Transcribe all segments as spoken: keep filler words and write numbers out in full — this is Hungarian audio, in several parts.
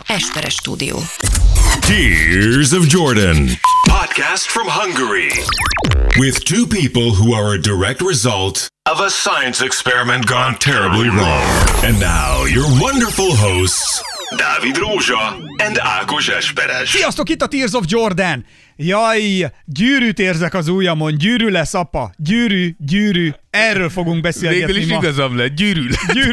Esperes Stúdió. Tears of Jordan. Podcast from Hungary. With two people who are a direct result of a science experiment gone terribly wrong. And now your wonderful hosts, Dávid Rózsa and Ákos Esperes. Sziasztok, itt a Tears of Jordan! Jaj, gyűrűt érzek az ujjamon, gyűrű lesz, apa. Gyűrű, gyűrű, erről fogunk beszélgetni Végül is ma. igazam lett, gyűrű lett. Gyűrű.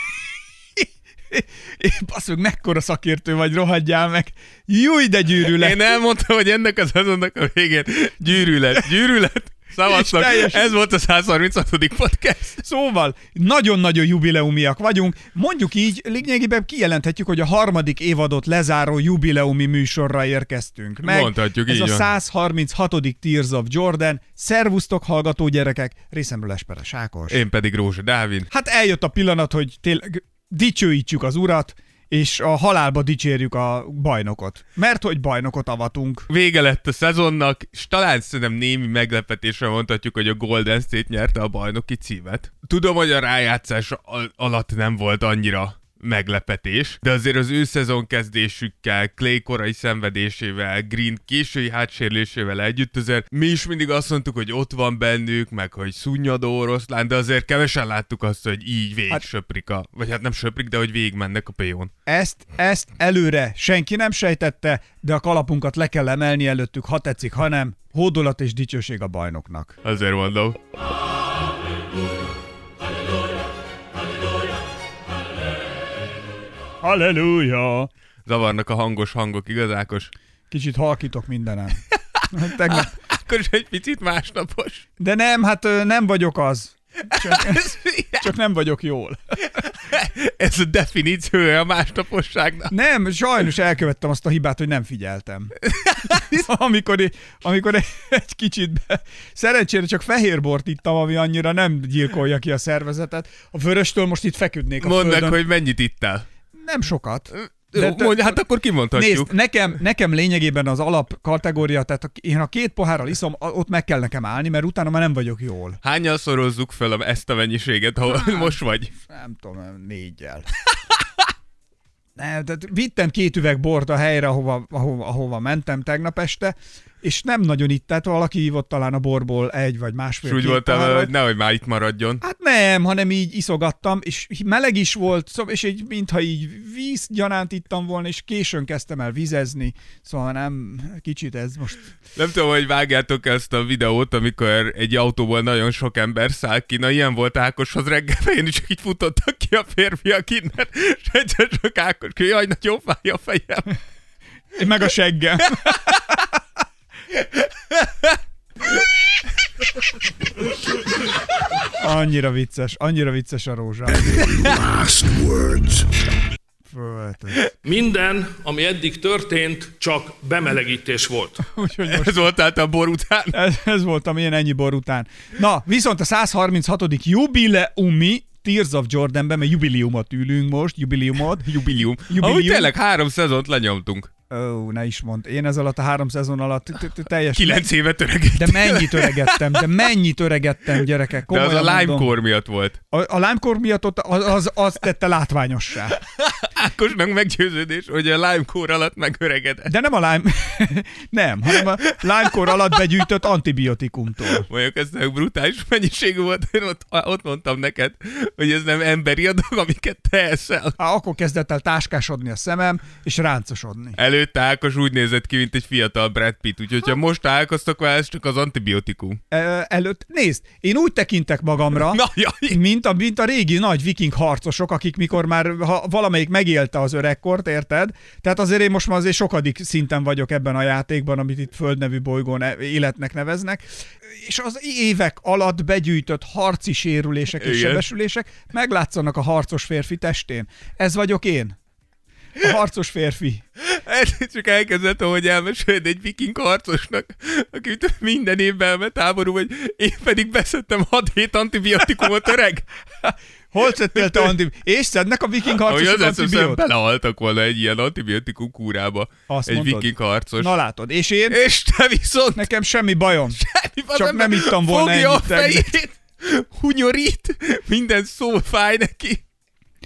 Basz meg, mekkora szakértő vagy, rohadjál meg. Júj, de gyűrű lett. Én elmondtam, hogy ennek az azonnak a végén gyűrű lett, gyűrű lett. Szavaztok, ez volt a száz harminchatodik podcast. Szóval, nagyon-nagyon jubileumiak vagyunk. Mondjuk így, lényegében kijelenthetjük, hogy a harmadik évadot lezáró jubileumi műsorra érkeztünk meg. Mondhatjuk, ez így a van. száz harminchatodik Tears of Jordan. Szervusztok, hallgató gyerekek. Részemről Esperes Ákos. Én pedig Rózsa Dávid. Hát eljött a pillanat, hogy tényleg dicsőítsük az urat, és a halálba dicsérjük a bajnokot. Mert hogy bajnokot avatunk. Vége lett a szezonnak, és talán szerintem némi meglepetésre mondhatjuk, hogy a Golden State nyerte a bajnoki címet. Tudom, hogy a rájátszás al- alatt nem volt annyira meglepetés, de azért az ő szezonkezdésükkel, Clay korai szenvedésével, Green késői hátsérülésével együtt azért mi is mindig azt mondtuk, hogy ott van bennük, meg hogy szunnyadó oroszlán, de azért kevesen láttuk azt, hogy így végig hát, söprik a, vagy hát nem söprik, de hogy végig mennek a pélyón. Ezt, ezt előre senki nem sejtette, de a kalapunkat le kell emelni előttük, ha tetszik, ha nem. Hódolat és dicsőség a bajnoknak. Azért mondom. Halleluja! Zavarnak a hangos hangok, igaz, Ákos? Kicsit halkítok mindenem. Tegnap... Akkor is egy picit másnapos. De nem, hát ö, nem vagyok az. Csak, csak nem vagyok jól. Ez a definíciója a másnaposságnak. Nem, sajnos elkövettem azt a hibát, hogy nem figyeltem. amikor, amikor egy kicsit be... Szerencsére csak fehérbort ittam, ami annyira nem gyilkolja ki a szervezetet. A vöröstől most itt feküdnék a Mondd földön. meg, hogy mennyit ittál. Nem sokat. De, De, Mondj, hát akkor kimondhatjuk. Nézd, nekem, nekem lényegében az alap kategória, tehát én ha két pohárral iszom, ott meg kell nekem állni, mert utána már nem vagyok jól. Hányan szorozzuk fel ezt a mennyiséget, ahol hát, most vagy? Nem tudom, négyel. Nem, tehát vittem két üveg bort a helyre, ahova, ahova, ahova mentem tegnap este, és nem nagyon itt, tehát valaki hívott talán a borból egy vagy másfél. És úgy voltál vele, hogy nehogy már itt maradjon. Hát nem, hanem így iszogattam, és meleg is volt, és így, mintha így vízgyanánt ittam volna, és későn kezdtem el vizezni, szóval nem, kicsit ez most... Nem tudom, hogy vágjátok ezt a videót, amikor egy autóból nagyon sok ember száll ki, na ilyen volt Ákoshoz reggel, én is így futottak ki a férfiak innen, és egyszer csak Ákos, hogy jaj, nagyon fáj a fejem. Meg a seggem. Annyira vicces, annyira vicces a Rózsa. Last words. Minden, ami eddig történt, csak bemelegítés volt. Úgyhogy Ez volt át a bor után. Ez, ez voltam én ennyi bor után. Na, viszont a száz harminchatodik jubileumi Tears of Jordanben, mert jubileumot ülünk most, jubileumot. Jubileum. Jubileum. Ahogy tényleg három szezont lenyomtunk. Ó, ne is mondd. Én ez alatt a három szezon alatt teljes... Kilenc évet öregettem. De mennyit öregettem, de mennyit öregettem, gyerekek. De az a Komolyan Lime mondom. Core miatt volt. A, a Lime Core miatt ott az, az, az tette látványossá. Ákosnak meggyőződés, hogy a Lime Core alatt megöregedett. De nem a Lime... nem, hanem a Lime Core alatt begyűjtött antibiotikumtól. Mondjuk ez nem brutális mennyiségű volt, én ott, ott mondtam neked, hogy ez nem emberi adag, amiket te eszel. Há, akkor kezdett el táskásodni a szemem, és ráncosodni. Előtte Ákos úgy nézett ki, mint egy fiatal Brad Pitt, úgyhogy ha most találkoztok vele, ez csak az antibiotikum. E, előtt, nézd, én úgy tekintek magamra, Na, jaj. mint a, mint a régi nagy viking harcosok, akik mikor már ha valamelyik megélte az öregkort, érted? Tehát azért én most már azért sokadik szinten vagyok ebben a játékban, amit itt földnevű bolygón életnek neveznek, és az évek alatt begyűjtött harci sérülések és Igen. sebesülések meglátszanak a harcos férfi testén. Ez vagyok én. A harcos férfi. Ez csak elkezdett, hogy elmeséled egy viking harcosnak, aki minden évben elment háború, hogy én pedig beszedtem hat hét antibiotikumot, öreg. Hol szedtél te antibiotikumot? És szednek a viking harcosok antibiotikumot? antibiotikumot? Belehaltak volna egy ilyen antibiotikum kúrába. Azt egy mondod? viking harcos. Na látod, és én? És te viszont... Nekem semmi bajom. Semmi Csak nem ittam volna fogja ennyit a fejét, hunyorít, minden szó fáj neki.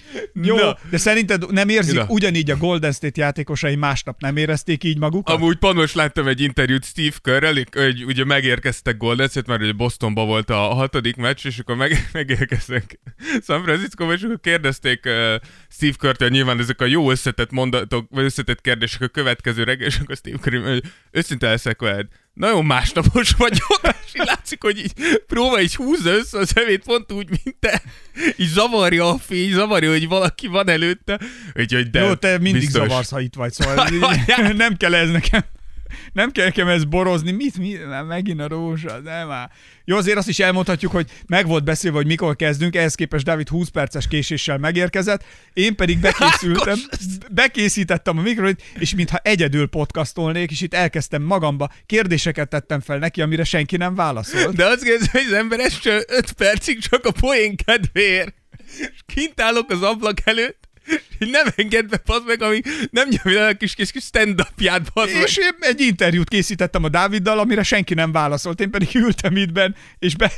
Jó, Na. de szerinted nem érzik Na. ugyanígy a Golden State játékosai másnap nem érezték így magukat? Amúgy pont most láttam egy interjút Steve Kerrel, hogy ugye megérkeztek Golden State, mert ugye Bostonban volt a hatodik meccs, és akkor meg, megérkeztek San Francisco-ba, és akkor kérdezték uh, Steve Kerr-től, nyilván ezek a jó összetett mondatok, vagy összetett kérdések a következő reggel, és akkor Steve Kerr, hogy őszinte leszek veled, nagyon másnapos vagyok, és így látszik, hogy így próbál így húzza össze a szemét pont úgy, mint te. Így zavarja a fény, zavarja, hogy valaki van előtte. Úgyhogy de Jó, te mindig biztos. zavarsz, ha itt vagy, szóval így, nem kell ez nekem. Nem kell nekem ezt borozni. Mit? mit? Nem, megint a rózsa, nem már. Jó, azért azt is elmondhatjuk, hogy meg volt beszélve, hogy mikor kezdünk, ehhez képest Dávid húsz perces késéssel megérkezett, én pedig bekészültem, bekészítettem a mikrofont, és mintha egyedül podcastolnék, és itt elkezdtem magamba, kérdéseket tettem fel neki, amire senki nem válaszolt. De azt kérdezi, hogy az ember ezt öt percig csak a poén kedvéért. És kint állok az ablak előtt, és nem engedd be, pazd meg, amíg nem nyomja a kis, kis, kis stand-upját, pazd meg. És én egy interjút készítettem a Dáviddal, amire senki nem válaszolt, én pedig ültem itt benn, és be...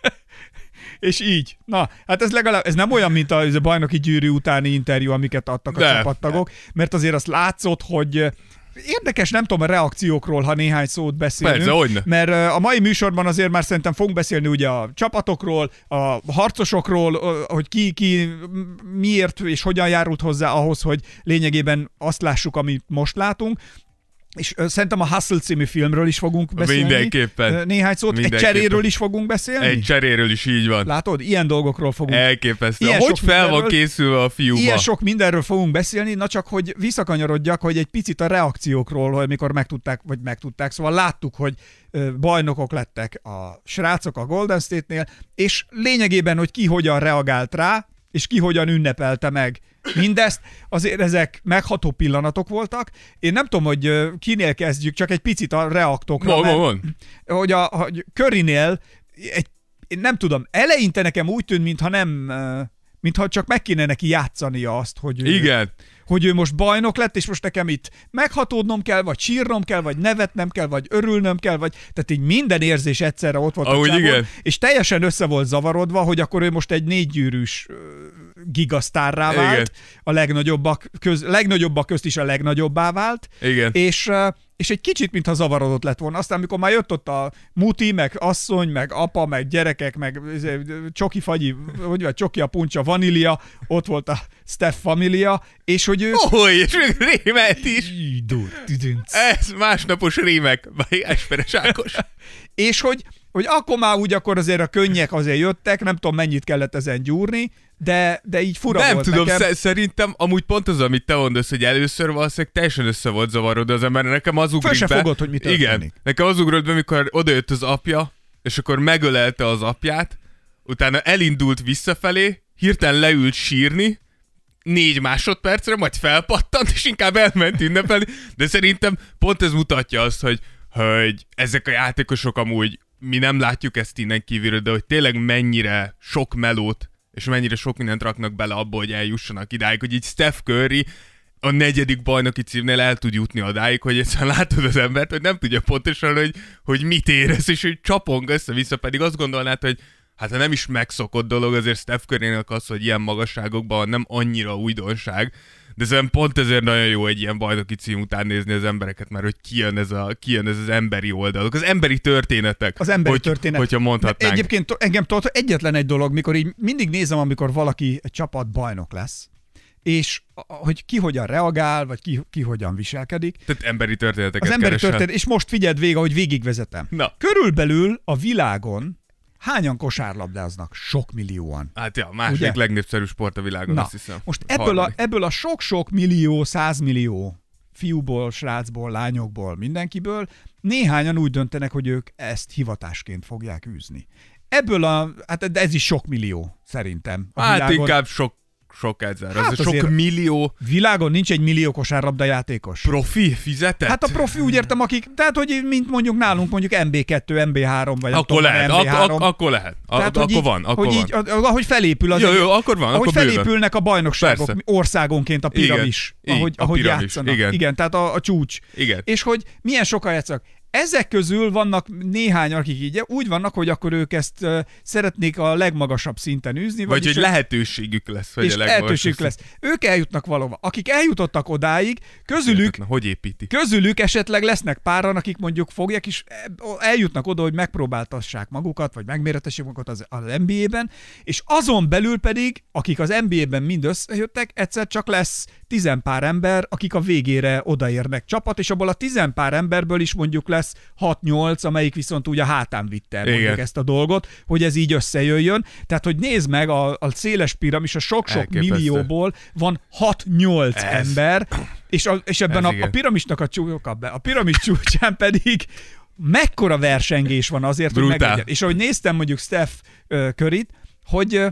és így. Na, hát ez legalább, ez nem olyan, mint a, a bajnoki gyűrű utáni interjú, amiket adtak a de, csapattagok, mert azért azt látszott, hogy érdekes, nem tudom, a reakciókról, ha néhány szót beszélünk. Persze, hogyne. Mert a mai műsorban azért már szerintem fogunk beszélni ugye a csapatokról, a harcosokról, hogy ki, ki miért és hogyan járult hozzá ahhoz, hogy lényegében azt lássuk, amit most látunk. És uh, szerintem a Hustle című filmről is fogunk beszélni. Mindenképpen. Néhány szót. Mindenképpen. Egy cseréről is fogunk beszélni. Egy cseréről is így van. Látod? Ilyen dolgokról fogunk. Elképesztő. Ilyen Hogy sok fel van mindenről- készülve a fiúba? Ilyen sok mindenről fogunk beszélni, na csak, hogy visszakanyarodjak, hogy egy picit a reakciókról, hogy mikor megtudták, vagy megtudták, szóval láttuk, hogy ö, bajnokok lettek a srácok a Golden State-nél, és lényegében, hogy ki hogyan reagált rá, és ki hogyan ünnepelte meg mindezt, azért ezek megható pillanatok voltak. Én nem tudom, hogy ö, kinél kezdjük, csak egy picit a reaktokra, Van, van, mert van. hogy a hogy Currynél egy, én nem tudom, eleinte nekem úgy tűnt, mintha nem, ö, mintha csak meg kéne neki játszania azt, hogy ő, Igen. hogy ő most bajnok lett, és most nekem itt meghatódnom kell, vagy sírnom kell, vagy nevetnem kell, vagy örülnöm kell, vagy tehát így minden érzés egyszerre ott volt Ahogy a csávon, igen. és teljesen össze volt zavarodva, hogy akkor ő most egy négygyűrűs ö, gigasztárrá vált, Igen. a legnagyobbak, köz, legnagyobbak közt is a legnagyobbá vált, Igen. és, ö, és egy kicsit, mintha zavarodott lett volna. Aztán, amikor már jött ott a muti, meg asszony, meg apa, meg gyerekek, meg izé, csoki fagyi, vagy vagy csoki a puncsa, vanília, ott volt a Steph família, és hogy ő... Ó, és még rémet is. Dur, tüdünc. Ez másnapos rémek. Vagy Esperes Ákos. És hogy, hogy akkor már úgy akkor azért a könnyek azért jöttek, nem tudom mennyit kellett ezen gyúrni, de, de így fura Nem volt tudom, nekem. sz- szerintem amúgy pont az, amit te mondasz, hogy először valószínűleg teljesen össze volt zavarodva az ember. Nekem az ugrik Föl se be. fogod, hogy mi történik. Igen. Nekem az ugrott be, amikor odajött az apja, és akkor megölelte az apját, utána elindult visszafelé, hirtelen leült sírni, négy másodpercre, majd felpattant, és inkább elment ünnepelni, de szerintem pont ez mutatja azt, hogy, hogy ezek a játékosok amúgy, mi nem látjuk ezt innen kívülről, de hogy tényleg mennyire sok melót, és mennyire sok mindent raknak bele abba, hogy eljussanak idáig, hogy így Steph Curry a negyedik bajnoki címnél el tud jutni odáig, hogy egyszerűen látod az embert, hogy nem tudja pontosan, hogy, hogy mit érez, és hogy csapong össze-vissza, pedig azt gondolnád, hogy hát ha nem is megszokott dolog, azért Steph Currynek az, hogy ilyen magasságokban nem annyira újdonság, de szerintem pont ezért nagyon jó egy ilyen bajnoki cím után nézni az embereket, mert hogy kijön ez, a, kijön ez az emberi oldalok, az emberi történetek. Az emberi hogy, történet. Hogyha mondhatnánk. Egyébként engem tudod, egyetlen egy dolog, mikor így mindig nézem, amikor valaki egy csapat bajnok lesz, és a- hogy ki hogyan reagál, vagy ki, ki hogyan viselkedik. Tehát emberi történeteket Az emberi keresel. történet, és most figyeld végig, ahogy végigvezetem. Na. Körülbelül a világon hányan kosárlabdáznak? Sok millióan. Hát ja, a második Ugye? legnépszerűbb sport a világon, Na, azt hiszem. most ebből a, Harmadik. ebből a sok-sok millió, százmillió fiúból, srácból, lányokból, mindenkiből néhányan úgy döntenek, hogy ők ezt hivatásként fogják űzni. Ebből a, hát ez is sok millió, szerintem. A Hát világon. inkább sok, sok ezer. Hát Az a azért- sok millió Világon nincs egy millió kosárlabda játékos. profi fizetett. Hát a profi úgy értem, akik, tehát hogy mint mondjuk nálunk mondjuk em bé kettő, em bé három, vagy nem akkor tudom, lehet, em bé ak- három. ak- akkor lehet. A- Tehát, hogy akkor így, van, akkor hogy van. így, ahogy felépül az Jó, egy- jó, akkor van, ahogy akkor bőven. felépülnek a bajnokságok Persze. országonként a piramis, Igen. ahogy, Így, a ahogy piramis, játszanak. igen. igen, tehát a, a csúcs. Igen. És hogy milyen sokan játszanak. ezek közül vannak néhány, akik így úgy vannak, hogy akkor ők ezt uh, szeretnék a legmagasabb szinten űzni. Vagy hogy lehetőségük lesz, hogy és a legmagasabb lehetőségük lesz. Ők eljutnak valahova. Akik eljutottak odáig, közülük, hogy építik? közülük esetleg lesznek páran, akik mondjuk fogják, és eljutnak oda, hogy megpróbáltassák magukat, vagy megméretessék magukat az, az en bé á-ben, és azon belül pedig, akik az en bé á-ben mind összejöttek, egyszer csak lesz tizenpár ember, akik a végére odaérnek csapat, és abból a tizenpár emberből is mondjuk lesz hat-nyolc, amelyik viszont úgy a hátán vitte mondjuk ezt a dolgot, hogy ez így összejöjjön. Tehát, hogy nézd meg, a, a széles piramis, a sok-sok Elképesztő. Millióból van hat-nyolc ember, és, a, és ebben a, a piramisnak a, csú, a piramis csúcsán pedig mekkora versengés van azért, Brutál. hogy meglegyen. És ahogy néztem mondjuk Steph uh, Curryt, hogy uh,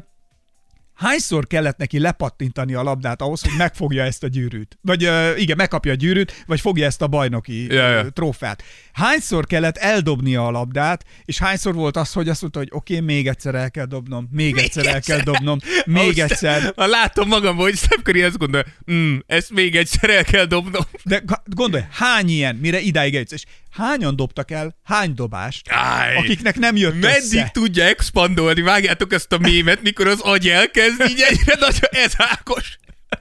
hányszor kellett neki lepattintani a labdát ahhoz, hogy megfogja ezt a gyűrűt? Vagy uh, igen, megkapja a gyűrűt, vagy fogja ezt a bajnoki ja, ja. Uh, trófeát. Hányszor kellett eldobnia a labdát, és hányszor volt az, hogy azt mondta, hogy oké, okay, még egyszer el kell dobnom, még, még egyszer, egyszer el kell dobnom, még Ahhoz egyszer. Ha látom magamban, hogy Steph Curry azt gondolja, mm, ezt még egyszer el kell dobnom. De gondolj, hány ilyen, mire idáig eljutsz, és hányan dobtak el hány dobást, Áj, akiknek nem jött meddig össze? tudja expandolni? Vágjátok ezt a mémet, mikor az agy elkezd így egyre nagyon, ez Ákos.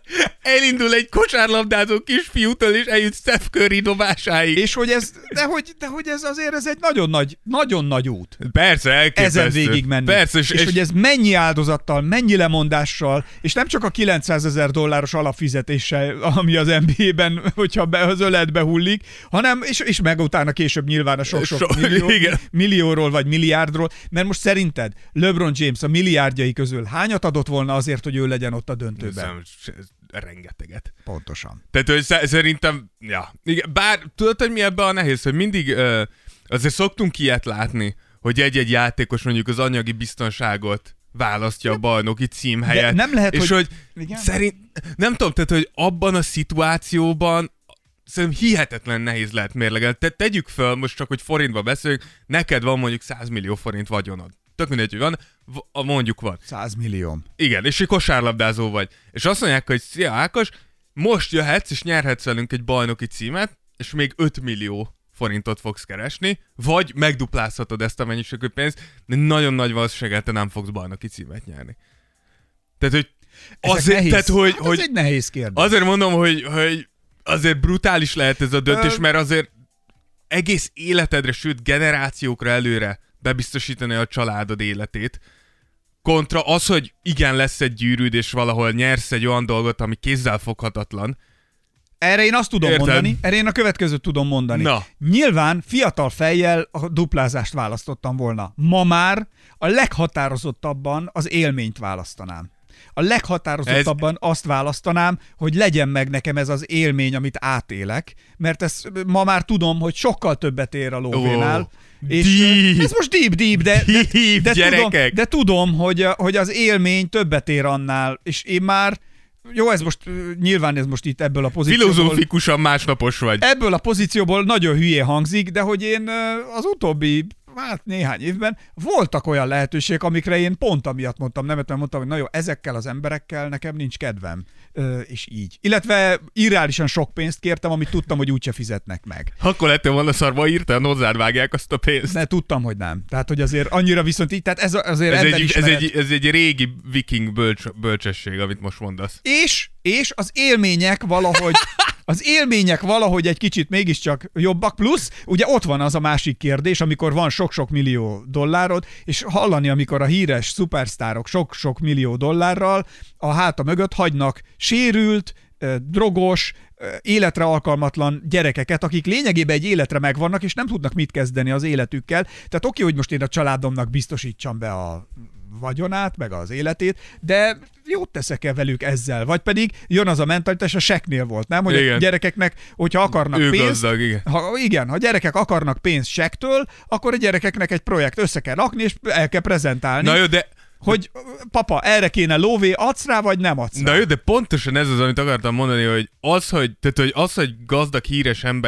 Elindul egy kosárlabdázó kisfiútól, és eljut Steph Curry dobásáig. És hogy ez, de hogy, de hogy ez azért ez egy nagyon nagy, nagyon nagy út. Persze, elképesztő. Ezen végig menni. Persze, és, és, és hogy ez mennyi áldozattal, mennyi lemondással, és nem csak a kilencszázezer dolláros alapfizetéssel, ami az en bé á-ben, hogyha be, az öletbe hullik, hanem, és, és meg utána később nyilván a sok-sok So, millió, igen. millióról vagy milliárdról, mert most szerinted LeBron James a milliárdjai közül hányat adott volna azért, hogy ő legyen ott a döntőben? Rengeteget. Pontosan. Tehát, hogy szerintem, ja. Igen, bár tudod, hogy mi ebben a nehéz, hogy mindig uh, azért szoktunk ilyet látni, hogy egy-egy játékos mondjuk az anyagi biztonságot választja a bajnoki cím helyett. De nem lehet, és hogy... hogy szerint, nem tudom, tehát, hogy abban a szituációban szerintem hihetetlen nehéz lehet mérlegelni. Te, tegyük fel, most csak, hogy forintba beszéljünk, neked van mondjuk száz millió forint vagyonod. Tök mindegy, hogy van, v- mondjuk van. száz millió. Igen, és egy kosárlabdázó vagy. És azt mondják, hogy szia Ákos, most jöhetsz és nyerhetsz velünk egy bajnoki címet, és még öt millió forintot fogsz keresni, vagy megduplázhatod ezt a mennyiségű pénzt, de nagyon nagy valószínűséggel te nem fogsz bajnoki címet nyerni. Tehát, hogy azért, nehéz, tehát, hogy, hát hogy ez egy nehéz kérdés. Azért mondom, hogy, hogy azért brutális lehet ez a döntés, Ö... mert azért egész életedre, sőt generációkra előre bebiztosítani a családod életét, kontra az, hogy igen, lesz egy gyűrűd, és valahol nyersz egy olyan dolgot, ami kézzelfoghatatlan. Erre én azt tudom Érted? mondani, erre én a következőt tudom mondani. Na. Nyilván fiatal fejjel a duplázást választottam volna. Ma már a leghatározottabban az élményt választanám. A leghatározottabban ez... azt választanám, hogy legyen meg nekem ez az élmény, amit átélek, mert ezt ma már tudom, hogy sokkal többet ér a lóvénál. Oh. És deep. ez most deep, deep, de, deep, de, de, tudom, de tudom, hogy, hogy az élmény többet ér annál, és én már, jó, ez most, nyilván ez most itt ebből a pozícióból... Filozófikusan másnapos vagy. Ebből a pozícióból nagyon hülyé hangzik, de hogy én az utóbbi, hát néhány évben voltak olyan lehetőségek, amikre én pont amiatt mondtam, nem, mert mondtam, hogy na jó, ezekkel az emberekkel nekem nincs kedvem. Ö, és így. Illetve irreálisan sok pénzt kértem, amit tudtam, hogy úgyse fizetnek meg. Akkor lettél volna szarva, írtál, hozzád vágják azt a pénzt. De tudtam, hogy nem. Tehát, hogy azért annyira viszont így, tehát ez azért ez egy, emberismeret... ez, egy, ez egy régi viking bölcs, bölcsesség, amit most mondasz. És, és az élmények valahogy... Az élmények valahogy egy kicsit mégiscsak jobbak, plusz ugye ott van az a másik kérdés, amikor van sok-sok millió dollárod, és hallani, amikor a híres szupersztárok sok-sok millió dollárral a háta mögött hagynak sérült, drogos, életre alkalmatlan gyerekeket, akik lényegében egy életre megvannak, és nem tudnak mit kezdeni az életükkel. Tehát oké, hogy most én a családomnak biztosítsam be a vagyonát, meg az életét, de jót teszek-e velük ezzel? Vagy pedig jön az a mentalitás, a seknél volt, nem? Hogy igen. A gyerekeknek, hogyha akarnak ő pénzt... Gazdag, igen. Ha, igen, ha gyerekek akarnak pénzt sektől, akkor a gyerekeknek egy projekt össze kell rakni, és el kell prezentálni. Na jó, de... Hogy papa, erre kéne lóvé, adsz rá, vagy nem adsz rá? Na jó, de pontosan ez az, amit akartam mondani, hogy az, hogy, tehát, hogy az, hogy gazdag, híres emberek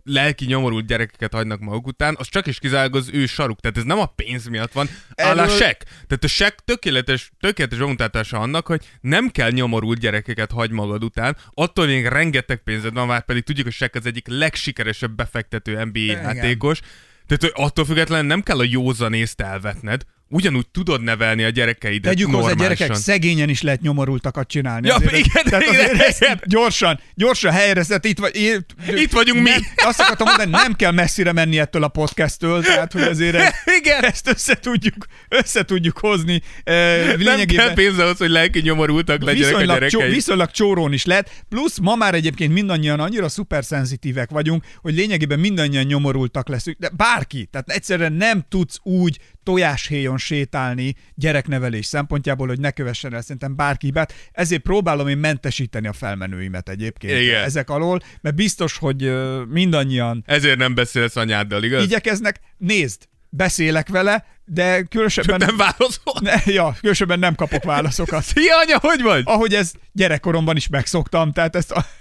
lelki nyomorult gyerekeket hagynak maguk után, az csak is kizárólag az ő saruk. Tehát ez nem a pénz miatt van, Erről... áll a sek. Tehát a sek tökéletes, tökéletes bemutatása annak, hogy nem kell nyomorult gyerekeket hagy magad után, attól még rengeteg pénzed van, már pedig tudjuk, hogy sek az egyik legsikeresebb befektető en bé á játékos. Tehát hogy attól függetlenül nem kell a józanészt elvetned, ugyanúgy tudod nevelni a gyerekeidet Tegyük normálisan. hozzá, gyerekek, szegényen is lehet nyomorultakat csinálni. Ja, azért, igen, tehát igen, azért igen. gyorsan, gyorsan helyre szed, itt, vagy, itt, itt vagyunk nem, mi. Azt akartam mondani, nem kell messzire menni ettől a podcasttől, tehát hogy azért ezt, igen. ezt össze tudjuk, össze tudjuk hozni. Nem kell pénz ahhoz, hogy lelki nyomorultak legyenek a gyerekeid. Csó, viszonylag csórón is lehet, plusz ma már egyébként mindannyian annyira szuperszenzitívek vagyunk, hogy lényegében mindannyian nyomorultak leszünk, de bárki, tehát egyszerűen nem tudsz úgy tojáshéjon sétálni gyereknevelés szempontjából, hogy ne kövessen el szerintem bárki hibát. Ezért próbálom én mentesíteni a felmenőimet egyébként Igen. ezek alól, mert biztos, hogy mindannyian ezért nem beszélsz anyáddal, igaz? igyekeznek. Nézd, beszélek vele, de különösebben nem válaszol? Ne, ja, különösebben nem kapok válaszokat. Szia, anya, hogy vagy? Ahogy ez gyerekkoromban is megszoktam, tehát ezt a...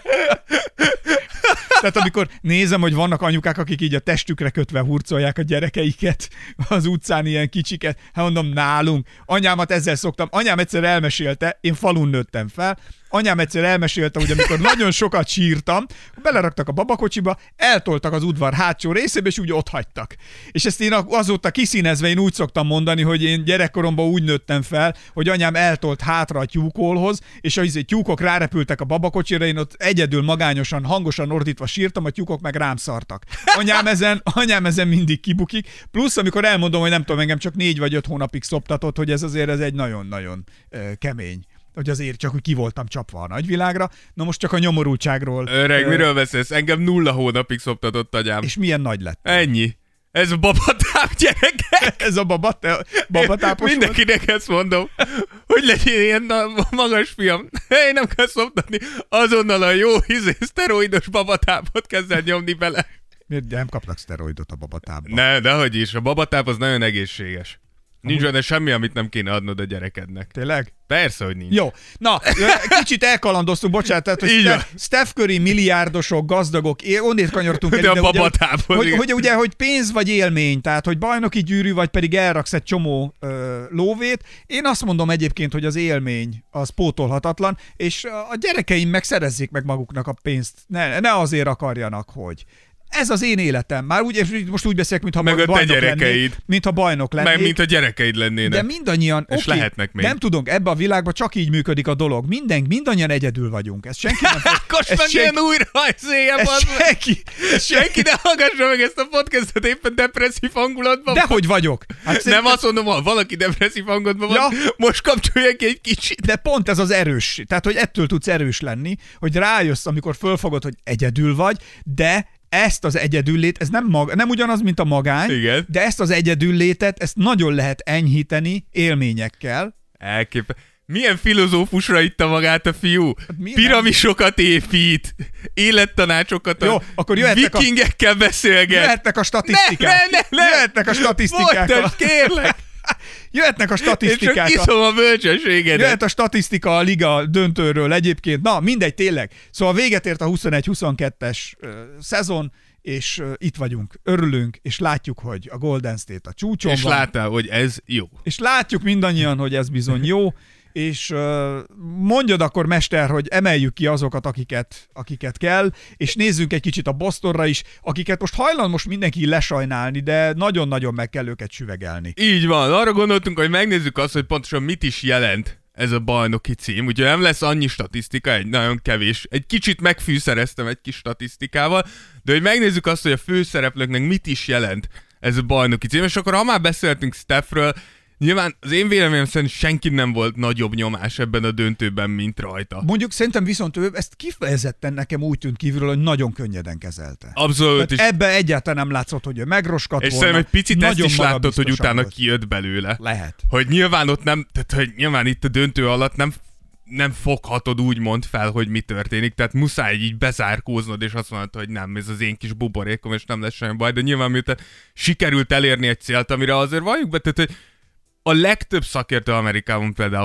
Tehát amikor nézem, hogy vannak anyukák, akik így a testükre kötve hurcolják a gyerekeiket az utcán, ilyen kicsiket, hát mondom, nálunk. Anyámat ezzel szoktam. Anyám egyszer elmesélte, én falun nőttem fel, anyám egyszer elmesélte, hogy amikor nagyon sokat sírtam, beleraktak a babakocsiba, eltoltak az udvar hátsó részébe, és úgy ott hagytak. És ezt én azóta kiszínezve én úgy szoktam mondani, hogy én gyerekkoromban úgy nőttem fel, hogy anyám eltolt hátra a tyúkolhoz, és a tyúkok rárepültek a babakocsira, én ott egyedül magányosan, hangosan ordítva sírtam, a tyúkok meg rám szartak. Anyám ezen, anyám ezen mindig kibukik, plusz amikor elmondom, hogy nem tudom, engem csak négy vagy öt hónapig szoptatott, hogy ez azért ez egy nagyon-nagyon uh, kemény. Hogy azért csak, hogy ki voltam csapva a nagyvilágra. Na most csak a nyomorultságról. Öreg, uh, miről beszélsz? Engem nulla hónapig szoptatott anyám. És milyen nagy lett? Ennyi. Ez a babatáp, gyerekek! Ez a babata, babatápos mindenkinek volt? Ezt mondom, hogy legyen ilyen magas fiam. Én nem kell szoptatni. Azonnal a jó izé, szteroidos babatápot kezd el nyomni bele. Miért nem kapnak szteroidot a babatápban? Ne, dehogy is. A babatáp az nagyon egészséges. Nincs benne semmi, amit nem kéne adnod a gyerekednek. Tényleg? Persze, hogy nincs. Jó. Na, kicsit elkalandoztunk, bocsánat, tehát, hogy Steph, Steph Curry milliárdosok, gazdagok, onnét kanyarodtunk el. De ide, a babatából. Hogy, hogy, ugye, hogy pénz vagy élmény, tehát, hogy bajnoki gyűrű, vagy pedig elraksz egy csomó ö, lóvét. Én azt mondom egyébként, hogy az élmény az pótolhatatlan, és a gyerekeim meg szerezzék meg maguknak a pénzt. Ne, ne azért akarjanak, hogy... Ez az én életem. Már úgy, most úgy beszélek, mintha meg bajnok lennék. Mintha bajnok lennék. Meg mint a gyerekeid lennének. De mindannyian, és okay, lehetnek még. Nem tudunk, ebben a világban csak így működik a dolog. Minden, mindannyian egyedül vagyunk. Ez senki nem fog... Most meg senki, ilyen újra hajszéje, ez senki, ez senki ne hallgassa meg ezt a podcastot éppen depresszív hangulatban. De hogy vagyok? Hát nem szerintem... azt mondom, ha valaki depresszív hangulatban van, ja. most kapcsolja ki egy kicsit. De pont ez az erős. Tehát, hogy ettől tudsz erős lenni, hogy rájössz, amikor fölfogod, hogy egyedül vagy, de ezt az egyedüllét, ez nem, mag, nem ugyanaz, mint a magány, igen. De ezt az egyedüllétet, ezt nagyon lehet enyhíteni élményekkel. Elkép... Milyen filozófusra itta magát a fiú? Hát piramisokat épít, élettanácsokat Jó, akkor vikingekkel a... beszélget. Jöhetnek a statisztikák. Ne, ne, ne, ne. Jöhetnek a statisztikák. Folytasd, kérlek. Jöhetnek a statisztikák. Én csak iszom a bölcsességedet. Jöhet a statisztika a liga döntőről egyébként. Na, mindegy, tényleg. Szóval véget ért a huszonegy huszonkettes uh, szezon, és uh, itt vagyunk, örülünk, és látjuk, hogy a Golden State a csúcson és van. És láttál, hogy ez jó. És látjuk mindannyian, hogy ez bizony jó, és uh, mondjad akkor, mester, hogy emeljük ki azokat, akiket, akiket kell, és nézzünk egy kicsit a Bostonra is, akiket most hajlandó most mindenki lesajnálni, de nagyon-nagyon meg kell őket süvegelni. Így van, arra gondoltunk, hogy megnézzük azt, hogy pontosan mit is jelent ez a bajnoki cím. Úgyhogy nem lesz annyi statisztika, egy nagyon kevés. Egy kicsit megfűszereztem egy kis statisztikával, de hogy megnézzük azt, hogy a főszereplőknek mit is jelent ez a bajnoki cím. És akkor ha már beszéltünk Stephről, nyilván az én véleményem szerint senki nem volt nagyobb nyomás ebben a döntőben, mint rajta. Mondjuk szerintem viszont ő ezt kifejezetten nekem úgy tűnt kívülről, hogy nagyon könnyeden kezelte. Abszolút. És ebben egyáltalán nem látszott, hogy ő megroskat és volna. És szerintem egy picit nagyon ezt is láttad, hogy utána volt. kijött belőle. Lehet. Hogy nyilván ott nem, tehát hogy nyilván itt a döntő alatt nem nem foghatod úgymond fel, hogy mi történik, tehát muszáj így bezárkóznod, és azt mondod, hogy nem, ez az én kis buborékom, és nem lesz semmi baj, de nyilván miután sikerült elérni egy célt, amire azért valljuk be, tehát hogy a legtöbb szakértő Amerikában például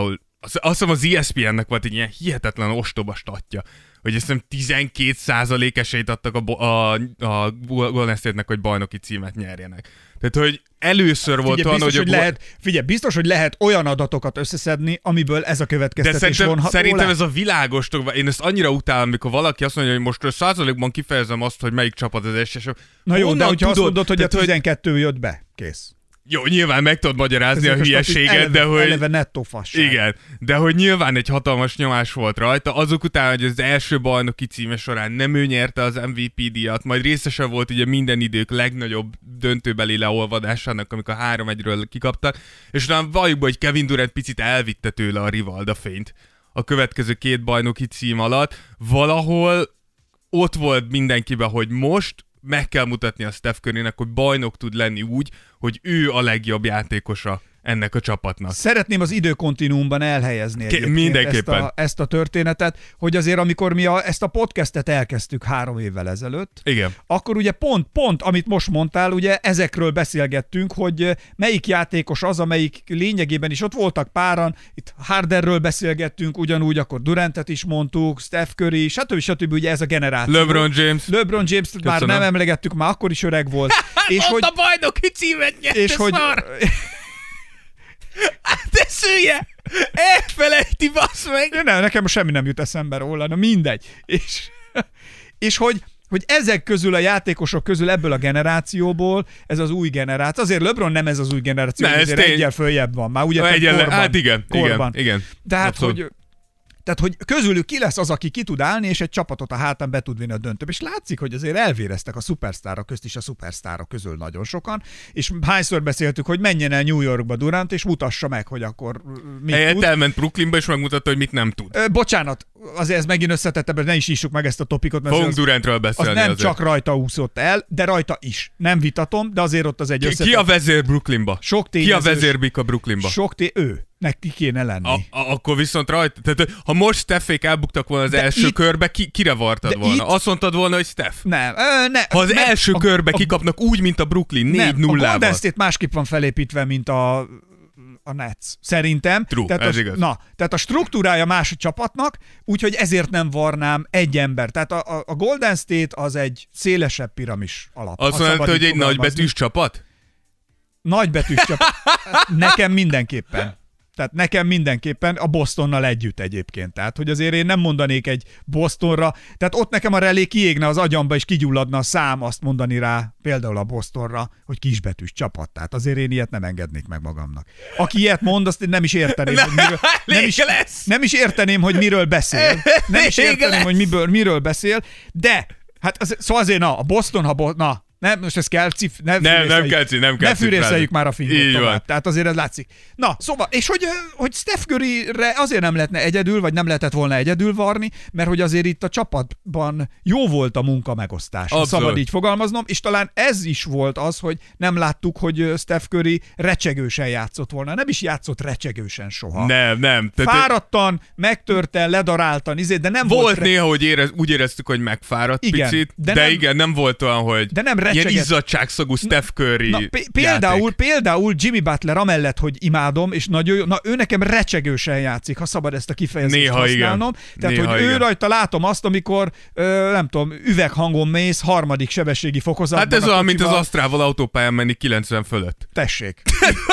azt hiszem az E S P N-nek volt egy ilyen hihetetlen ostoba statja, hogy azt hiszem tizenkét százalék esélyt adtak a, a, a Golden State-nek, hogy bajnoki címet nyerjenek. Tehát, hogy először volt figyelj, olyan, biztos, hogy... hogy A... lehet, figyelj, biztos, hogy lehet olyan adatokat összeszedni, amiből ez a következtetés De szerintem, vonható szerintem le. ez a világos, én ezt annyira utálom, amikor valaki azt mondja, hogy most százalékban kifejezem azt, hogy melyik csapat az esélyesebb. Na jó, Honnan de hogyha tudod, azt mondod, hogy tehát, a tizenkettő jött be, kész. Jó, nyilván meg tudod magyarázni Ezek a hülyeséget, eleve, de hogy... Eleve nettó fasság. Igen, de hogy nyilván egy hatalmas nyomás volt rajta, azok után, hogy az első bajnoki címe során nem ő nyerte az em vé pé díjat, majd részese volt ugye minden idők legnagyobb döntőbeli leolvadásának, amikor három egyről kikaptak, és utána valljuk be, hogy Kevin Durant picit elvitte tőle a Rivalda fényt a következő két bajnoki cím alatt. Valahol ott volt mindenkiben, hogy most meg kell mutatni a Steph Currynek, hogy bajnok tud lenni úgy, hogy ő a legjobb játékosa ennek a csapatnak. Szeretném az időkontinuumban elhelyezni K- mindenképpen. Ezt, a, ezt a történetet, hogy azért amikor mi a, ezt a podcastet elkezdtük három évvel ezelőtt, Igen. akkor ugye pont, pont, amit most mondtál, ugye ezekről beszélgettünk, hogy melyik játékos az, amelyik lényegében is ott voltak páran, itt Hardenről beszélgettünk, ugyanúgy, akkor Durantet is mondtuk, Steph Curry, stb. stb. Ugye ez a generáció. LeBron James. LeBron James-t már nem emlegettük, már akkor is öreg volt. és ott hogy, a bajnoki címet nyert, és hogy, de szülje! Elfelejti, bassz meg! Nem, nekem semmi nem jut eszembe róla, na mindegy. És, és hogy, hogy ezek közül a játékosok közül ebből a generációból, ez az új generáció, azért LeBron nem ez az új generáció, ne, azért tény... egyel följebb van, már ugye Egyel, korban. Hát igen, korban. igen, igen. Tehát, Abszolút. hogy... Tehát, hogy közülük ki lesz az, aki ki tud állni, és egy csapatot a hátán be tud vinni a döntőbe. És látszik, hogy azért elvéreztek a szupersztárok közt is a szupersztárok közül nagyon sokan, és hányszor beszéltük, hogy menjen el New Yorkba Durant, és mutassa meg, hogy akkor mit Helyett tud. elment Brooklynba, és megmutatta, hogy mit nem tud. Ö, bocsánat, azért ez megint összetettebb, ne is íssuk meg ezt a topikot, mert Fogunk az, Durantről az beszélni nem azért. csak rajta úszott el, de rajta is. Nem vitatom, de azért ott az egy Ki, összetett. ki a vezér Brooklynba? Sok Ki a tényezős- vezérbik a Brooklynba? Sok té... Ő. Neki kéne lenni. A, a, akkor viszont rajta, tehát ha most Stephék elbuktak volna az De első itt- körbe, ki, kire vartad de volna? itt- Azt mondtad volna, hogy Steph. Nem, ö, ne, Ha az nem, első a- körbe a- kikapnak úgy, mint a Brooklyn, négy Nem, a nullával. Golden State másképp van felépítve, mint a, a Nets. Szerintem. True, tehát ez a, igaz. Na, tehát a struktúrája más a csapatnak, úgyhogy ezért nem varnám egy ember. Tehát a, a, a Golden State az egy szélesebb piramis alap. Azt Ha mondod, szabad hogy így egy fogalmazni. nagybetűs csapat? Nagybetűs csapat. Nekem mindenképpen. Tehát nekem mindenképpen a Bostonnal együtt egyébként. Tehát, hogy azért én nem mondanék egy Bostonra, tehát ott nekem a relé kiégne az agyamba, és kigyulladna a szám azt mondani rá, például a Bostonra, hogy kisbetűs csapat. Tehát azért én ilyet nem engednék meg magamnak. Aki ilyet mond, azt én nem is érteném, hogy miről, nem, is, nem is érteném, hogy miről beszél. Nem is érteném, hogy miből, miről beszél, de hát az, szóval azért na, a Boston, ha bo- na, nem, most ez kell, cif, ne Nem, nem kell, nem kell Ne fűrészeljük már a Így fingot van. tovább. Tehát azért ez látszik. Na, szóval, és hogy, hogy Steph Curryre azért nem lehetne egyedül, vagy nem lehetett volna egyedül varni, mert hogy azért itt a csapatban jó volt a munka megosztás. ha Abszolút. Szabad így fogalmaznom, és talán ez is volt az, hogy nem láttuk, hogy Steph Curry recsegősen játszott volna. Nem is játszott recsegősen soha. Nem, nem. Tehát Fáradtan, megtörten, ledaráltan, izé, de nem volt, volt re- néha, hogy érez, úgy éreztük, hogy megfáradt Igen, picit, de de, de nem- igen, nem volt olyan, hogy de nem ilyen recseget. izzadságszagú Steph Curry Na, p- például, játék. például Jimmy Butler amellett, hogy imádom, és nagyon jó, na ő nekem recsegősen játszik, ha szabad ezt a kifejezést Néha igen. használnom. Tehát, Néha hogy ő igen. rajta látom azt, amikor, ö, nem tudom, üveghangon mész, harmadik sebességi fokozatban. Hát ez a olyan, mint az kocsival. Astrával autópályán menni kilencven fölött. Tessék.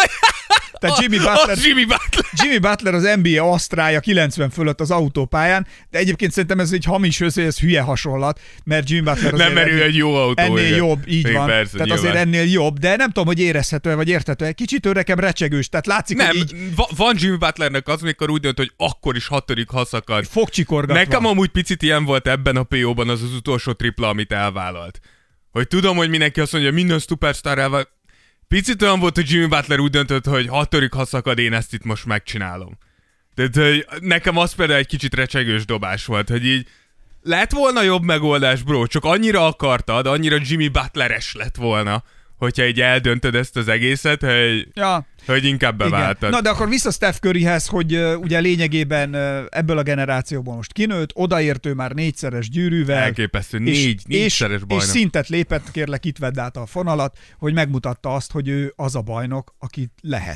Tehát Jimmy Butler, A Jimmy Butler. Jimmy Butler az en bé á asztrája kilencven fölött az autópályán, de egyébként szerintem ez egy hamis össze, ez hülye hasonlat, mert Jimmy Butler azért Nem, mert ő ennél- egy jó autó. Ennél igen. jobb, így Igen, van. Persze, tehát nyilván. azért ennél jobb, de nem tudom, hogy érezhető-e, vagy érthető-e. Kicsit ő nekem recsegős, tehát látszik, Nem, hogy így va- van Jimmy Butlernek az, amikor úgy dönt, hogy akkor is hatodik haszakad. fogcsikorgatva. Nekem amúgy picit ilyen volt ebben a pé ó-ban az az utolsó tripla, amit elvállalt. Hogy tudom, hogy mindenki azt mondja, minden szupersztár elvállalt. Picit olyan volt, hogy Jimmy Butler úgy döntött, hogy hatodik haszakad, én ezt itt most megcsinálom. Tehát hogy nekem az például egy kicsit recsegős dobás volt, hogy így lett volna jobb megoldás, bro, csak annyira akartad, annyira Jimmy Butleres lett volna, hogyha így eldöntöd ezt az egészet, hogy, Ja, hogy inkább igen. beváltad. Na de akkor vissza Steph Curryhez, hogy uh, ugye lényegében uh, ebből a generációból most kinőtt, odaért ő már négyszeres gyűrűvel. Elképesztő, négy, négyszeres és, bajnok. és szintet lépett, kérlek itt vedd át a fonalat, hogy megmutatta azt, hogy ő az a bajnok, akit lehet.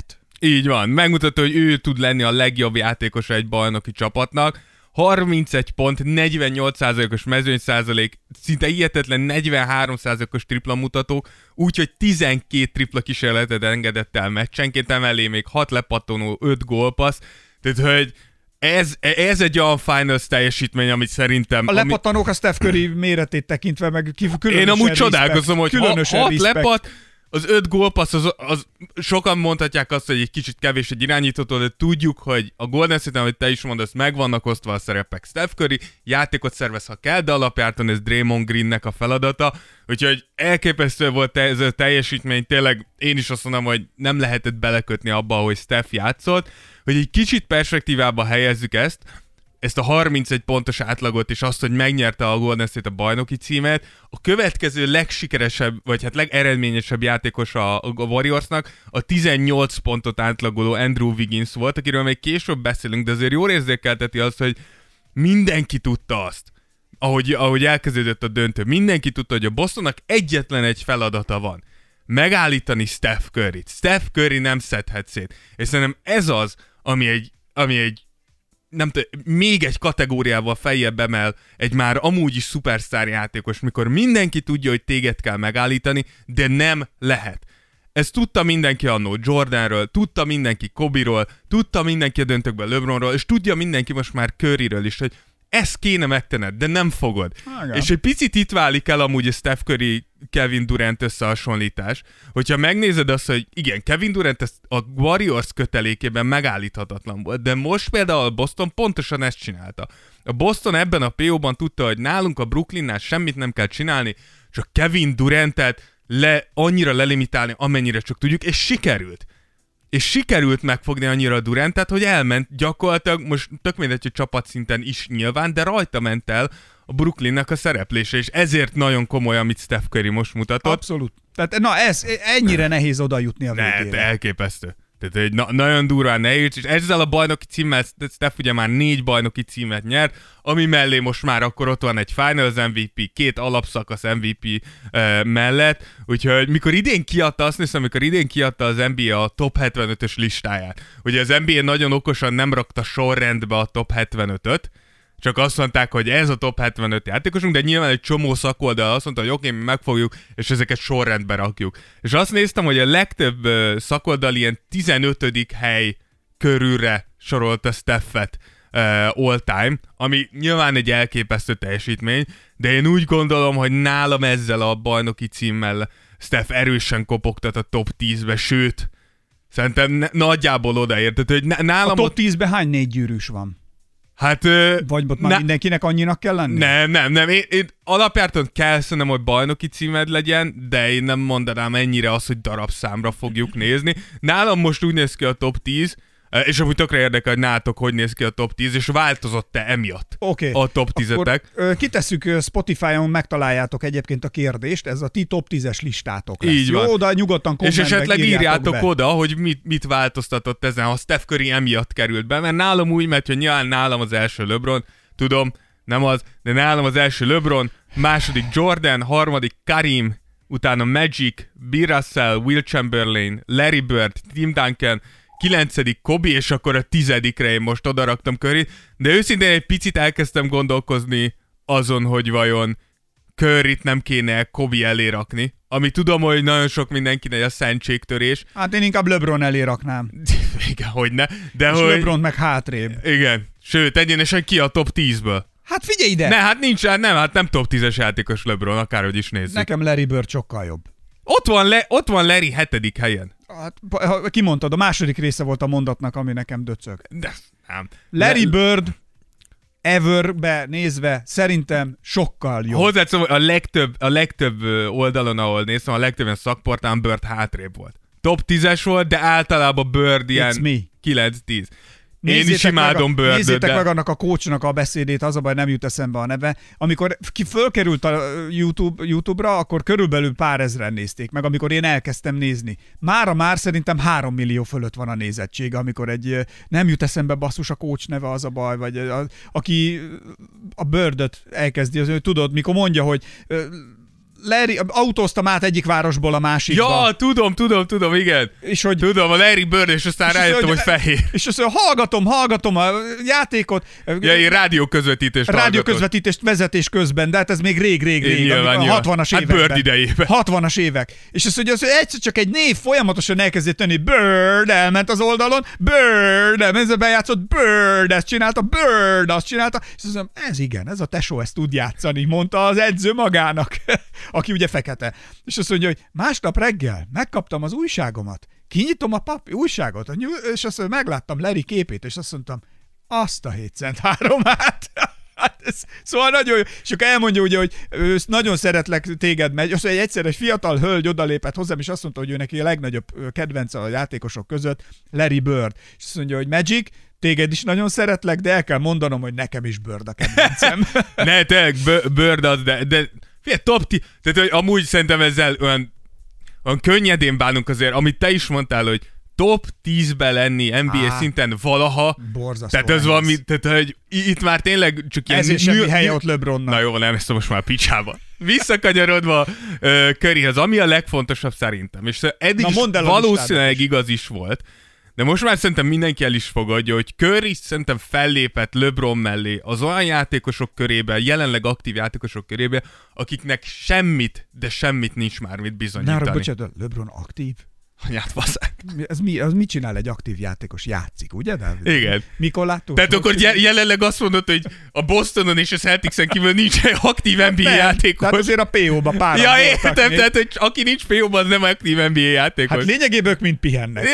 Így van, megmutatta, hogy ő tud lenni a legjobb játékosa egy bajnoki csapatnak. harmincegy pont, negyvennyolc százalékos mezőny százalék, szinte hihetetlen negyvenhárom százalékos tripla mutatók, úgyhogy tizenkét tripla kísérletet engedett el meccsenként, emellé még hat lepattanó, öt gólpassz, tehát hogy ez, ez egy olyan finals teljesítmény, amit szerintem... A lepattanók a Steph Curry méretét tekintve, meg különösen Én amúgy csodálkozom, hogy hat, hat lepat, az öt gólpassz, az, az, sokan mondhatják azt, hogy egy kicsit kevés egy irányítótól, de tudjuk, hogy a Golden State-en, hogy te is mondasz, meg vannak osztva a szerepek. Steph Curry játékot szervez, ha kell, de alapjártan ez Draymond Greennek a feladata, úgyhogy elképesztő volt ez a teljesítmény, tényleg én is azt mondom, hogy nem lehetett belekötni abba, hogy Steph játszott, hogy egy kicsit perspektívába helyezzük ezt, ezt a harmincegy pontos átlagot, és azt, hogy megnyerte a Golden State a bajnoki címet. A következő legsikeresebb, vagy hát legeredményesebb játékos a, a Warriorsnak a tizennyolc pontot átlagoló Andrew Wiggins volt, akiről még később beszélünk, de azért jól érzékelteti azt, hogy mindenki tudta azt, ahogy, ahogy elkezdődött a döntő, mindenki tudta, hogy a Bostonnak egyetlen egy feladata van. Megállítani Steph Curryt. Steph Curry nem szedhet szét. És szerintem ez az, ami egy, ami egy nem tudom, még egy kategóriával feljebb emel egy már amúgy is szupersztár játékos, mikor mindenki tudja, hogy téged kell megállítani, de nem lehet. Ezt tudta mindenki annó Jordanről, tudta mindenki Kobe-ról, tudta mindenki a döntőkben LeBronról, és tudja mindenki most már Curryről is, hogy ezt kéne megtenned, de nem fogod. Ága. És egy picit itt válik el amúgy a Steph Curry Kevin Durant összehasonlítás, hogyha megnézed azt, hogy igen, Kevin Durant ezt a Warriors kötelékében megállíthatatlan volt, de most például a Boston pontosan ezt csinálta. A Boston ebben a pé ó-ban tudta, hogy nálunk a Brooklynnál semmit nem kell csinálni, csak Kevin Durantet le, annyira lelimitálni, amennyire csak tudjuk, és sikerült. És sikerült megfogni annyira a Durantet, hogy elment gyakorlatilag, most tök mindegy, hogy csapatszinten is nyilván, de rajta ment el a Brooklynnak a szereplése, és ezért nagyon komoly, amit Steph Curry most mutatott. Abszolút. Tehát na ez, ennyire nehéz oda jutni a végére. Ne, elképesztő. Tehát egy na- nagyon durván nehéz, és ezzel a bajnoki címmel Steph ugye már négy bajnoki címet nyert, ami mellé most már akkor ott van egy Finals em vé pé, két alapszakasz em vé pé uh, mellett, úgyhogy mikor idén kiadta, azt hiszem, amikor idén kiadta az en bé á a top hetvenötös listáját. Ugye az en bé á nagyon okosan nem rakta sorrendbe a top hetvenötöt, csak azt mondták, hogy ez a top hetvenöt játékosunk, de nyilván egy csomó szakoldal azt mondta, hogy oké, okay, mi megfogjuk, és ezeket sorrendbe rakjuk. És azt néztem, hogy a legtöbb uh, szakoldal ilyen tizenötödik hely körülre sorolta Stephet uh, all time, ami nyilván egy elképesztő teljesítmény, de én úgy gondolom, hogy nálam ezzel a bajnoki címmel Steph erősen kopogtat a top tízbe, sőt, szerintem ne- nagyjából odaért. Tehát, hogy nálam a top tízben hány négy gyűrűs van? Hát, ö, Vagy ott már ne, mindenkinek annyinak kell lenni? Nem, nem, nem. Én, én alapjártan kell szerintem, hogy bajnoki címed legyen, de én nem mondanám ennyire azt, hogy darabszámra fogjuk nézni. Nálam most úgy néz ki a top tíz, és amúgy tökre érdekel, hogy nálatok hogy néz ki a top tíz, és változott-e emiatt okay. a top tízetek. Akkor kitesszük Spotify-on, megtaláljátok egyébként a kérdést, ez a ti top tízes listátok lesz. Így Jó, van. oda nyugodtan kommentbe és esetleg írjátok be. oda, hogy mit, mit változtatott ezen, ha Steph Curry emiatt került be, mert nálam úgy megy, hogy nyilván nálam az első LeBron, tudom, nem az, de nálam az első LeBron, második Jordan, harmadik Karim, utána Magic, Bill Russell, Will Chamberlain, Larry Bird, Tim Duncan, kilencedik Kobe, és akkor a tizedikre én most odaraktam Curryt, de őszintén egy picit elkezdtem gondolkozni azon, hogy vajon Curryt nem kéne Kobe elé rakni, ami tudom, hogy nagyon sok mindenkinek a szentségtörés. Hát én inkább LeBron elé raknám. Igen, hogyne. De és hogy... LeBron meg hátrébb. Igen, sőt, egyenesen ki a top tízből. Hát figyelj ide! Ne, hát nincs, nem, hát nem top tízes játékos LeBron, akárhogy is nézzük. Nekem Larry Bird sokkal jobb. Ott van, le, ott van Larry hetedik helyen. Hát, kimondtad, a második része volt a mondatnak, ami nekem döcög. De nem. Larry Bird everbe nézve szerintem sokkal jobb. Hozzátszom, a legtöbb, a legtöbb oldalon, ahol néztem, a legtöbben szakportán Bird hátrébb volt. Top tízes volt, de általában Bird ilyen kilenc tíz. Én is imádom Birdöt. Nézzétek de... meg annak a coachnak a beszédét, az a baj, nem jut eszembe a neve. Amikor ki fölkerült a YouTube, YouTube-ra, akkor körülbelül pár ezren nézték meg, amikor én elkezdtem nézni. Mára már szerintem három millió fölött van a nézettsége, amikor egy nem jut eszembe basszus a coach neve, az a baj, vagy a, aki a Birdöt elkezdi, az, tudod, mikor mondja, hogy Larry, autóztam át egyik városból a másikba. Ja, tudom, tudom, tudom, igen. És hogy, tudom, a Larry Bird, és aztán és rájöttem, hogy, hogy fehér. És azt mondja, hallgatom, hallgatom a játékot. Ja, én rádió közvetítést Rádió közvetítést vezetés közben, de hát ez még rég-rég-rég, a hatvanas hát években. Bird idejében. hatvanas évek. És azt mondja, hogy egyszer csak egy név folyamatosan elkezdett tenni, Bird elment az oldalon, Bird elment, ez bejátszott, Bird ezt csinálta, Bird azt csinálta. És azt mondom, ez igen, ez a tesó ezt tud játszani, mondta az edző magának, aki ugye fekete. És azt mondja, hogy másnap reggel megkaptam az újságomat, kinyitom a papi újságot, és azt mondja, megláttam Larry képét, és azt mondtam, azt a hét cent háromát. Hát ez, szóval nagyon jó. És akkor elmondja ugye, hogy ő, nagyon szeretlek téged megy. Azt mondja, egy egyszer egy fiatal hölgy odalépett hozzám, és azt mondta, hogy ő neki a legnagyobb kedvence a játékosok között Larry Bird. És azt mondja, hogy Magic, téged is nagyon szeretlek, de el kell mondanom, hogy nekem is Bird a kedvencem. Ne, tényleg, Bird az, de, de figyelj, top ti, tehát hogy amúgy szerintem ezzel olyan, olyan könnyedén bánunk azért, amit te is mondtál, hogy top tízbe lenni en bé á Á, szinten valaha. Borzasztó. Tehát ez valami, tehát hogy itt már tényleg csak ilyen... Ezért semmi helye ott LeBronnak. Na jó, nem, ezt most már a picsába. Visszakanyarodva uh, Curryhez, ami a legfontosabb szerintem, és eddig is valószínűleg igaz is volt, de most már szerintem mindenki el is fogadja, hogy Curry szerintem fellépett LeBron mellé az olyan játékosok körében, jelenleg aktív játékosok körében, akiknek semmit, de semmit nincs már mit bizonyítani. Na, bocsánat, LeBron aktív? Anyát basszák. Ez mi, az mit csinál egy aktív játékos? Játszik, ugye? De igen. Mikor láttuk? Tehát akkor je- jelenleg azt mondod, hogy a Bostonon és a Celticsen kívül nincs egy aktív en bé á játékos. Tehát azért a pé ó-ba páran ja, értem, tehát hogy aki nincs pé ó-ban, az nem aktív en bé á játékos. Hát lényegében ők mind pihennek.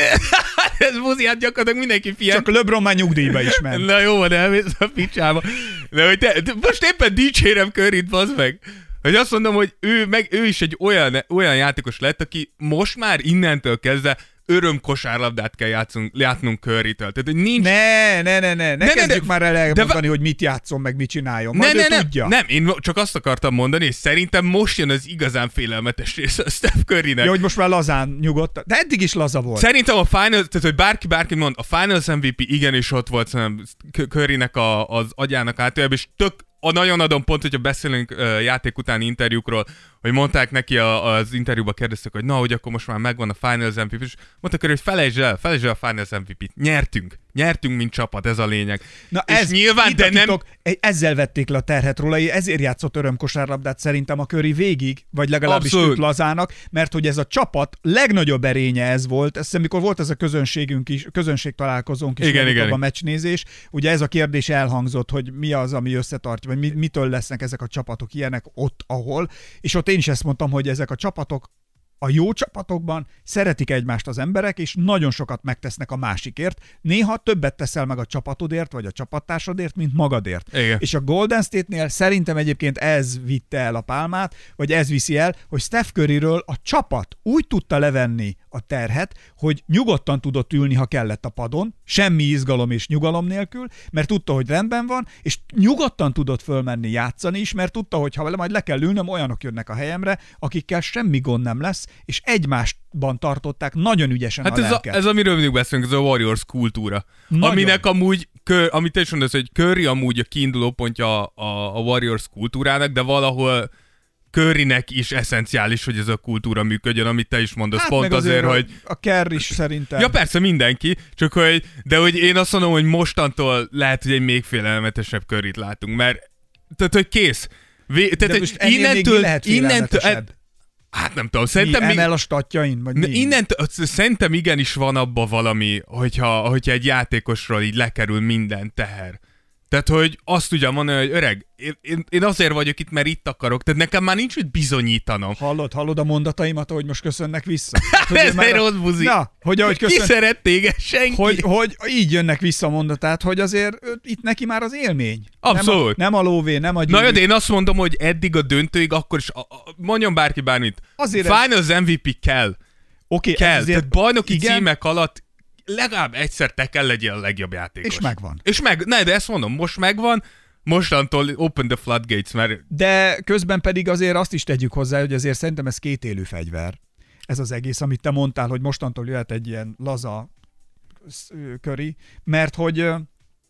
Ez buzi, hát gyakorlatilag mindenki pihen. Csak LeBron már nyugdíjba is ment. Na jó, de elmész a picsába. De hogy te, de most éppen dicsérem Curryt, bazd meg. Hogy azt mondom, hogy ő, meg, ő is egy olyan, olyan játékos lett, aki most már innentől kezdve öröm kosárlabdát kell játszunk, játnunk Currytől. Tehát, hogy nincs... Ne, ne, ne, ne, ne, ne kezdjük ne, már el elmondani, de... hogy mit játszom, meg mit csináljon. Majd ne, ő ne, tudja. Nem, én csak azt akartam mondani, és szerintem most jön az igazán félelmetes rész a Steph Currynek. Ja, hogy most már lazán nyugodt, de eddig is laza volt. Szerintem a Finals, tehát hogy bárki bárki mond, a Finals em vé pé igenis ott volt szerintem Currynek a, az agyának átjában, és tök a nagyon adom pont, hogyha beszélünk uh, játék utáni interjúkról, hogy mondták neki a, az interjúba, kérdeztek, hogy na, hogy akkor most már megvan a Finals em vé pé, és mondtak, hogy felejtsd el, felejtsd el a Finals em vé pét. Nyertünk. Nyertünk, mint csapat, ez a lényeg. Na és ez, nyilván, de nem... Titok, ezzel vették le a terhet róla, ezért játszott örömkosárlabdát szerintem a Curry végig, vagy legalábbis tűnt lazának, mert hogy ez a csapat legnagyobb erénye ez volt, ezt amikor volt ez a közönségünk is, közönség találkozónk is, igen, igen. a meccsnézés, ugye ez a kérdés elhangzott, hogy mi az, ami összetartja, vagy mitől lesznek ezek a csapatok ilyenek ott, ahol, és ott én is ezt mondtam, hogy ezek a csapatok a jó csapatokban szeretik egymást az emberek, és nagyon sokat megtesznek a másikért. Néha többet teszel meg a csapatodért, vagy a csapattársadért, mint magadért. Igen. És a Golden State-nél szerintem egyébként ez vitte el a pálmát, vagy ez viszi el, hogy Steph Curryről a csapat úgy tudta levenni a terhet, hogy nyugodtan tudott ülni, ha kellett a padon, semmi izgalom és nyugalom nélkül, mert tudta, hogy rendben van, és nyugodtan tudott fölmenni játszani is, mert tudta, hogy ha majd le kell ülnöm, olyanok jönnek a helyemre, akikkel semmi gond nem lesz, és egymásban tartották nagyon ügyesen hát a ez lelket. A, ez amiről mindig beszélünk, ez a Warriors kultúra. Nagyon. Aminek amúgy, kör, amit te is mondasz, hogy Curry amúgy a kiinduló pontja a, a Warriors kultúrának, de valahol Currynek is eszenciális, hogy ez a kultúra működjön, amit te is mondasz, hát pont azért, a, hogy... A Kerr is szerintem. Ja persze, mindenki, csak hogy... De hogy én azt mondom, hogy mostantól lehet, hogy egy még félelmetesebb Curryt látunk, mert... Tehát, hogy kész. Vé, tehát, de most ennél innentől, még mi lehet félelmetesebb? Hát nem tudom, szerintem... Mi, emel a statjain? Vagy mi? Innentől, szerintem igenis van abban valami, hogyha, hogyha egy játékosról így lekerül minden teher. Tehát, hogy azt tudja mondani, hogy öreg, én, én, én azért vagyok itt, mert itt akarok, tehát nekem már nincs mit bizonyítanom. Hallod, hallod a mondataimat, hogy most köszönnek vissza? Hát, ez egy rossz buzi. Na, hogy ahogy köszön... Ki szeret téged? Senki. Hogy, hogy így jönnek vissza a mondatát, hogy azért itt neki már az élmény. Abszolút. Nem a, nem a lóvé, nem a gyűrű. Na jó, de én azt mondom, hogy eddig a döntőig, akkor is, a, a, mondjon bárki bármit. Azért Finals ez... em vé pé kell. Oké, kell. Ezért... Tehát bajnoki igen. címek alatt legalább egyszer te kell legyél a legjobb játékos. És megvan. És meg, ne, de ezt mondom, most megvan, mostantól open the floodgates, mert... De közben pedig azért azt is tegyük hozzá, hogy azért szerintem ez kétélű fegyver. Ez az egész, amit te mondtál, hogy mostantól jöhet egy ilyen laza Curry, mert hogy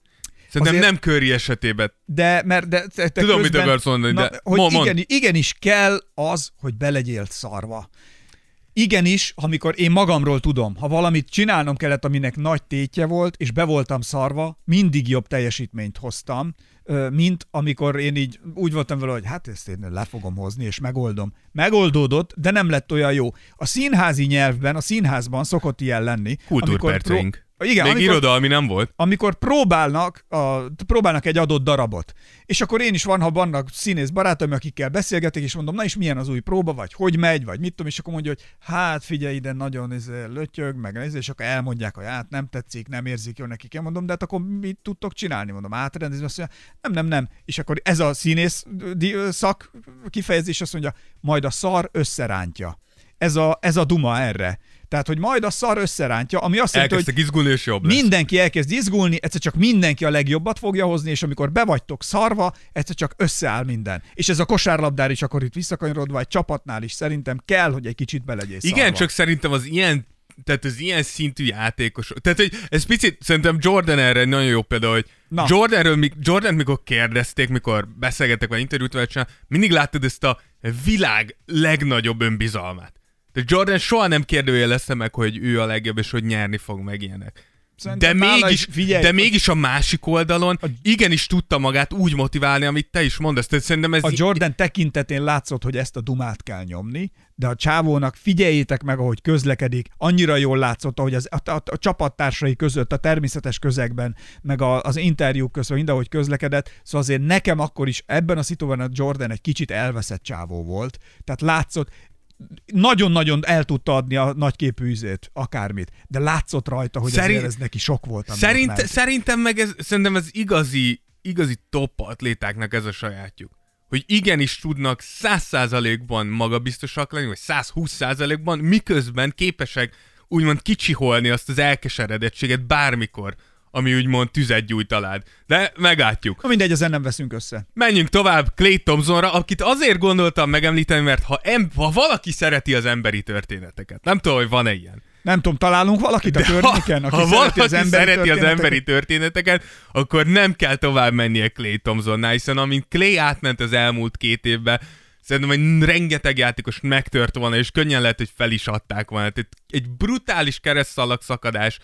Szerintem azért, nem Curry esetében. De, mert de, te, te Tudom, közben, mit akarsz mondani, na, de hogy mond, igen, mond. igenis kell az, hogy belegyél szarva. Igenis, amikor én magamról tudom, ha valamit csinálnom kellett, aminek nagy tétje volt, és be voltam szarva, mindig jobb teljesítményt hoztam, mint amikor én így úgy voltam vele, hogy hát ezt én le fogom hozni, és megoldom. Megoldódott, de nem lett olyan jó. A színházi nyelvben, a színházban szokott ilyen lenni. Kultúrperceink. Pró- Igen, Még amikor, irodalmi nem volt. amikor próbálnak, a, próbálnak egy adott darabot, és akkor én is van, ha vannak színész barátaim, akikkel beszélgetek, és mondom, na és milyen az új próba, vagy hogy megy, vagy mit tudom, és akkor mondja, hogy hát figyelj ide, nagyon ez, lötyög, meg ez, és akkor elmondják, hogy hát nem tetszik, nem érzik jól nekik. Én mondom, de hát akkor mit tudtok csinálni? Mondom, átrendezni, azt mondja, nem, nem, nem. És akkor ez a színész szak kifejezés azt mondja, majd a szar összerántja. Ez a, ez a duma erre. Tehát, hogy majd a szar összerántja, ami azt jelenti, hogy izgulni, és jobb lesz. Mindenki elkezd izgulni, egyszer csak mindenki a legjobbat fogja hozni, és amikor be vagytok szarva, egyszer csak összeáll minden. És ez a kosárlabdár is akkor itt visszakanyarodva, egy csapatnál is szerintem kell, hogy egy kicsit belegyél szarva. Igen, csak szerintem az ilyen, tehát az ilyen szintű játékosok. Tehát, hogy ez picit, szerintem Jordan erre nagyon jó példa, hogy Na. Jordanről, Jordan mikor kérdezték, mikor beszélgettek, vagy interjút vele csinál, mindig láttad ezt a világ legnagyobb önbizalmát. Tehát Jordan soha nem kérdőjelezte meg, hogy ő a legjobb, és hogy nyerni fog meg ilyenek. De mégis, figyelj, de mégis a másik oldalon a... igenis tudta magát úgy motiválni, amit te is mondasz. Tehát szerintem ez a Jordan tekintetén látszott, hogy ezt a dumát kell nyomni, de a csávónak figyeljétek meg, ahogy közlekedik, annyira jól látszott, ahogy az, a, a, a csapattársai között, a természetes közegben, meg a, az interjúk között, mindenhogy közlekedett, szóval azért nekem akkor is ebben a szituban a Jordan egy kicsit elveszett csávó volt. Tehát látszott, nagyon-nagyon el tudta adni a nagyképű üzét, akármit, de látszott rajta, hogy Szerint, ez neki sok volt. Szerint, szerintem meg ez, szerintem ez igazi, igazi top atlétáknak ez a sajátjuk. Hogy igenis tudnak száz százalékban magabiztosak lenni, vagy százhúsz százalékban, miközben képesek úgymond kicsiholni azt az elkeseredettséget bármikor, ami úgymond tüzet gyújt alád. De meglátjuk. Ha mindegy, ezen nem veszünk össze. Menjünk tovább Klay Thompsonra, akit azért gondoltam megemlíteni, mert ha, em- ha valaki szereti az emberi történeteket, nem tudom, hogy van-e ilyen. Nem tudom, találunk valakit a környéken, aki ha szereti, az emberi, szereti az emberi történeteket, akkor nem kell tovább mennie Klay Thompsonnál, hiszen amint Klay átment az elmúlt két évben, szerintem, hogy rengeteg játékos megtört volna, és könnyen lehet, hogy fel is adták volna. Tehát egy brutális keresztszalag szakadás,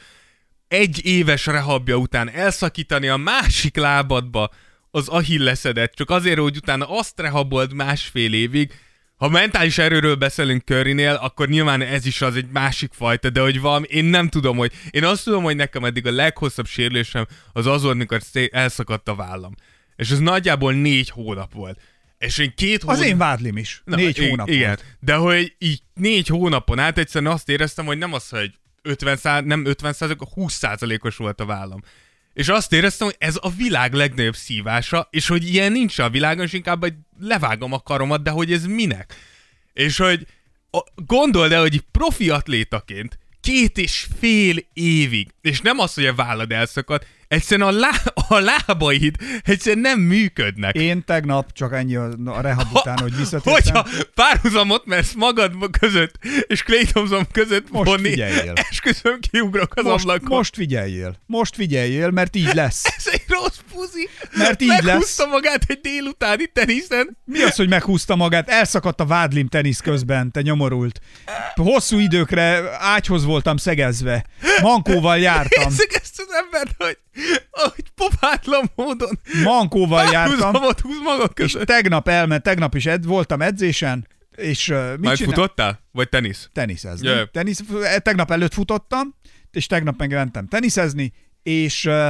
egy éves rehabja után elszakítani a másik lábadba az Achilleszedet, csak azért, hogy utána azt rehabold másfél évig. Ha mentális erőről beszélünk Currynél, akkor nyilván ez is az egy másik fajta, de hogy valami, én nem tudom, hogy... Én azt tudom, hogy nekem eddig a leghosszabb sérülésem az az volt, mikor elszakadt a vállam. És ez nagyjából négy hónap volt. És én két hónap... Az én vádlim is. Na, négy i- hónap igen. volt. De hogy így négy hónapon át egyszerűen azt éreztem, hogy nem az, hogy ötven százalék, nem ötven százalék, húsz százalékos volt a vállam. És azt éreztem, hogy ez a világ legnagyobb szívása, és hogy ilyen nincs a világon, és inkább hogy levágom a karomat, de hogy ez minek? És hogy a, gondold el, hogy profi atlétaként két és fél évig, és nem az, hogy a vállad elszakad, egyszerűen a, lá- a lábaid egyszerűen nem működnek. Én tegnap csak ennyi a, a rehab után, hogy visszatértem. Hogyha párhuzamot mersz magad között és Klay Thompson között most vonni, figyeljél. esküszöm, kiugrok az most, ablakon. most figyeljél. Most figyeljél, mert így lesz. Ez egy rossz puzi. Mert így Meghúzta lesz. magát egy délutáni teniszen. Mi az, hogy meghúzta magát? Elszakadt a vádlim tenisz közben, te nyomorult. Hosszú időkre ágyhoz voltam szegezve. Mankóval jártam. Érzek ezt az embert, hogy, hogy popátlan módon Mankóval jártam. párhuzamot húz maga között. És tegnap elment, tegnap is ed, voltam edzésen, és uh, mit Majd csinál? futottál? Vagy tenisz? Teniszezni. Yeah. Tenisz, tegnap előtt futottam, és tegnap meg mentem teniszezni, és uh,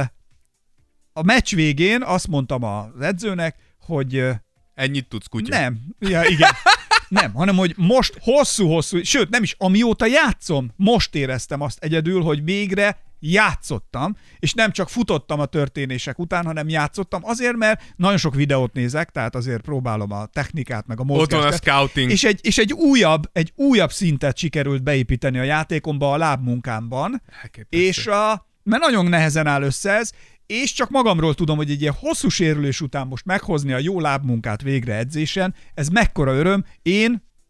a meccs végén azt mondtam az edzőnek, hogy uh, Ennyit tudsz, kutya. nem, ja, igen. Nem, hanem hogy most hosszú-hosszú, sőt nem is, amióta játszom, most éreztem azt egyedül, hogy végre játszottam, és nem csak futottam a történések után, hanem játszottam azért, mert nagyon sok videót nézek, tehát azért próbálom a technikát, meg a mozgást. Ott van a scouting. És egy, és egy újabb, egy újabb szintet sikerült beépíteni a játékomba, a lábmunkámban, és a, mert nagyon nehezen áll össze ez, és csak magamról tudom, hogy egy ilyen hosszú sérülés után most meghozni a jó lábmunkát végre edzésen, ez mekkora öröm. Én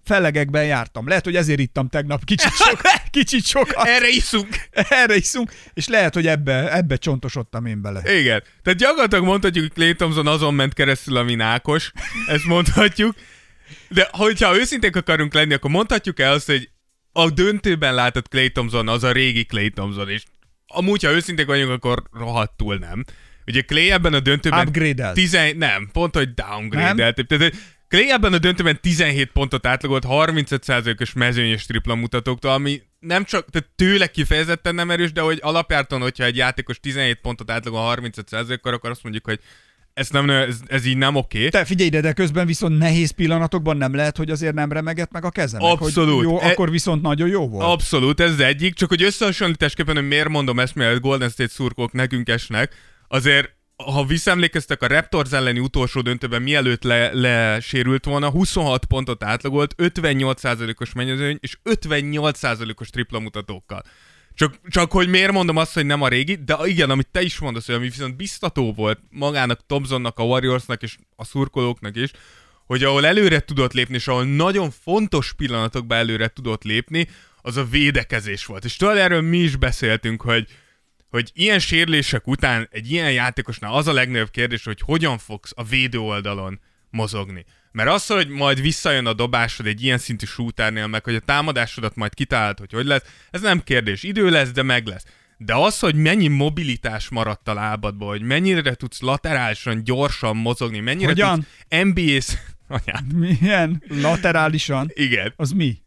Fellegekben jártam. Lehet, hogy ezért ittam tegnap kicsit, sok, kicsit sokat. Erre iszunk. Erre iszunk, és lehet, hogy ebbe, ebbe csontosodtam én bele. Igen. Tehát gyakorlatilag mondhatjuk, hogy Klay Thompson azon ment keresztül, ami Ákos. Ezt mondhatjuk. De hogyha őszinték akarunk lenni, akkor mondhatjuk el azt, hogy a döntőben látott Klay Thompson az a régi Klay Thompson, és amúgy, ha őszinték vagyunk, akkor rohadtul nem. Ugye Klay ebben a döntőben... Upgrade-elt. Tizen... Nem, pont, hogy downgrade-elt. Tehát Klay ebben a döntőben tizenhét pontot átlagolt harmincöt százalékos mezőnyös tripla mutatóktól, ami nem csak tehát tőle kifejezetten nem erős, de hogy alapjártan, hogyha egy játékos tizenhét pontot átlagol harmincöt százalékkal, akkor azt mondjuk, hogy ez, nem, ez, ez így nem oké. Okay. Te figyelj ide, de közben viszont nehéz pillanatokban nem lehet, hogy azért nem remegett meg a kezem. Abszolút. Jó, e- akkor viszont nagyon jó volt. Abszolút, ez az egyik. Csak hogy összehasonlításképpen, hogy miért mondom ezt, mert Golden State szurkolók nekünk esnek, azért ha visszaemlékeztek a Raptors elleni utolsó döntőben, mielőtt le, lesérült volna, huszonhat pontot átlagolt, ötvennyolc százalékos mezőny és ötvennyolc százalékos tripla mutatókkal. Csak, csak hogy miért mondom azt, hogy nem a régi, de igen, amit te is mondasz, hogy ami viszont biztató volt magának, Thompsonnak, a Warriorsnak és a szurkolóknak is, hogy ahol előre tudott lépni, és ahol nagyon fontos pillanatokban előre tudott lépni, az a védekezés volt. És tudod, erről mi is beszéltünk, hogy hogy ilyen sérülések után egy ilyen játékosnál az a legnagyobb kérdés, hogy hogyan fogsz a védő oldalon mozogni. Mert az, hogy majd visszajön a dobásod egy ilyen szintű shooternél, meg hogy a támadásodat majd kitalálod, hogy hogy lesz, ez nem kérdés. Idő lesz, de meg lesz. De az, hogy mennyi mobilitás maradt a lábadból, hogy mennyire tudsz laterálisan, gyorsan mozogni, mennyire hogyan? tudsz en bé á-s... Milyen? Laterálisan? Igen. Az mi?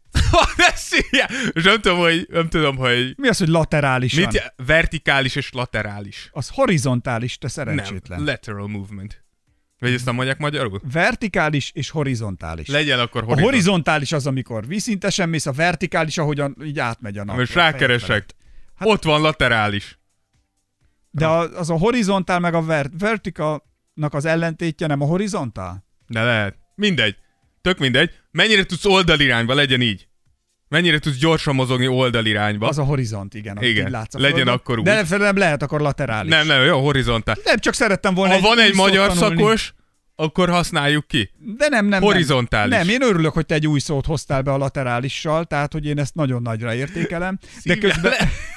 És nem tudom, hogy, nem tudom, hogy... Mi az, hogy laterálisan? Mit, vertikális és laterális. Az horizontális, te szerencsétlen. Nem, lateral movement. Vagy ezt nem mondják magyarul? Vertikális és horizontális. Legyen akkor horizontális. A horizontális az, amikor vízszintesen mész, a vertikális, ahogyan így átmegy a nap. Most rákeresek. Hát, ott van laterális. De az a horizontál meg a ver- vertikalnak az ellentétje, nem a horizontál? De lehet. Mindegy. Tök mindegy. Mennyire tudsz oldalirányba, legyen így. Mennyire tudsz gyorsan mozogni oldalirányba. Az a horizont, igen. Igen, legyen földön. akkor úgy. De nem lehet akkor laterális. Nem, nem, jó, horizontál. Nem, csak szerettem volna. Ha egy van egy magyar tanulni. szakos, akkor használjuk ki. De nem, nem, horizontális. Nem. nem, én örülök, hogy te egy új szót hoztál be a laterálissal, tehát, hogy én ezt nagyon nagyra értékelem. De közben...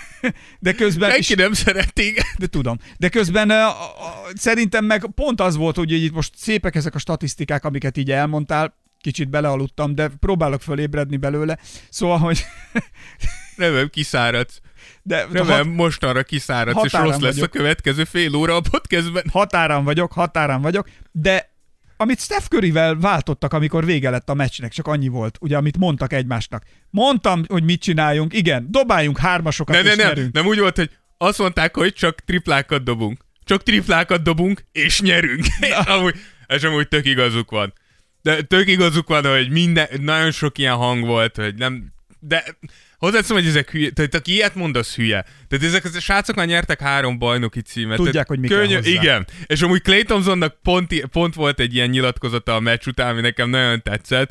De közben... Senki nem szeret téged. De tudom. De közben a, a, szerintem meg pont az volt, hogy itt most szépek ezek a statisztikák, amiket így elmondtál, kicsit belealudtam, de próbálok fölébredni belőle. Szóval, hogy... Remélem kiszáradsz. De Remélem hat... mostanra kiszáradsz, és rossz lesz vagyok. A következő fél óra a podcastben. Határán vagyok, határán vagyok, de amit Steph Curryvel váltottak, amikor vége lett a meccsnek, csak annyi volt, ugye, amit mondtak egymásnak. Mondtam, hogy mit csináljunk, igen, dobáljunk hármasokat, ne, és ne, nyerünk. Nem úgy volt, hogy azt mondták, hogy csak triplákat dobunk. Csak triplákat dobunk, és nyerünk. amúgy, és amúgy tök igazuk van. De tök igazuk van, hogy minden, nagyon sok ilyen hang volt, hogy nem... De hozzátszom, hogy ezek hülye, tehát aki ilyet mond, az hülye. Tehát ezek a srácok már nyertek három bajnoki címet. Tudják, tehát hogy mi könnyű, kell hozzá. Igen. És amúgy Klay Thompsonnak pont, pont volt egy ilyen nyilatkozata a meccs után, ami nekem nagyon tetszett.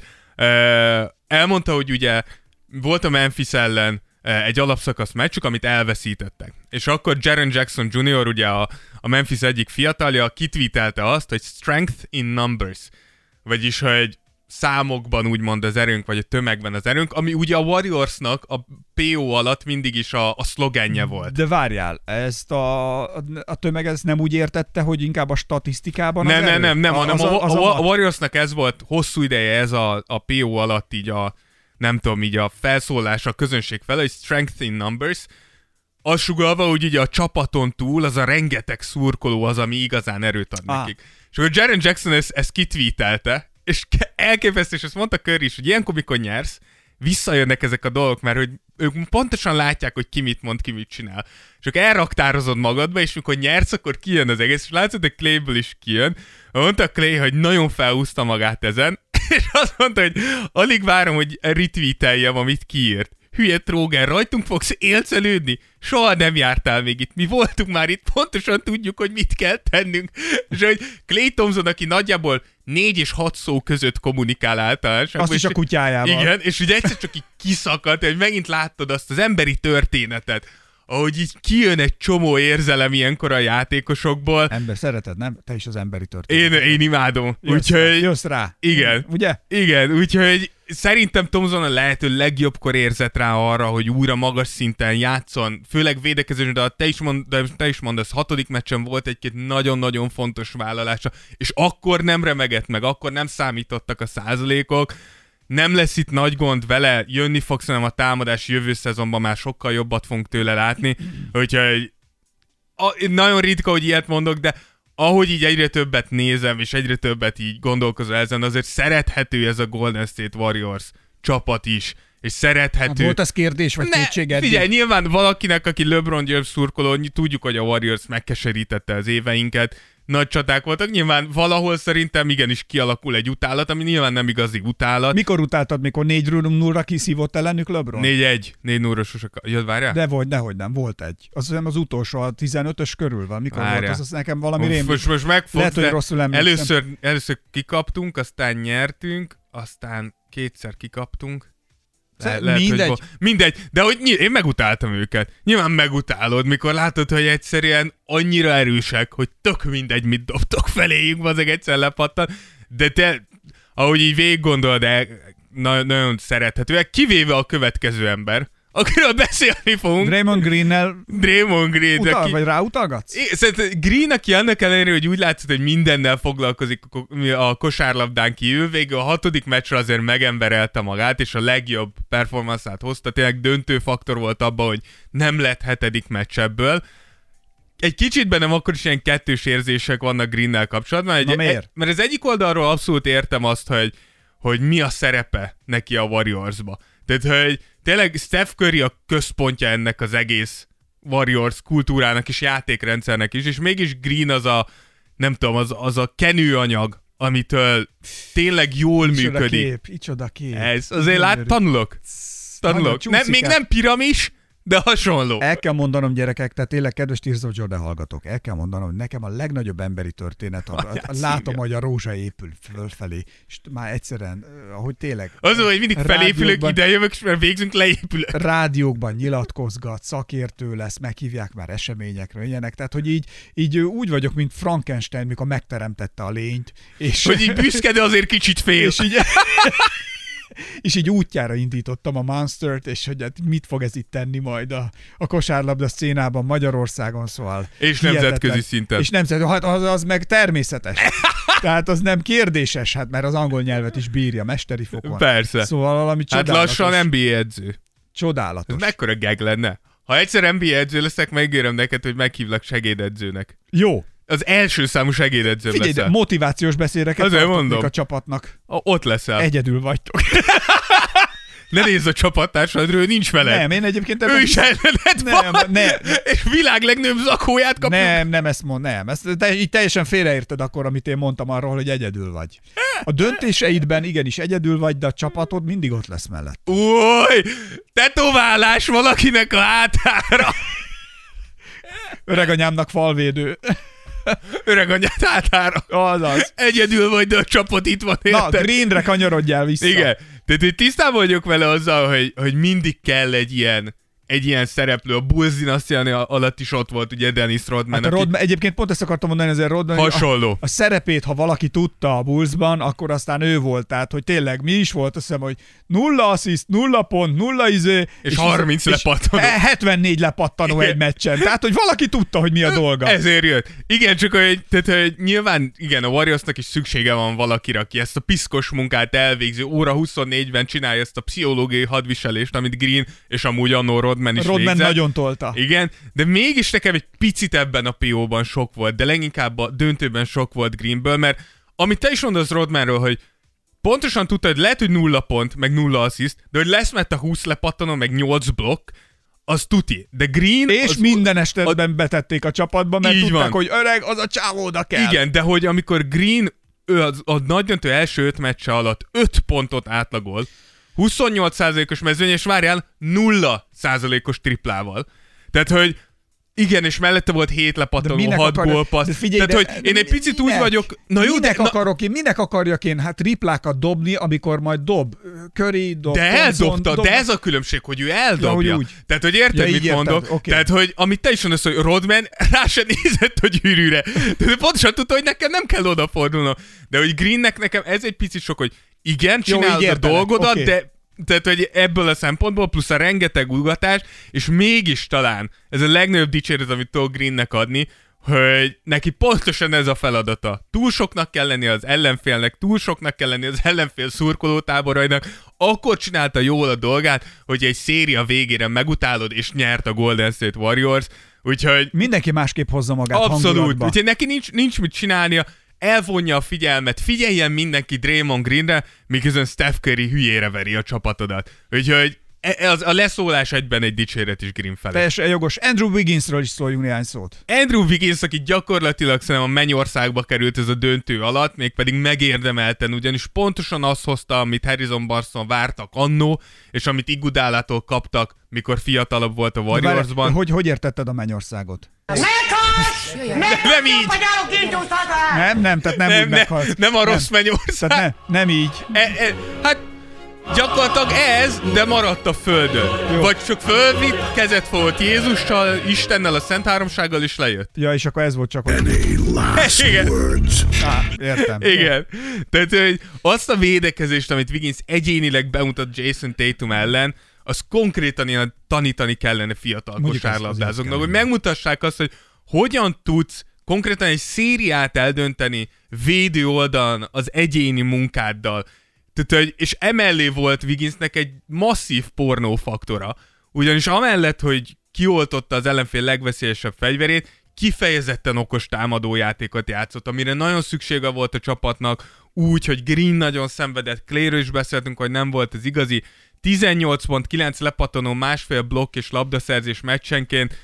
Elmondta, hogy ugye volt a Memphis ellen egy alapszakasz meccsük, amit elveszítettek. És akkor Jaren Jackson junior, ugye a, a Memphis egyik fiatalja, kitweetelte azt, hogy strength in numbers. Vagyis, hogy számokban úgymond az erőnk, vagy a tömegben az erőnk, ami ugye a Warriorsnak a pé o alatt mindig is a, a szlogenje volt. De várjál, ezt a, a tömeg ezt nem úgy értette, hogy inkább a statisztikában nem, az Nem, nem, nem, a, hanem az a, az a, a, a, a Warriorsnak ez volt hosszú ideje, ez a, a pé o alatt így a, nem tudom, így a felszólás a közönség fele, hogy strength in numbers, az sugalva, hogy ugye a csapaton túl az a rengeteg szurkoló az, ami igazán erőt ad ah. nekik. És akkor Jaren Jackson ezt, ezt kitweetelte, és elképesztő, és ezt mondta Curry is, hogy ilyenkor, mikor nyersz, visszajönnek ezek a dolgok, mert hogy ők pontosan látják, hogy ki mit mond, ki mit csinál. És akkor elraktározod magadba, és mikor nyersz, akkor kijön az egész, és látszod, hogy Clayből is kijön. Mondta Clay, hogy nagyon felhúzta magát ezen, és azt mondta, hogy alig várom, hogy retweeteljem, amit kiírt. Hülye tróger, rajtunk fogsz élcelődni? Soha nem jártál még itt. Mi voltunk már itt, pontosan tudjuk, hogy mit kell tennünk. És hogy Klay Thompson, aki nagyjából négy és hat szó között kommunikál általánosan. Azt is a kutyájával. Igen, és ugye egyszer csak így kiszakadt, hogy megint láttad azt az emberi történetet, ahogy így kijön egy csomó érzelem ilyenkor a játékosokból. Ember, szereted, nem? Te is az emberi történet. Én, én imádom. Jössz, úgyhogy, rá, jössz rá. Igen. Ugye? Igen, úgyhogy szerintem Thompson a lehető legjobbkor érzett rá arra, hogy újra magas szinten játszon, főleg védekezőn, de te is, mond, de te is mondasz, hatodik meccsen volt egy-két nagyon-nagyon fontos vállalása, és akkor nem remegett meg, akkor nem számítottak a százalékok, nem lesz itt nagy gond vele, jönni fog szerintem a támadás jövő szezonban, már sokkal jobbat fogunk tőle látni, hogyha a, nagyon ritka, hogy ilyet mondok, de ahogy így egyre többet nézem, és egyre többet így gondolkozol ezen, azért szerethető ez a Golden State Warriors csapat is, és szerethető. Hát volt ez kérdés, vagy kétséged? Figyelj, nyilván valakinek, aki LeBron James szurkoló, tudjuk, hogy a Warriors megkeserítette az éveinket, nagy csaták voltak, nyilván valahol szerintem igenis kialakul egy utálat, ami nyilván nem igazi utálat. Mikor utáltad, mikor négy nullra kiszívott ellenük LeBron? négy egy, négy nullra sosem. Jött, várjál? De vagy, dehogy nem, volt egy. Azt hiszem az utolsó, a tizenötös körül van. Mikor Várjál. volt az, az nekem valami rém. Most, most megfogsz, lehet, hogy rosszul emlékszem. Először, először kikaptunk, aztán nyertünk, aztán kétszer kikaptunk. Le, lehet, mindegy. Hogy mindegy, de hogy ny- én megutáltam őket. Nyilván megutálod, mikor látod, hogy egyszerűen annyira erősek, hogy tök mindegy, mit dobtok feléjük, azok egyszer lepattan, de te, ahogy így végig gondolod, de na- nagyon szerethetőek, kivéve a következő ember, akiről beszélni fogunk. Draymond Greennel Draymond Green. utal, aki... vagy ráutalgatsz? É, szerintem Green, aki annak ellenére, hogy úgy látszott, hogy mindennel foglalkozik a kosárlabdán kívül, végül a hatodik meccsre azért megemberelte magát, és a legjobb performance-át hozta. Tényleg döntő faktor volt abban, hogy nem lett hetedik meccs ebből. Egy kicsit bennem akkor is ilyen kettős érzések vannak Greennel kapcsolatban. Egy, Na miért? Mert az egyik oldalról abszolút értem azt, hogy, hogy mi a szerepe neki a Warriorsba. Tehát, hogy tényleg Steph Curry a központja ennek az egész Warriors kultúrának és játékrendszernek is, és mégis Green az a, nem tudom, az, az a kenőanyag, amitől tényleg jól Icsoda működik. Kép, icsoda kép. Ez, azért lát, tanulok. Tanulok. Nem, még nem piramis, de hasonló. El kell mondanom, gyerekek, tehát tényleg kedves Tears of Jordan hallgatók, el kell mondanom, hogy nekem a legnagyobb emberi történet, a, a, a, látom, hogy a rózsa épül fölfelé, és már egyszerűen, ahogy tényleg... Az, hogy mindig felépülök, ide jövök, és már végzünk, leépülök. Rádiókban nyilatkozgat, szakértő lesz, meghívják már eseményekre, ilyenek, tehát hogy így, így úgy vagyok, mint Frankenstein, mikor megteremtette a lényt. És, hogy így büszke, de azért kicsit fél. És így... és így útjára indítottam a Monstert, és hogy hát mit fog ez itt tenni majd a, a kosárlabda szcénában Magyarországon, szóval... És nemzetközi szinten. És nemzetközi, hát az, az meg természetes. Tehát az nem kérdéses, hát mert az angol nyelvet is bírja, mesteri fokon. Persze. Szóval valami csodálatos. Hát lassan en bé á edző. Csodálatos. Ez mekkora gag lenne? Ha egyszer en bé á edző leszek, megígérem neked, hogy meghívlak segédedzőnek. Jó. Az első számú segédedző leszel. Figyelj, motivációs beszéleket tartottunk a csapatnak. A, ott leszel. Egyedül vagytok. Ne nézz a csapattársadra, ő nincs veled. Nem, én egyébként... Ő is ellened nem, van, nem. És világ legnőbb zakóját kapjuk. Nem, nem ezt mond, nem. Ezt te, így teljesen félreérted akkor, amit én mondtam arról, hogy egyedül vagy. A döntéseidben igenis egyedül vagy, de a csapatod mindig ott lesz mellett. Új, tetoválás valakinek a hátára. Öreganyámnak falvédő. Öreganyád hátára. Azaz. Egyedül vagy, de a csapat itt van, érted? Na, Greenre kanyarodjál vissza. Igen. Tehát én tisztában vagyok vele azzal, hogy, hogy mindig kell egy ilyen, egy ilyen szereplő. A Bulls dinasztia alatt is ott volt ugye Dennis Rodman. Hát a Rodman, egyébként pont ezt akartam mondani, ezért Rodman. Hasonló. A, a szerepét, ha valaki tudta a Bullsban, akkor aztán ő volt. Tehát, hogy tényleg mi is volt, azt hiszem, hogy nulla assziszt, nulla pont, nulla izé. És, és harminc és lepattanó. hetvennégy lepattanó egy meccsen. Tehát, hogy valaki tudta, hogy mi a dolga. Ezért jött. Igen, csak hogy, tehát, hogy nyilván igen, a Warriorsnak is szüksége van valakire, aki ezt a piszkos munkát elvégző, óra huszonnégyben csinálja ezt a pszichológiai hadviselést, amit Green és amúgy annó Rodman is Rodman végzett. nagyon tolta. Igen, de mégis nekem egy picit ebben a pé ó-ban sok volt, de leginkább a döntőben sok volt Greenből, mert amit te is mondasz Rodmanről, hogy pontosan tudta, hogy lehet, hogy nulla pont, meg nulla assziszt, de hogy lesz mert a húsz lepattanó, meg nyolc blokk, az tuti. De Green... És az, minden esetben a... betették a csapatba, mert tudták, van. hogy öreg, az a csávó oda kell. Igen, de hogy amikor Green ő az, a nagy döntő első öt meccse alatt öt pontot átlagol, huszonnyolc százalékos mezőny, és várjál, nulla százalékos triplával. Tehát, hogy igen, és mellette volt hét lepattanó, hat gólpassz. Tehát, de, hogy én egy picit minek, úgy vagyok... Na jó, minek, de, akarok na, én, minek akarjak én hát triplákat dobni, amikor majd dob? Curry, dob, De Thompson, eldobta, dob... de ez a különbség, hogy ő eldobja. Ja, hogy Tehát, hogy érted, ja, mit érted, mondok? Okay. Tehát, hogy amit te is mondasz, hogy Rodman rá se nézett a gyűrűre. Tehát pontosan tudta, hogy nekem nem kell odafordulnom. De hogy Greennek nekem ez egy picit sok, hogy igen, csinálod a dolgodat, okay. de tehát, hogy ebből a szempontból, plusz a rengeteg ugatás, és mégis talán ez a legnagyobb dicséret, amit tudok Greennek adni, hogy neki pontosan ez a feladata. Túl soknak kell lenni az ellenfélnek, túl soknak kell lenni az ellenfél szurkolótáborainak, akkor csinálta jól a dolgát, hogy egy széria végére megutálod, és nyert a Golden State Warriors, úgyhogy... Mindenki másképp hozza magát abszolút, hangulatba. úgyhogy neki nincs, nincs mit csinálnia, elvonja a figyelmet, figyeljen mindenki Draymond Greenre, miközben Steph Curry hülyére veri a csapatodat. Úgyhogy az, a leszólás egyben egy dicséret is Green felé. Teljesen jogos. Andrew Wigginsről is szóljunk néhány szót. Andrew Wiggins, aki gyakorlatilag szerintem a mennyországba került ez a döntő alatt, mégpedig megérdemelten, ugyanis pontosan azt hozta, amit Harrison Barneson vártak annó, és amit Iguodalától kaptak, mikor fiatalabb volt a Warriorsban. Hogy, hogy értetted a mennyországot? Nem, nem így! Nem, nem, tehát nem, nem úgy ne, meghalt. Nem a rossz mennyország. Tehát ne, nem így. E, e, hát gyakorlatilag ez, de maradt a földön. Jó. Vagy csak fölvitt, kezet fogott Jézussal, Istennel, a Szent Háromsággal, és lejött. Ja, és akkor ez volt csak, hogy... Igen. Ah, értem. Igen. Tehát, hogy azt a védekezést, amit Wiggins egyénileg bemutat Jason Tatum ellen, az konkrétan ilyen tanítani kellene fiatal kosárlabdázóknak, hogy megmutassák azt, hogy hogyan tudsz konkrétan egy szériát eldönteni védő oldalon az egyéni munkáddal. Tehát, hogy, és emellé volt Wigginsnek egy masszív pornófaktora, ugyanis amellett, hogy kioltotta az ellenfél legveszélyesebb fegyverét, kifejezetten okos támadójátékot játszott, amire nagyon szüksége volt a csapatnak, úgy, hogy Green nagyon szenvedett, Clayről is beszéltünk, hogy nem volt az igazi, tizennyolc pont kilenc lepattanó, másfél blokk és labdaszerzés meccsenként.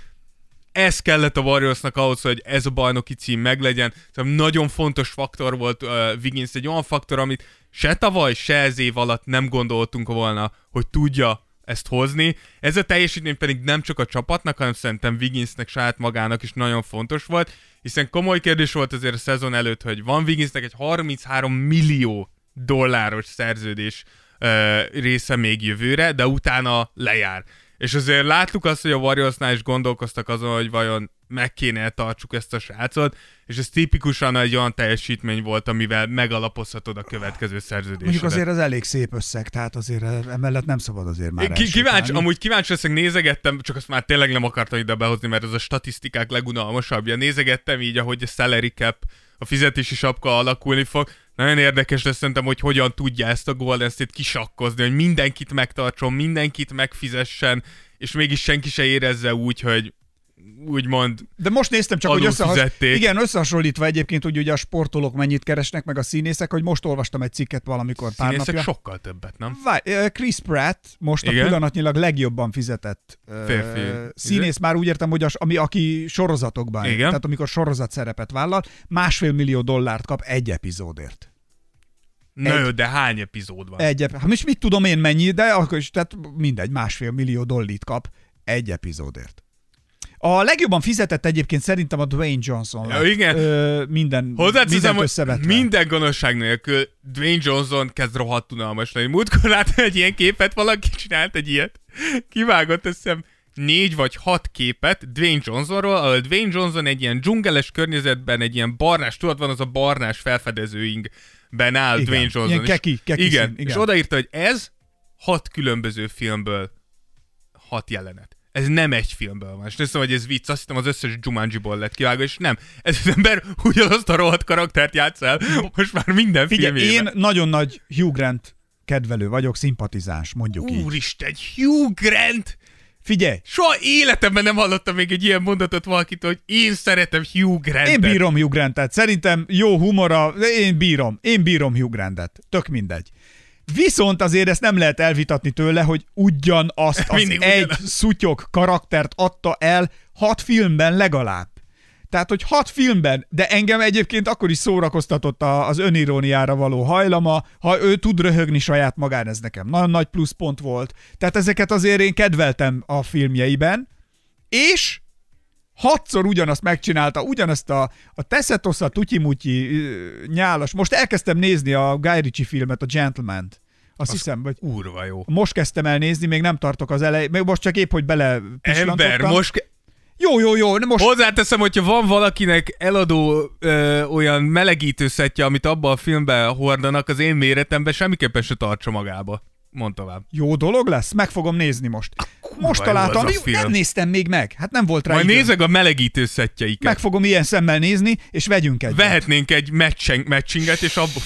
Ez kellett a Warriorsnak ahhoz, hogy ez a bajnoki cím meglegyen. Szóval nagyon fontos faktor volt uh, Wiggins, egy olyan faktor, amit se tavaly, se ez év alatt nem gondoltunk volna, hogy tudja ezt hozni. Ez a teljesítmény pedig nem csak a csapatnak, hanem szerintem Wigginsnek saját magának is nagyon fontos volt, hiszen komoly kérdés volt azért a szezon előtt, hogy van Wigginsnek egy harminchárom millió dolláros szerződés uh, része még jövőre, de utána lejár. És azért láttuk azt, hogy a Warriorsnál is gondolkoztak azon, hogy vajon meg kéne tartsuk ezt a srácot, és ez tipikusan egy olyan teljesítmény volt, amivel megalapozhatod a következő szerződésedet. Mondjuk azért az elég szép összeg, tehát azért emellett nem szabad azért már Ki, kíváncsi, amúgy kíváncsi leszek, nézegettem, csak azt már tényleg nem akartam ide behozni, mert ez a statisztikák legunalmasabbja. Nézegettem így, ahogy a salary cap, a fizetési sapka alakulni fog. Nagyon érdekes lesz szerintem, hogy hogyan tudja ezt a Golden State kisakkozni, hogy mindenkit megtartson, mindenkit megfizessen, és mégis senki se érezze úgy, hogy úgymond de most néztem csak, hogy összehas... igen, összehasonlítva egyébként, hogy ugye a sportolók mennyit keresnek, meg a színészek, hogy most olvastam egy cikket valamikor pár színészek napja. sokkal többet, nem? Várj, Chris Pratt most igen? a pillanatnyilag legjobban fizetett férfi uh, színész, már úgy értem, hogy az, ami, aki sorozatokban, igen? tehát amikor sorozat szerepet vállal, másfél millió dollárt kap egy epizódért. Na jó, de hány epizód van? Egy, hát most mit tudom én mennyi, de akkor is, tehát mindegy, másfél millió dollit kap egy epizódért. A legjobban fizetett egyébként szerintem a Dwayne Johnson lett. Ja, igen. Ö, minden, mindent összevetve. Minden gonoszság nélkül Dwayne Johnson kezd rohadt unalmas lenni. Múltkor láttam egy ilyen képet, valaki csinált egy ilyet. Kivágott, azt hiszem, négy vagy hat képet Dwayne Johnsonról, ahol Dwayne Johnson egy ilyen dzsungeles környezetben, egy ilyen barnás, tudod, van az a barnás felfedezőinkben áll igen. Dwayne Johnson. Ilyen keki, keki igen. Szín, igen, és odaírta, hogy ez hat különböző filmből hat jelenet. Ez nem egy filmből van. És néztem, hogy ez vicc, azt hittem az összes Jumanji-ból lett kivágva, és nem. Ez az ember ugyanazt a rohadt karaktert játsz el, most már minden Figyelj, filmjében. én nagyon nagy Hugh Grant kedvelő vagyok, szimpatizáns, mondjuk így. Úristen, Hugh Grant! Figyelj! Soha életemben nem hallottam még egy ilyen mondatot valakitől, hogy én szeretem Hugh Grantet. Én bírom Hugh Grantet. Szerintem jó humora, én bírom. Én bírom Hugh Grantet. Tök mindegy. Viszont azért ezt nem lehet elvitatni tőle, hogy ugyanazt az egy ugyanaz. Szutyok karaktert adta el hat filmben legalább. Tehát, hogy hat filmben, de engem egyébként akkor is szórakoztatott az öniróniára való hajlama, ha ő tud röhögni saját magán, ez nekem nagyon nagy pluszpont volt. Tehát ezeket azért én kedveltem a filmjeiben, és hatszor ugyanazt megcsinálta, ugyanazt a, a teszetosza, tutyimutyi, nyálas. Most elkezdtem nézni a Guy Ritchie filmet, a Gentleman-t. Azt az hiszem, hogy urva jó. Most kezdtem el nézni, még nem tartok az elején, még most csak épp, hogy bele Ember, most... Jó, jó, jó. Most... Hozzáteszem, hogyha van valakinek eladó ö, olyan melegítő szettje, amit abban a filmben hordanak, az én méretemben semmiképpen se tartsa magába. Mondd tovább. Jó dolog lesz? Meg fogom nézni most. Most jó találtam, az a film. nem néztem még meg. Hát nem volt rá Majd idő. nézek a melegítő szettjeiket. Meg fogom ilyen szemmel nézni, és vegyünk egyet. Vehetnénk egy matching, matchinget, és abból...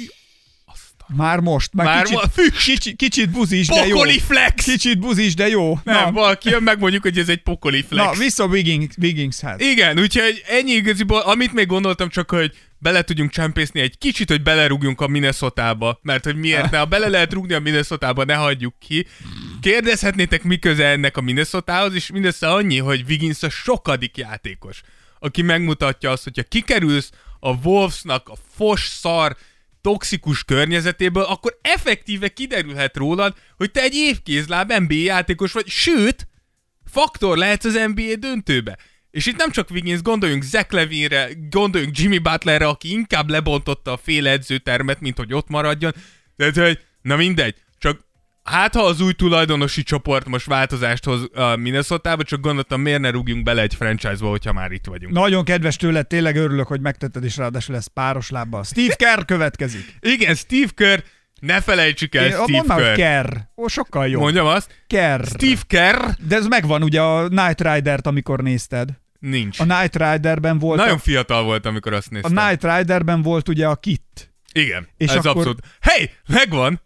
Már most. Már, Már kicsit, ma, füst. kicsit, kicsit buzis, de jó. Pokoli flex! Kicsit buzis, de jó. Nem, Na, valaki jön, megmondjuk, hogy ez egy pokoli flex. na vissza Wiggins, Wigginshez. Igen, úgyhogy ennyi igaziból, amit még gondoltam csak, hogy bele tudjunk csempészni egy kicsit, hogy belerúgjunk a Minnesotába, mert hogy miért ne, ha bele lehet rúgni a Minnesotába, ne hagyjuk ki. Kérdezhetnétek, mi köze ennek a Minnesotához, és mindössze annyi, hogy Wiggins a sokadik játékos, aki megmutatja azt, hogyha kikerülsz a Wolvesnak a fos, szar, toxikus környezetéből, akkor effektíve kiderülhet rólad, hogy te egy évkézláb en bé á játékos vagy, sőt, faktor lehetsz az en bé á döntőbe. És itt nem csak Wiggins, gondoljunk Zach Levinre, gondoljunk Jimmy Butlerre, aki inkább lebontotta a fél edzőtermet, mint hogy ott maradjon. Tehát, hogy na mindegy, csak hát ha az új tulajdonosi csoport most változást hoz a Minnesotába, csak gondoltam, miért ne rúgjunk bele egy franchise-ba, hogyha már itt vagyunk. Nagyon kedves tőled, tényleg örülök, hogy megtetted, és ráadásul lesz páros lábbal. Steve Kerr következik. Igen, Steve Kerr, ne felejtsük el Én, Steve mondd már, Kerr. hogy Kerr. Ó, sokkal jobb. Mondjam azt? Kerr. Steve Kerr? De ez megvan ugye a Knight Rider-t, amikor nézted. Nincs. A Knight Riderben volt... Nagyon a, fiatal volt, amikor azt a néztem. Knight Riderben volt ugye a Kit. Igen, És ez akkor- abszolút. Hey, megvan!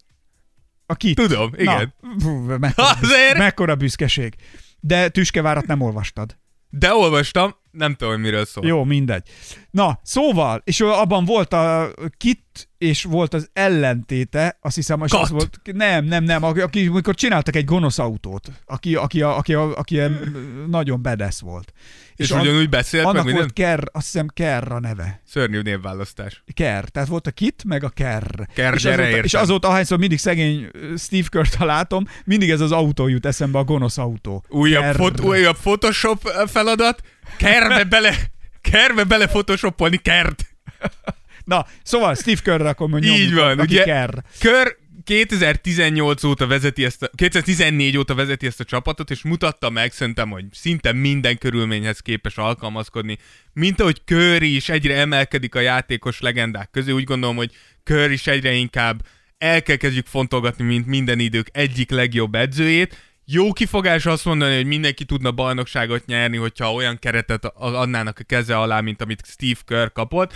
A Kit. Tudom, igen. Na, fú, mekkora, Azért? mekkora büszkeség. De Tüskevárat nem olvastad. De olvastam, nem tudom, hogy miről szól. Jó, mindegy. Na, szóval, és abban volt a Kit, és volt az ellentéte, azt hiszem, és Kat. az volt, nem, nem, nem, aki, aki amikor csináltak egy gonosz autót, aki, aki, aki, aki, aki nagyon bedesz volt. És, és an- ugyanúgy beszélt, meg annak minden? volt Kerr, azt hiszem Kerr a neve. Szörnyű névválasztás. Kerr, tehát volt a Kit, meg a Kerr. Kerr, és, gyere, azóta, értem. és azóta, ahányszor mindig szegény Steve Kerrt látom, mindig ez az autó jut eszembe, a gonosz autó. Újabb, Kerr. fot, újabb Photoshop feladat, Kerrbe bele, Kerrbe bele photoshopolni Kert. Na, szóval Steve Kerr, akkor mondjuk, Így van, aki ugye? Kerr. Kerr kétezer-tizennyolc óta vezeti ezt a, kétezer-tizennégy óta vezeti ezt a csapatot, és mutatta meg szerintem, hogy szinte minden körülményhez képes alkalmazkodni. Mint ahogy Kerr is egyre emelkedik a játékos legendák közé, úgy gondolom, hogy Kerr is egyre inkább el kell kezdjük fontolgatni, mint minden idők egyik legjobb edzőjét. Jó kifogás azt mondani, hogy mindenki tudna bajnokságot nyerni, hogyha olyan keretet adnának a keze alá, mint amit Steve Kerr kapott.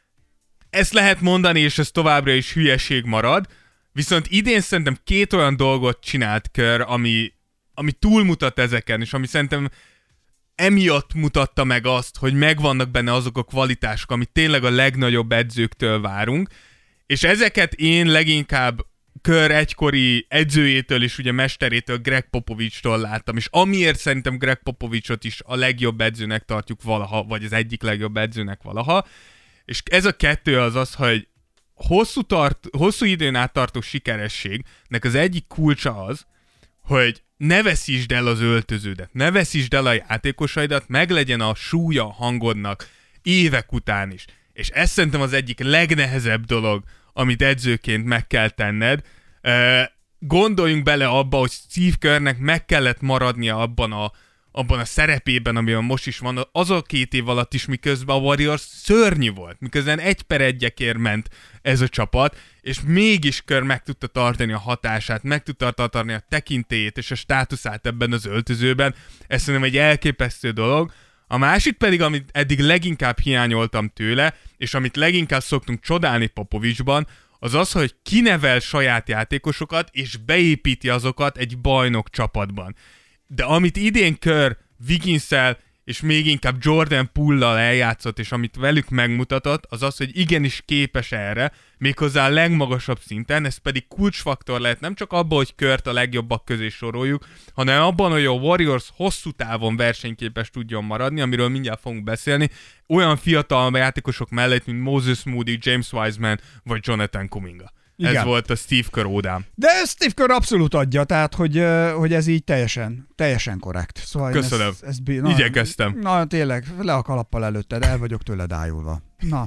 Ezt lehet mondani, és ez továbbra is hülyeség marad. Viszont idén szerintem két olyan dolgot csinált Kerr, ami, ami túlmutat ezeken, és ami szerintem emiatt mutatta meg azt, hogy megvannak benne azok a kvalitások, amit tényleg a legnagyobb edzőktől várunk, és ezeket én leginkább Kerr egykori edzőjétől és ugye mesterétől, Greg Popovich-tól láttam, és amiért szerintem Greg Popovichot is a legjobb edzőnek tartjuk valaha, vagy az egyik legjobb edzőnek valaha, és ez a kettő az az, hogy hosszú, tart, hosszú időn át tartó sikerességnek az egyik kulcsa az, hogy ne veszítsd el az öltöződet, ne veszítsd el a játékosaidat, meg legyen a súlya a hangodnak évek után is. És ez szerintem az egyik legnehezebb dolog, amit edzőként meg kell tenned. Gondoljunk bele abba, hogy Steve Kerrnek meg kellett maradnia abban a, abban a szerepében, amiben most is van, az a két év alatt is, miközben a Warriors szörnyű volt, miközben egy per egyekért ment ez a csapat, és mégis Kerr meg tudta tartani a hatását, meg tudta tartani a tekintélyét és a státuszát ebben az öltözőben. Ez szerintem egy elképesztő dolog. A másik pedig, amit eddig leginkább hiányoltam tőle, és amit leginkább szoktunk csodálni Popovichban, az az, hogy kinevel saját játékosokat, és beépíti azokat egy bajnok csapatban. De amit idén Kerr Wigginssel, és még inkább Jordan Poole-lal eljátszott, és amit velük megmutatott, az az, hogy igenis képes erre, méghozzá a legmagasabb szinten, ez pedig kulcsfaktor lehet nem csak abban, hogy Kerrt a legjobbak közé soroljuk, hanem abban, hogy a Warriors hosszú távon versenyképes tudjon maradni, amiről mindjárt fogunk beszélni, olyan fiatal játékosok mellett, mint Moses Moody, James Wiseman vagy Jonathan Kuminga. Igen. Ez volt a Steve Kerr ódám. De Steve Kerr abszolút adja, tehát hogy, hogy ez így teljesen, teljesen korrekt. Szóval köszönöm. Ez, ez, na, igyekeztem. Na tényleg, le a kalappal előtted, el vagyok tőled ájulva. Na,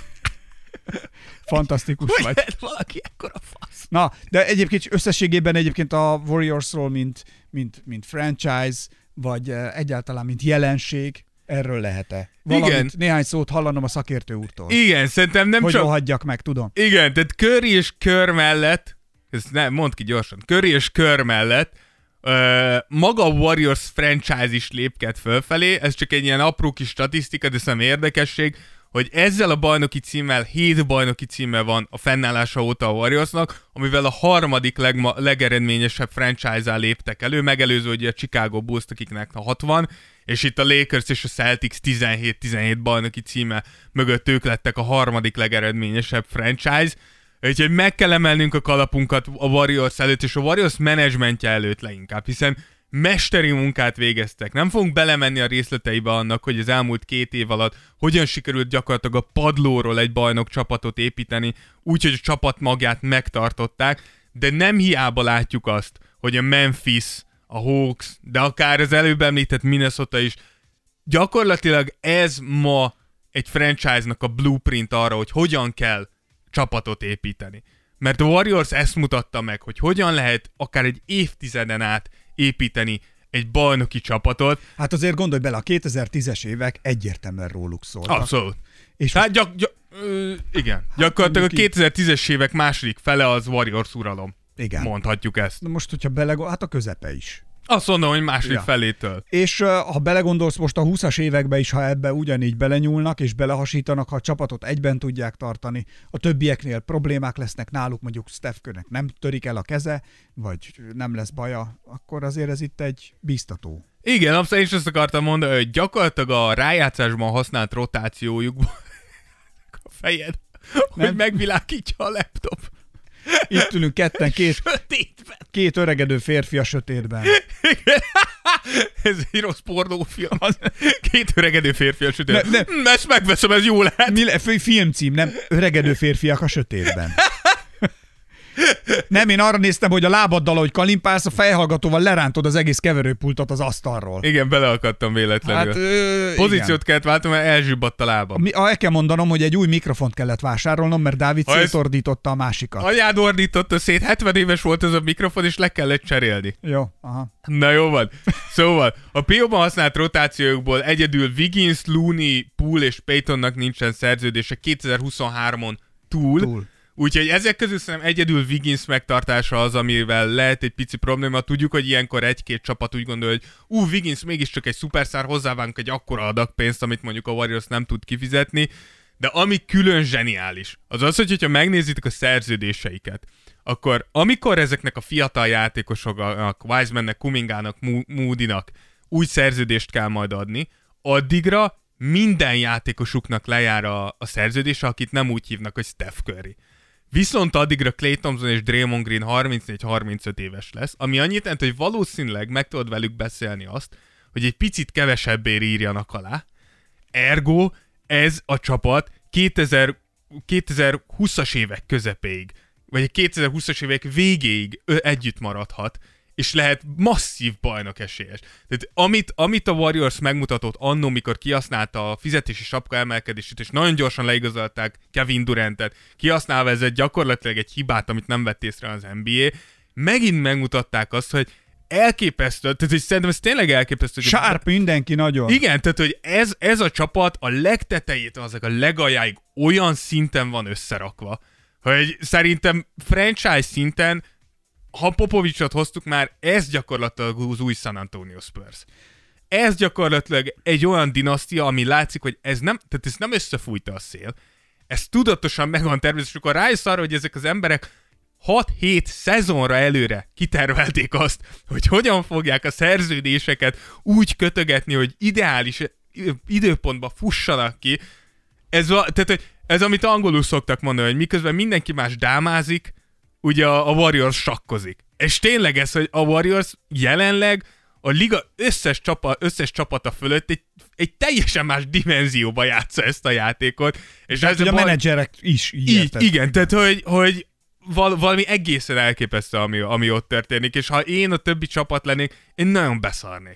fantasztikus hogy vagy. lehet valaki ekkora fasz? Na, de egyébként összességében egyébként a Warriorsról, mint, mint, mint franchise, vagy egyáltalán mint jelenség, erről lehet-e? Valamit, igen. Néhány szót hallanom a szakértő úrtól. Igen, szerintem nem hogy csak... Hogy rohadjak meg, tudom. Igen, tehát Curry és Kör mellett, ezt nem, mondd ki gyorsan, Curry és Kör mellett ö, maga a Warriors franchise is lépked fölfelé, ez csak egy ilyen apró kis statisztika, de szerintem érdekesség, hogy ezzel a bajnoki címmel, hét bajnoki címmel van a fennállása óta a Warriorsnak, amivel a harmadik legma, legeredményesebb franchise-á léptek elő, megelőző ugye a Chicago Bulls, akiknek a hatvan, és itt a Lakers és a Celtics tizenhét tizenhét bajnoki címe mögött ők lettek a harmadik legeredményesebb franchise, úgyhogy meg kell emelnünk a kalapunkat a Warriors előtt, és a Warriors menedzsmentje előtt leginkább, hiszen mesteri munkát végeztek. Nem fogunk belemenni a részleteibe annak, hogy az elmúlt két év alatt hogyan sikerült gyakorlatilag a padlóról egy bajnok csapatot építeni, úgyhogy a csapat magját megtartották, de nem hiába látjuk azt, hogy a Memphis, a Hawks, de akár az előbb említett Minnesota is, gyakorlatilag ez ma egy franchise-nak a blueprint arra, hogy hogyan kell csapatot építeni. Mert a Warriors ezt mutatta meg, hogy hogyan lehet akár egy évtizeden át építeni egy bajnoki csapatot. Hát azért gondolj bele, a kétezer-tízes évek egyértelműen róluk szóltak. Abszolút. És hát gyak, gyak, ö, igen, hát gyakorlatilag a kétezer-tízes évek második fele az Warriors uralom. Igen. Mondhatjuk ezt. Na most, hogyha belegondolsz, hát a közepe is. Azt mondom, hogy második ja. felétől. És uh, ha belegondolsz most a húszas években is, ha ebbe ugyanígy belenyúlnak és belehasítanak, ha a csapatot egyben tudják tartani, a többieknél problémák lesznek náluk, mondjuk Steph Currynek nem törik el a keze, vagy nem lesz baja, akkor azért ez itt egy bíztató. Igen, abszolút is azt akartam mondani, hogy gyakorlatilag a rájátszásban használt rotációjukban a fejed, nem? Hogy megvilágítja a laptop. Itt ülünk ketten, két, két öregedő férfi a sötétben. Ez egy rossz pornófilm. Két öregedő férfi a sötétben. Ne, ne. Ezt megveszem, ez jó lehet. Mi le, filmcím, nem? Öregedő férfiak a sötétben. Nem, én arra néztem, hogy a lábaddal, ahogy kalimpálsz, a fejhallgatóval lerántod az egész keverőpultot az asztalról. Igen, beleakadtam véletlenül. Hát, ö, Pozíciót igen. kellett váltom, mert elzsibbadt a lábam. Mi, el kell mondanom, hogy egy új mikrofont kellett vásárolnom, mert Dávid ha szétordította a másikat. Anyád ordította szét, hetven éves volt ez a mikrofon, és le kellett cserélni. Jó, aha. Na jó van. Szóval, a pé o-ban használt rotációkból egyedül Wiggins, Looney, Poole és Paytonnak nincsen szerződése kétezer-huszonhármon túl. túl. Úgyhogy ezek közül szerintem egyedül Wiggins megtartása az, amivel lehet egy pici probléma. Tudjuk, hogy ilyenkor egy-két csapat úgy gondolja, hogy ú, Wiggins mégiscsak egy szupersztár, hozzávánk egy akkora adag pénzt, amit mondjuk a Warriors nem tud kifizetni. De ami külön zseniális, az az, hogy hogyha megnézitek a szerződéseiket, akkor amikor ezeknek a fiatal játékosoknak, Wisemannek, Kumingának, Moody-nak új szerződést kell majd adni, addigra minden játékosuknak lejár a, a szerződése, akit nem úgy hívnak, hogy Steph Curry. Viszont addigra Klay Thompson és Draymond Green harmincnégy-harmincöt éves lesz, ami annyit jelent, hogy valószínűleg meg tudod velük beszélni azt, hogy egy picit kevesebbért írjanak alá. Ergo ez a csapat kétezer, kétezer-húszas évek közepéig, vagy a kétezer-húszas évek végéig együtt maradhat, és lehet masszív bajnok esélyes. Tehát amit, amit a Warriors megmutatott annó, mikor kihasználta a fizetési sapka emelkedését, és nagyon gyorsan leigazolták Kevin Durantet, kihasználva ez egy gyakorlatilag egy hibát, amit nem vett észre az en bé á, megint megmutatták azt, hogy elképesztő, tehát hogy szerintem ez tényleg elképesztő. Sárp mindenki nagyon. Igen, tehát hogy ez, ez a csapat a legtetejétől azok a legaljáig olyan szinten van összerakva, hogy szerintem franchise szinten, ha Popovicsot hoztuk már, ez gyakorlatilag az új San Antonio Spurs. Ez gyakorlatilag egy olyan dinasztia, ami látszik, hogy ez nem, tehát ez nem összefújta a szél. Ez tudatosan megvan tervezés, akkor rájössz arra, hogy ezek az emberek hat-hét szezonra előre kitervelték azt, hogy hogyan fogják a szerződéseket úgy kötögetni, hogy ideális időpontban fussanak ki. Ez, tehát, hogy ez, amit angolul szoktak mondani, hogy miközben mindenki más dámázik, ugye a Warriors sakkozik. És tényleg ez, hogy a Warriors jelenleg a liga összes, csapa, összes csapata fölött egy, egy teljesen más dimenzióba játsza ezt a játékot. És ez a bal... menedzserek is így, így igen, tehát hogy, hogy val- valami egészen elképesztő, ami, ami ott történik, és ha én a többi csapat lennék, én nagyon beszarnék.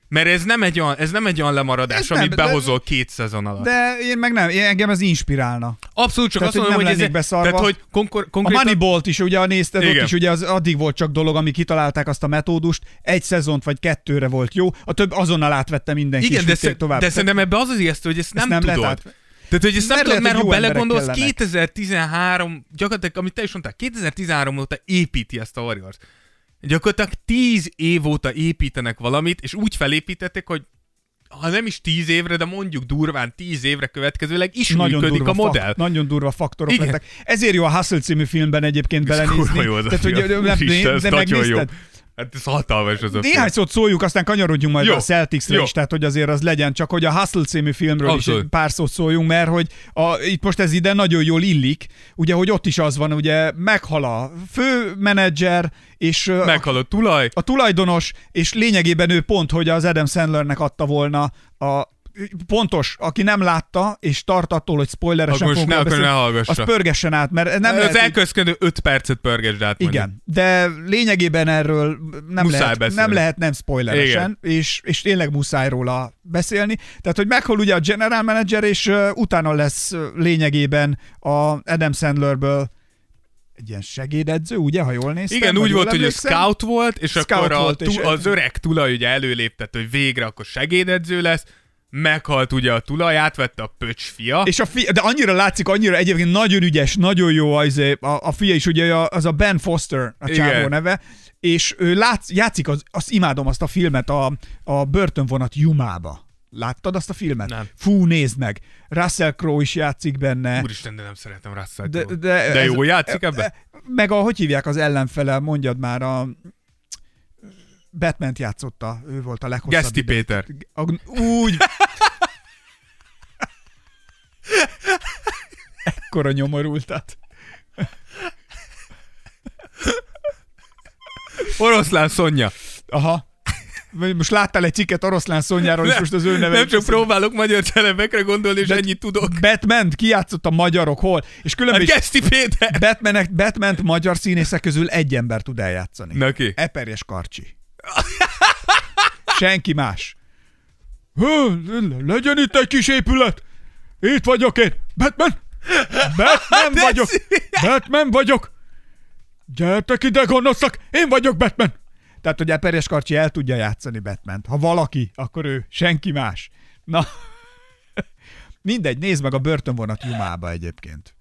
Mert ez nem egy olyan, ez nem egy olyan lemaradás, ez amit nem, behozol de, két szezon alatt. De én meg nem, én engem ez inspirálna. Abszolút, csak tehát, azt mondom, hogy, hogy ez... Tehát, hogy konkr- konkrétan... A Moneyball-t is, ugye a nézted, ott is ugye az addig volt csak dolog, amíg kitalálták azt a metódust, egy szezont vagy kettőre volt jó, a több azonnal átvette mindenki. Igen, de, sz- tovább. de szerintem ebbe az az ijesztő, hogy ezt nem, ezt nem tudod. Át... Tehát, hogy ezt nem tudod, mert ha belegondolsz, kétezer-tizenhárom, gyakorlatilag, amit te is mondtál, kétezer-tizenhárom óta építi ezt a Warriors. Gyakorlatilag tíz év óta építenek valamit, és úgy felépítették, hogy ha nem is tíz évre, de mondjuk durván tíz évre következőleg is nagyon működik a modell. Fakt, nagyon durva faktorok igen. lettek. Ezért jó a Hustle című filmben egyébként belenézni. Jó az tehát, hogy nem, Isten, de megnézted. Hát ez hatalmas az a Néhány film. Szót szóljuk, aztán kanyarodjunk majd jó. a Celticsre is, tehát hogy azért az legyen, csak hogy a Hustle című filmről abszolút. Is pár szót szóljunk, mert hogy a, itt most ez ide nagyon jól illik, ugye, hogy ott is az van, ugye meghal a főmenedzser, és meghal a tulaj. A tulajdonos, és lényegében ő pont, hogy az Adam Sandlernek adta volna a pontos, aki nem látta, és tart attól, hogy spoileresen fogunk ne, beszélni, ne az pörgessen át, mert nem az lehet... Az elköszkönő öt percet pörgessd át. Igen, mondjuk. De lényegében erről nem lehet, nem lehet nem spoileresen, és, és tényleg muszáj róla beszélni. Tehát, hogy meghal ugye a general manager, és uh, utána lesz uh, lényegében a Adam Sandlerből egy ilyen segédedző, ugye, ha jól néztem? Igen, úgy volt, hogy a scout volt, és scout akkor a, volt, és az öreg tulaj ugye előléptett, hogy végre akkor segédedző lesz, meghalt ugye a tulaj, átvette a pöcs fia. És a fia, de annyira látszik, annyira egyébként nagyon ügyes, nagyon jó az, a, a fia is, ugye az a Ben Foster, a csávó neve, és ő látsz, játszik, az, azt imádom azt a filmet, a, a Börtönvonat Yumába. Láttad azt a filmet? Nem. Fú, nézd meg. Russell Crowe is játszik benne. Úristen, de nem szeretem Russell de, Crowe. De, de ez, jó játszik ebben? Meg a, hogy hívják az ellenfele, mondjad már, a Batman-t játszotta, ő volt a leghosszabb. Geszti Péter. Úgy. Ekkora nyomorultat. Oroszlán Szonya. Aha. Most láttál egy cikket Oroszlán Szonyáról, és most az ő neve... Nem csak próbálok magyar celebekre gondolni, és Bet- ennyit tudok. Batman-t kijátszott a magyarok hol? És különben hát Geszti Péter! Batman-t, Batman-t magyar színészek közül egy ember tud eljátszani. Na ki? Eperjes Karcsi. Senki más. Hő, legyen itt egy kis épület. Itt vagyok én. Batman! Batman vagyok! Batman vagyok! Gyertek ide, gonoszak! Én vagyok Batman! Tehát, hogy Eperjes Karcsi el tudja játszani Batmant. Ha valaki, akkor ő. Senki más. Na, mindegy, nézd meg a Börtönvonat Yumába egyébként.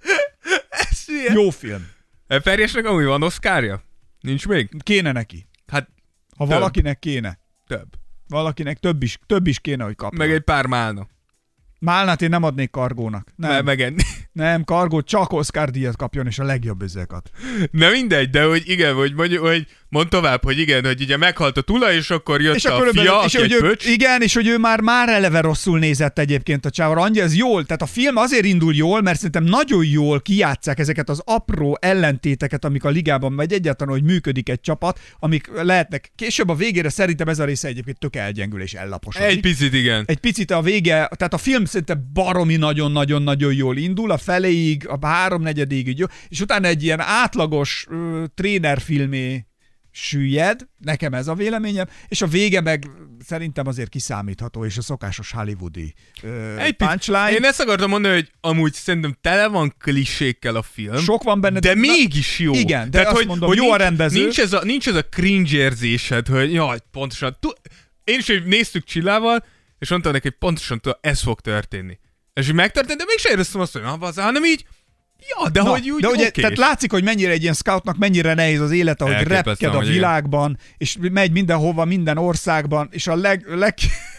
Jó film. Eperjesnek amúgy van oszkárja? Nincs még? Kéne neki. Hát, ha több. Valakinek kéne. Több. Valakinek több is, több is kéne, hogy kapjon. Meg egy pár málna. Málnát én nem adnék Kargónak. Nem. Megenni. Nem, Kargó csak Oscar díjat kapjon, és a legjobb üzőkat. Na mindegy, de hogy igen, hogy, mondj, hogy mondd tovább, hogy igen, hogy ugye meghalt a tulaj, és akkor jött és a akkor fia, aki egy pöcs. Igen, és hogy ő már már eleve rosszul nézett egyébként a csávra. Annyi, ez jól, tehát a film azért indul jól, mert szerintem nagyon jól kijátsszák ezeket az apró ellentéteket, amik a ligában, vagy egyáltalán, hogy működik egy csapat, amik lehetnek. Később a végére szerintem ez a része egyébként tök elgyengül és ellaposodik. Egy picit, igen. Egy picit a vége, tehát a film szerintem baromi nagyon-nagyon-nagyon jól indul, a feléig, a háromnegyedig, jó, és utána egy ilyen átlagos uh, trénerfilmé süllyed, nekem ez a véleményem, és a vége meg szerintem azért kiszámítható, és a szokásos hollywoodi uh, punchline. Én ezt akartam mondani, hogy amúgy szerintem tele van klisékkel a film. Sok van benne. De, de mégis jó. Igen, de Tehát, azt hogy, mondom, hogy jó nincs, a rendező. Nincs ez a, nincs ez a cringe érzésed, hogy jaj, pontosan. Tu, én is hogy néztük Csillával, és mondtam neki, hogy pontosan tudom, ez fog történni. És így megtörtént, de mégsem éreztem azt, hogy na, bazán, hanem így, ja, de Na, hogy úgy, de ugye, okay. Tehát látszik, hogy mennyire egy ilyen scoutnak mennyire nehéz az élet, ahogy repked a világban, és megy mindenhova, minden országban, és a leg, leg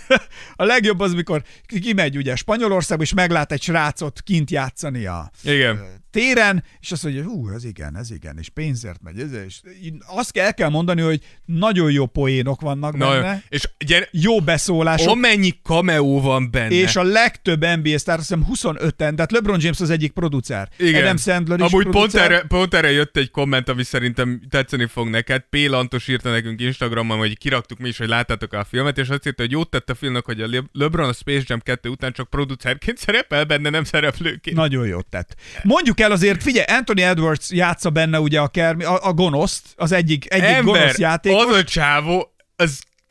a legjobb az, mikor kimegy ugye Spanyolországba, és meglát egy srácot kint játszani a igen. téren, és azt mondja, hú, ez igen, ez igen, és pénzért megy, ez, és azt el kell mondani, hogy nagyon jó poénok vannak Na, benne, és gyere, jó beszólások. Amennyi cameo van benne. És a legtöbb en bé á sztár, azt hiszem huszonöten, tehát LeBron James az egyik producer. Igen. Adam Sandler is Amúgy producer. Pont erre, pont erre jött egy komment, ami szerintem tetszeni fog neked. P. Lantos írta nekünk Instagramon, hogy kiraktuk mi is, hogy láttátok a filmet, és azt írta, hogy jót tett a filmnek, hogy a LeBron a Space Jam kettő után csak producerként szerepel benne, nem szereplőként. Nagyon jót tett. Mondjuk el azért, figyelj, Anthony Edwards játsza benne ugye a, kermi, a, a gonoszt, az egyik, egyik Ember, gonosz játékos. az a csávó, az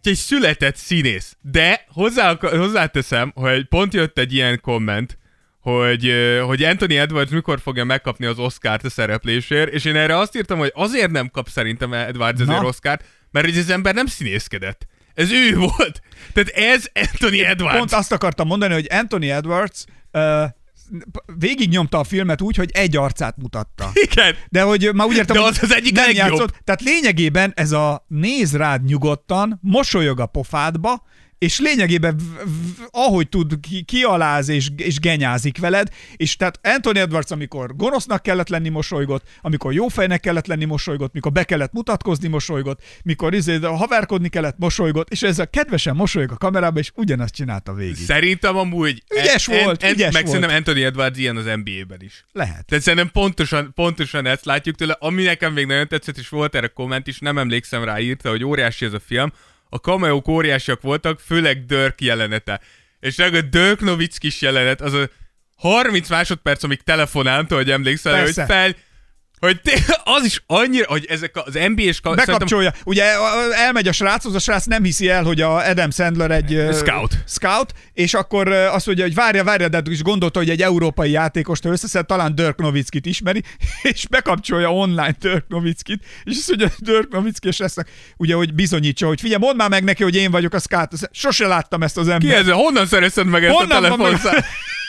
egy született színész. De hozzá, hozzáteszem, hogy pont jött egy ilyen komment, hogy, hogy Anthony Edwards mikor fogja megkapni az Oscart a szereplésért, és én erre azt írtam, hogy azért nem kap szerintem Edwards ezért Oscart, mert hogy az ember nem színészkedett. Ez ő volt. Tehát ez Anthony Edwards. Pont azt akartam mondani, hogy Anthony Edwards uh, végignyomta a filmet úgy, hogy egy arcát mutatta. Igen. De hogy már úgy értem, de az hogy az egyik nem legjobb. játszott. Tehát lényegében ez a néz rád nyugodtan, mosolyog a pofádba, és lényegében v- v- ahogy tud, ki- kialáz és, és genyázik veled, és tehát Anthony Edwards, amikor gonosznak kellett lenni, mosolygott, amikor jófejnek kellett lenni, mosolygott, mikor be kellett mutatkozni, mosolygott, mikor izé, haverkodni kellett, mosolygott, és ezzel kedvesen mosolyog a kamerába, és ugyanazt csinálta végig. Szerintem amúgy... Ügyes en, volt, en, ügyes meg volt. szerintem Anthony Edwards ilyen az en bé á-ben is. Lehet. Tehát szerintem pontosan, pontosan ezt látjuk tőle, ami nekem még nagyon tetszett, és volt erre komment is, nem emlékszem rá, írta, hogy óriási ez a film. A cameók óriásiak voltak, főleg Dirk jelenete. És a Dirk Nowitzkis jelenet, az a harminc másodperc, amíg telefonál, hogy emlékszel, hogy fel... Hogy te, az is annyira, hogy ezek az en bé á-s... Bekapcsolja. Szerintem... Ugye elmegy a sráchoz, a srác nem hiszi el, hogy a Adam Sandler egy... Scout. Scout, és akkor azt mondja, hogy várja, várja, de is gondolta, hogy egy európai játékost összeszed, talán Dirk Nowitzkit ismeri, és bekapcsolja online Dirk Nowitzkit, és azt mondja, Dirk Nowitzki, és lesznek, ugye, hogy bizonyítsa, hogy figyelj, mondd már meg neki, hogy én vagyok a Scout. Sose láttam ezt az embert. Ki ez? Honnan szerezted meg ezt Honnan a telefonszát?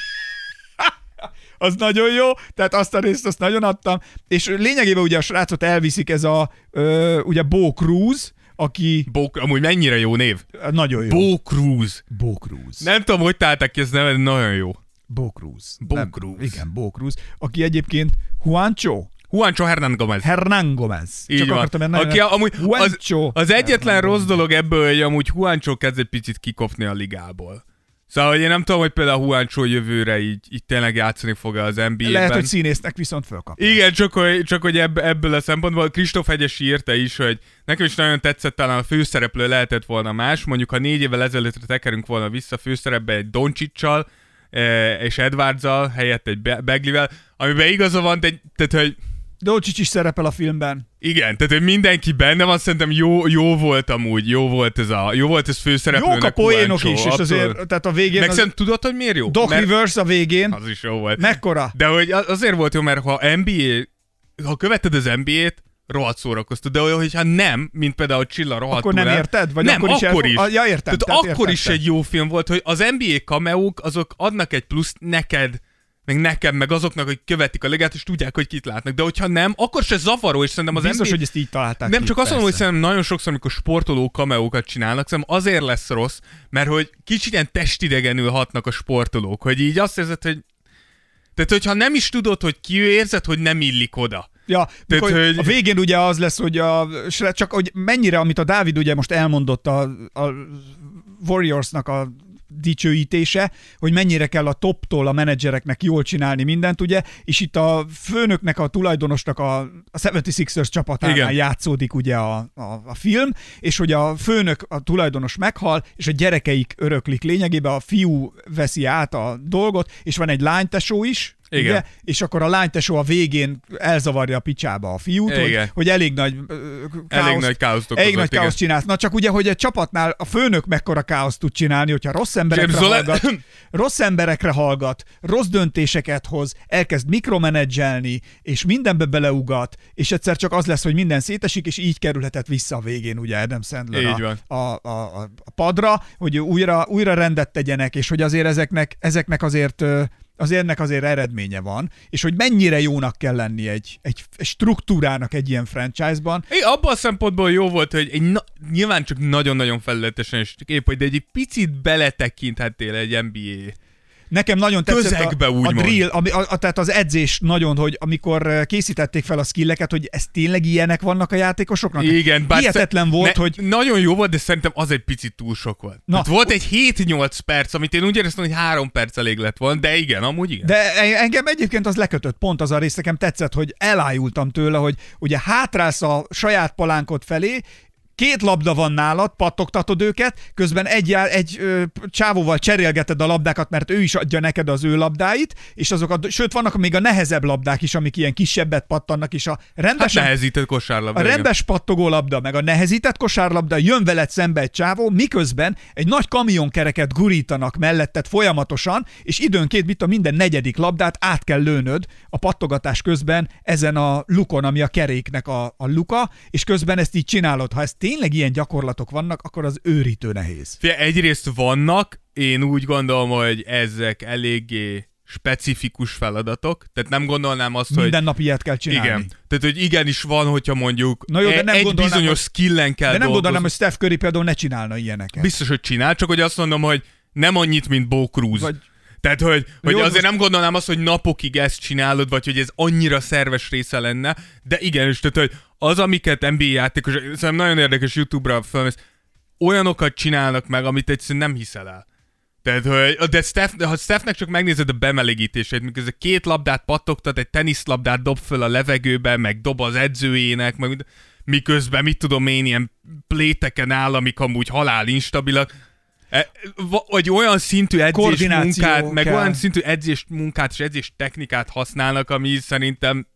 Az nagyon jó, tehát azt a részt azt nagyon adtam, és lényegében ugye a srácot elviszik ez a, ö, ugye Bo Cruz, aki... Bo, amúgy mennyire jó név? Nagyon jó. Bo Cruz. Bo Cruz. Nem tudom, hogy találták ki ezt nevet, nagyon jó. Bo Cruz. Bo Nem, Cruz. Igen, Bo Cruz, aki egyébként Juancho. Juancho Hernán Gómez. Hernán Gómez. Így van. Aki a, amúgy az, az egyetlen Hernán rossz dolog ebből, hogy amúgy Juancho kezd egy picit kikopni a ligából. Szóval, hogy én nem tudom, hogy például Juancho jövőre így, így tényleg játszani fog az en bé á-ben. Lehet, hogy színésznek viszont fölkapja. Igen, csak hogy, csak hogy ebb, ebből a szempontból Kristóf Hegyes írta is, hogy nekem is nagyon tetszett, talán a főszereplő lehetett volna más. Mondjuk, ha négy évvel ezelőttre tekerünk volna vissza főszerepbe egy Doncsicsal és Edwardzzal, helyett egy Beglivel, amiben igaza van, de, tehát, hogy Doncsics is szerepel a filmben. Igen, tehát hogy mindenki benne van, szerintem jó, jó volt amúgy, jó volt ez a, jó volt ez főszereplőnek. Jók a poénok is, és azért, tehát a végén... Meg az... szerintem tudod, hogy miért jó? Doc mert... Rivers a végén. Az is jó volt. Mekkora? De hogy azért volt jó, mert ha en bé á, ha követted az en bé á-t, rohadt szórakoztad, de olyan, hogyha nem, mint például Csilla rohadt akkor nem érted? Vagy nem, akkor is. Akkor is. El... Ja, értem. Tehát tehát akkor értettem. is egy jó film volt, hogy az en bé á kameók, azok adnak egy plusz neked, meg nekem, meg azoknak, hogy követik a ligát, és tudják, hogy kit látnak. De hogyha nem, akkor se zavaró, és szerintem az biztos, en bé á... hogy ezt így találták Nem, ki, csak azt mondom, hogy persze. szerintem nagyon sokszor, amikor sportoló kameókat csinálnak, szerintem azért lesz rossz, mert hogy kicsit ilyen testidegenül hatnak a sportolók, hogy így azt érzed, hogy... Tehát, hogyha nem is tudod, hogy ki ő, érzed, hogy nem illik oda. Ja, Tehát, hogy... a végén ugye az lesz, hogy a, csak hogy mennyire, amit a Dávid ugye most elmondott a, a Warriorsnak a dicsőítése, hogy mennyire kell a toptól a menedzsereknek jól csinálni mindent, ugye, és itt a főnöknek, a tulajdonosnak a, a hetvenhatosers csapatánál igen. játszódik ugye a, a, a film, és hogy a főnök, a tulajdonos meghal, és a gyerekeik öröklik lényegében, a fiú veszi át a dolgot, és van egy lánytesó is, ugye? És akkor a lánytesó a végén elzavarja a picsába a fiút, hogy, hogy elég nagy uh, káoszt, elég nagy káoszt, elég nagy káoszt csinálsz. Na csak ugye, hogy egy csapatnál a főnök mekkora káoszt tud csinálni, hogyha rossz emberekre James hallgat, Zola... rossz emberekre hallgat, rossz döntéseket hoz, elkezd mikromenedzselni, és mindenbe beleugat, és egyszer csak az lesz, hogy minden szétesik, és így kerülhetett vissza a végén ugye Adam Sandler a, a, a, a padra, hogy újra, újra rendet tegyenek, és hogy azért ezeknek, ezeknek azért azért ennek azért eredménye van, és hogy mennyire jónak kell lenni egy, egy struktúrának egy ilyen franchise-ban. É, abban a szempontból jó volt, hogy egy na- nyilván csak nagyon-nagyon felületesen és épp, hogy de egy picit beletekinthettél egy en bé á Nekem nagyon tetszett közegbe, a, a drill, ami, a, a, tehát az edzés nagyon, hogy amikor készítették fel a skilleket, hogy ez tényleg ilyenek vannak a játékosoknak. Igen, bár hihetetlen volt, ne, hogy... Nagyon jó volt, de szerintem az egy picit túl sok volt. Na, hát volt egy hét-nyolc perc, amit én úgy éreztem, hogy három perc elég lett volna, de igen, amúgy igen. De engem egyébként az lekötött, pont az a rész nekem tetszett, hogy elájultam tőle, hogy ugye hátrálsz a saját palánkod felé, két labda van nálad, pattogtatod őket, közben egy, egy ö, csávóval cserélgeted a labdákat, mert ő is adja neked az ő labdáit, és azokat, sőt vannak még a nehezebb labdák is, amik ilyen kisebbet pattannak, és a rendes, hát nehezített kosárlabda. A rendes pattogó labda, meg a nehezített kosárlabda, jön veled szembe egy csávó, miközben egy nagy kamionkereket gurítanak melletted folyamatosan, és időnként mit a minden negyedik labdát át kell lőnöd a pattogatás közben ezen a lukon, ami a keréknek a, a luka, és közben ezt így csinálod. Ha ez tényleg ilyen gyakorlatok vannak, akkor az őrítő nehéz. Fia, egyrészt vannak, én úgy gondolom, hogy ezek eléggé specifikus feladatok, tehát nem gondolnám azt, Minden hogy... nap ilyet kell csinálni. Igen, tehát hogy igenis van, hogyha mondjuk Na jó, de nem egy bizonyos hogy... skillen kell De nem dolgozni. gondolnám, hogy Steph Curry például ne csinálna ilyeneket. Biztos, hogy csinál, csak hogy azt mondom, hogy nem annyit, mint Bo Cruz. Vagy... Tehát, hogy, hogy Jó, azért most... nem gondolnám azt, hogy napokig ezt csinálod, vagy hogy ez annyira szerves része lenne, de igenis, tehát, hogy az, amiket en bé á játékos, szerintem nagyon érdekes YouTube-ra felmész, olyanokat csinálnak meg, amit egyszerűen nem hiszel el. Tehát, hogy de Steph, ha Stephnek csak megnézed a bemelegítését, miközben két labdát pattogtat, egy teniszlabdát dob föl a levegőbe, meg dob az edzőjének, meg miközben, mit tudom én, ilyen pléteken áll, amik amúgy halál instabilak, vagy olyan szintű edzés munkát, meg kell. olyan szintű edzés munkát és edzés technikát használnak, ami szerintem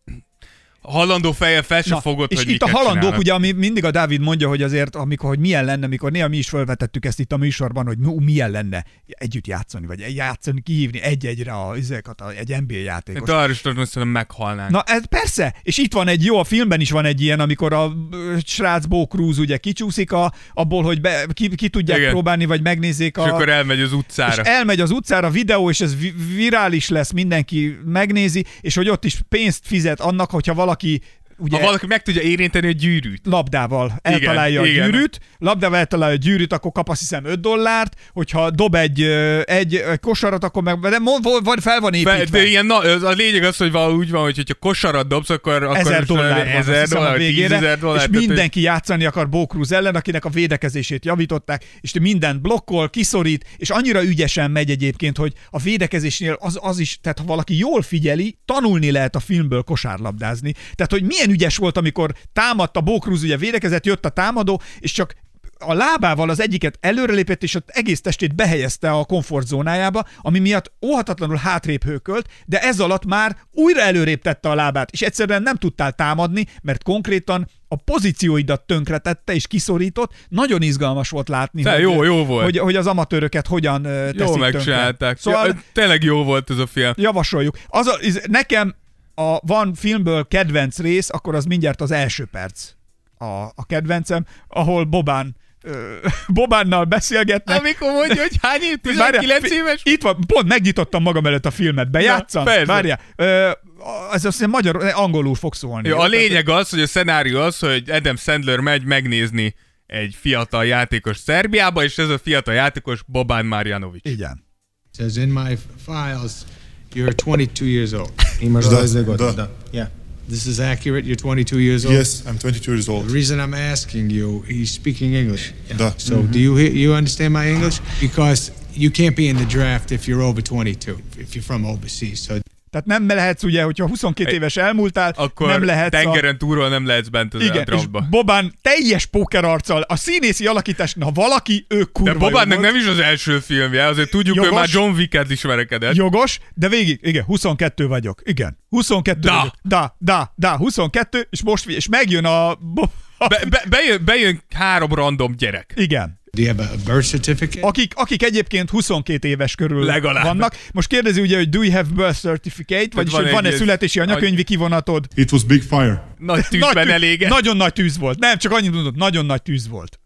halandó fejjel fel sem fogod, és hogy itt a miket halandók, csinálnak. ugye, ami mindig a Dávid mondja, hogy azért, amikor, hogy milyen lenne, amikor néha mi is felvetettük ezt itt a műsorban, hogy milyen lenne együtt játszani, vagy játszani, kihívni egy-egyre a, a, egy en bé á játékos. De arra is tudom, hogy meghalnánk. Na ez persze, és itt van egy jó, a filmben is van egy ilyen, amikor a srác Bo Cruz ugye kicsúszik a, abból, hogy be, ki, ki tudják Igen. próbálni, vagy megnézzék a... És akkor elmegy az utcára. És elmegy az utcára videó, és ez virális lesz, mindenki megnézi, és hogy ott is pénzt fizet annak, hogyha valaki ugye, ha valaki meg tudja érinteni a gyűrűt. Labdával eltalálja igen, a igen. gyűrűt, labdával eltalálja a gyűrűt, akkor kap azt hiszem öt dollárt, hogyha dob egy, egy, egy kosarat, akkor meg de van, fel van építve. Fel, de ilyen, na, a lényeg az, hogy valahogy úgy van, hogy ha kosarat dobsz, akkor... Ezer dollár van, ezer dollár, a végére, dollár, és tehát, mindenki játszani akar Bo Cruz ellen, akinek a védekezését javították, és mindent blokkol, kiszorít, és annyira ügyesen megy egyébként, hogy a védekezésnél az, az is, tehát ha valaki jól figyeli, tanulni lehet a filmből kosárlabdázni. Tehát, hogy milyen ügyes volt, amikor támadta Bo Cruz, ugye védekezett, jött a támadó, és csak a lábával az egyiket előrelépett, és az egész testét behelyezte a komfortzónájába, ami miatt óhatatlanul hátrébb hőkölt, de ez alatt már újra előrébb tette a lábát, és egyszerűen nem tudtál támadni, mert konkrétan a pozícióidat tönkretette és kiszorított. Nagyon izgalmas volt látni, Te, hogy, jó, jó volt. Hogy, hogy az amatőröket hogyan uh, teszik jó tönkre. megcsinálták. Szóval ja, tényleg jó volt ez a film. Javasoljuk. Az a, nekem a van filmből kedvenc rész, akkor az mindjárt az első perc a, a kedvencem, ahol Bobán ö, Bobánnal beszélgetnek. Amikor mondja, hogy hány év, tizenkilenc éves? Itt van, pont megnyitottam magam előtt a filmet, bejátszam? Várjál. Ö, ez azt hiszem magyar, angolul fog szólni. Jó, a lényeg az, hogy a szenárió az, hogy Adam Sandler megy megnézni egy fiatal játékos Szerbiába, és ez a fiatal játékos Boban Marjanović. Igen. Says in my files, you're twenty-two years old. Imaš dvajset godina, da. Yeah. This is accurate. You're twenty-two years old. Yes, I'm twenty-two years old. The reason I'm asking you, he's speaking English. Da. So mm-hmm. do you you understand my English? Because you can't be in the draft if you're over twenty-two, if you're from overseas. So Tehát nem lehetsz ugye, hogyha huszonkettő éves elmúltál, akkor nem lehetsz tengeren a... túlról nem lehetsz bent az igen, és Bobán teljes pókerarccal, a színészi alakítás, ha valaki, ő kurva. De Bobánnak nem is az első filmje, azért tudjuk, hogy már John Wick-et is verekedett. Jogos, de végig, igen, huszonkettő vagyok, igen, huszonkettő da. vagyok, da, da, da, huszonkettő, és most, és megjön a... Be, be, bejön, bejön három random gyerek. Igen. Do you have a birth certificate? Akik, akik egyébként huszonkét éves körül legalább vannak. Most kérdezi ugye, hogy do you have birth certificate, vagyis van hogy van-e születési anyakönyvi kivonatod? It was big fire. Nagy tűzben nagy tűz, elége. Nagyon nagy tűz volt. Nem, csak annyit mondott, nagyon nagy tűz volt.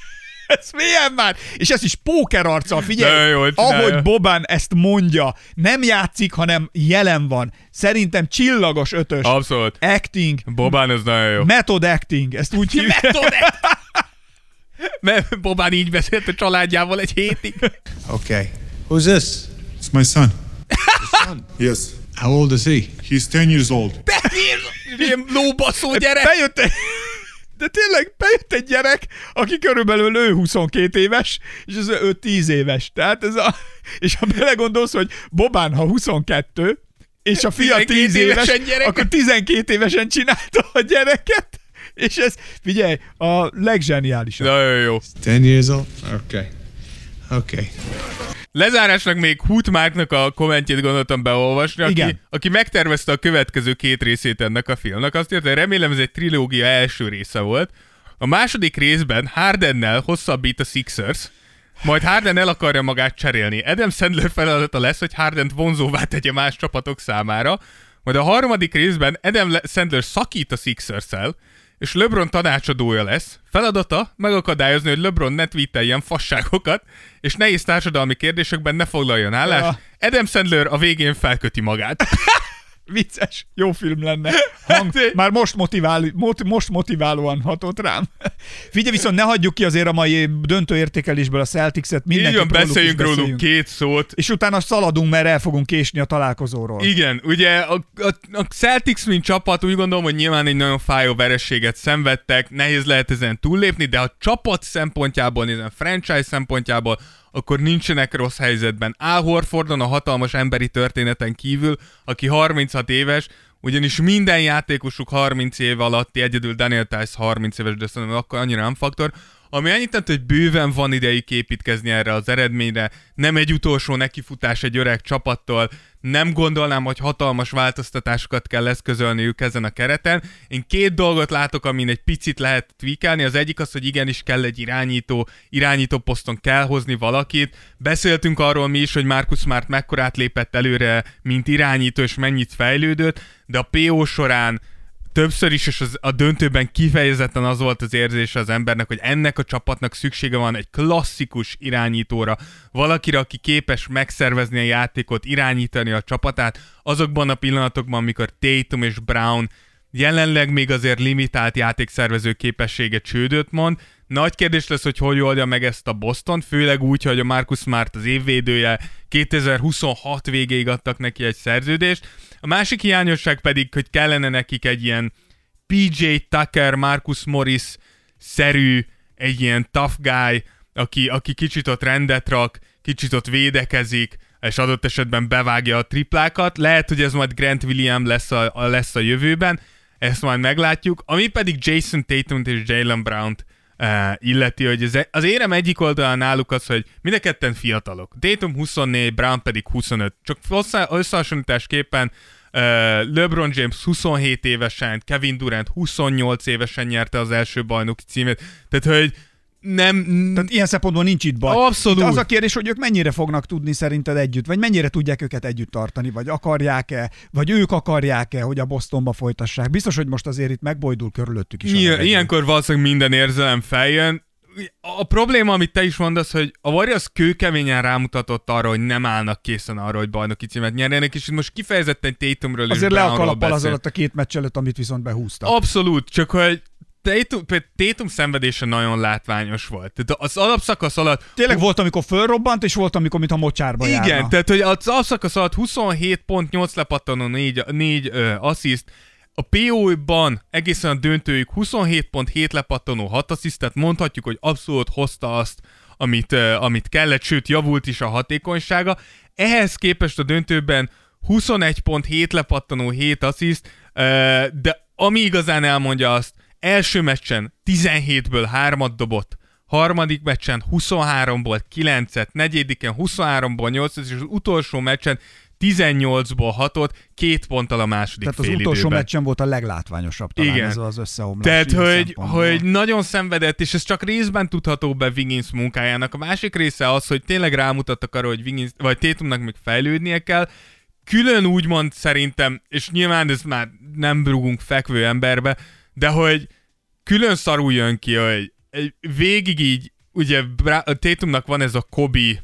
Ez milyen már? És ez is póker arccal, figyelj, ahogy Bobán ezt mondja, nem játszik, hanem jelen van. Szerintem csillagos ötös. Abszolút. Acting. Bobán az nagyon jó. Method acting, ezt úgy hívják. Method acting. Mert Bobán így beszélt a családjával egy hétig. Okay. Who's this? It's my son. Your son? Yes. How old is he? He's ten years old. ten years? Ilyen lóbaszó gyerek. Bejött egy, de tényleg bejött egy gyerek, aki körülbelül ő huszonkét éves, és az ő tíz éves. Tehát ez a, és ha belegondolsz, hogy Bobán, ha huszonkettő, és a fia tíz éves, gyerek. Akkor tizenkét évesen csinálta a gyereket, És ez, figyelj, a legzseniálisabb. Nagyon jó. ten years old? Okay. Okay. Lezárásnak még Hutmarknak a kommentjét gondoltam beolvasni, aki, aki megtervezte a következő két részét ennek a filmnek. Azt írta, hogy remélem ez egy trilógia első része volt. A második részben Hardennel hosszabbít a Sixers, majd Harden el akarja magát cserélni. Adam Sandler feladata lesz, hogy Hardent vonzóvá tegye más csapatok számára, majd a harmadik részben Adam Sandler szakít a Sixers-el, és LeBron tanácsadója lesz. Feladata megakadályozni, hogy LeBron ne tweeteljen fasságokat, és nehéz társadalmi kérdésekben ne foglaljon állást. Ja. Adam Sandler a végén felköti magát. Vicces, jó film lenne. Hang, már most, motivál, mot, most motiválóan hatott rám. Figyelj, viszont ne hagyjuk ki azért a mai döntőértékelésből a Celtics-et. Így van, beszéljünk róluk két szót. És utána szaladunk, mert el fogunk késni a találkozóról. Igen, ugye a, a, a Celtics, mint csapat, úgy gondolom, hogy nyilván egy nagyon fájó vereséget szenvedtek, nehéz lehet ezen túllépni, de a csapat szempontjából, nézem, franchise szempontjából, akkor nincsenek rossz helyzetben. Al Horfordon a hatalmas emberi történeten kívül, aki harminchat éves, ugyanis minden játékosuk harminc év alatti, egyedül Daniel Tice harminc éves, de szerintem akkor annyira nem faktor, ami annyit tett, hogy bőven van idejük építkezni erre az eredményre, nem egy utolsó nekifutás egy öreg csapattól, nem gondolnám, hogy hatalmas változtatásokat kell eszközölniük ezen a kereten. Én két dolgot látok, amin egy picit lehet tweakelni. Az egyik az, hogy igenis kell egy irányító, irányító poszton kell hozni valakit. Beszéltünk arról mi is, hogy Marcus Smart mekkorát lépett előre, mint irányító, és mennyit fejlődött, de a pé o során többször is, és az, a döntőben kifejezetten az volt az érzése az embernek, hogy ennek a csapatnak szüksége van egy klasszikus irányítóra, valakire, aki képes megszervezni a játékot, irányítani a csapatát, azokban a pillanatokban, amikor Tatum és Brown jelenleg még azért limitált játékszervező képessége csődöt mond. Nagy kérdés lesz, hogy hogy oldja meg ezt a Boston, főleg úgy, hogy a Marcus Smart az évvédője, kétezer-huszonhat végéig adtak neki egy szerződést. A másik hiányosság pedig, hogy kellene nekik egy ilyen pé jé Tucker, Marcus Morris-szerű, egy ilyen tough guy, aki, aki kicsit ott rendet rak, kicsit ott védekezik, és adott esetben bevágja a triplákat. Lehet, hogy ez majd Grant Williams lesz a, a, lesz a jövőben, ezt majd meglátjuk. Ami pedig Jason Tatum-t és Jaylen Brown-t uh, illeti, hogy az, az érem egyik oldalán náluk az, hogy mind a ketten fiatalok. Tatum huszonnégy, Brown pedig huszonöt. Csak összehasonlításképpen uh, LeBron James huszonhét évesen, Kevin Durant huszonnyolc évesen nyerte az első bajnoki címet. Tehát, hogy nem... Tehát ilyen szempontból nincs itt baj. Abszolút. Itt az a kérdés, hogy ők mennyire fognak tudni szerinted együtt, vagy mennyire tudják őket együtt tartani, vagy akarják-e, vagy ők akarják-e, hogy a Bostonba folytassák. Biztos, hogy most azért itt megbojdul körülöttük is. Ilyen, ilyenkor valószínűleg minden érzelem feljön. A probléma, amit te is mondasz, hogy a Warriors kőkeményen rámutatott arra, hogy nem állnak készen arra, hogy bajnoki címet nyerjenek, és itt most kifejezetten Tatumről és azért le a kalappal beszél. az alatt a két meccs előtt, amit viszont behúztak. Abszolút, csak hogy Tatum, Tatum szenvedése nagyon látványos volt. Tehát az alapszakasz alatt... Tényleg volt, amikor fölrobbant, és volt, amikor mintha mocsárba igen, járna. Tehát hogy az alapszakasz alatt huszonhét pont nyolc lepattanó, négy assziszt, a pé o-ban egészen a döntőjük huszonhét pont hét lepattanó, hat assziszt, tehát mondhatjuk, hogy abszolút hozta azt, amit, uh, amit kellett, sőt javult is a hatékonysága. Ehhez képest a döntőben huszonegy pont hét lepattanó, hét assziszt, uh, de ami igazán elmondja azt, első meccsen tizenhétből hármat dobott, harmadik meccsen huszonháromból kilencet, negyediken huszonháromból nyolcat, és az utolsó meccsen tizennyolcból hatot, két ponttal a második Tehát az félidőben. utolsó meccsen volt a leglátványosabb talán. Igen. Ez az összeomlás. Tehát, hogy, hogy nagyon szenvedett, és ez csak részben tudható be Wiggins munkájának. A másik része az, hogy tényleg rámutattak arra, hogy Wiggins, vagy Tatumnak még fejlődnie kell. Külön úgymond szerintem, és nyilván ez már nem rúgunk fekvő emberbe, de hogy külön szarul jön ki, hogy végig így, ugye Tatumnak van ez a Kobe,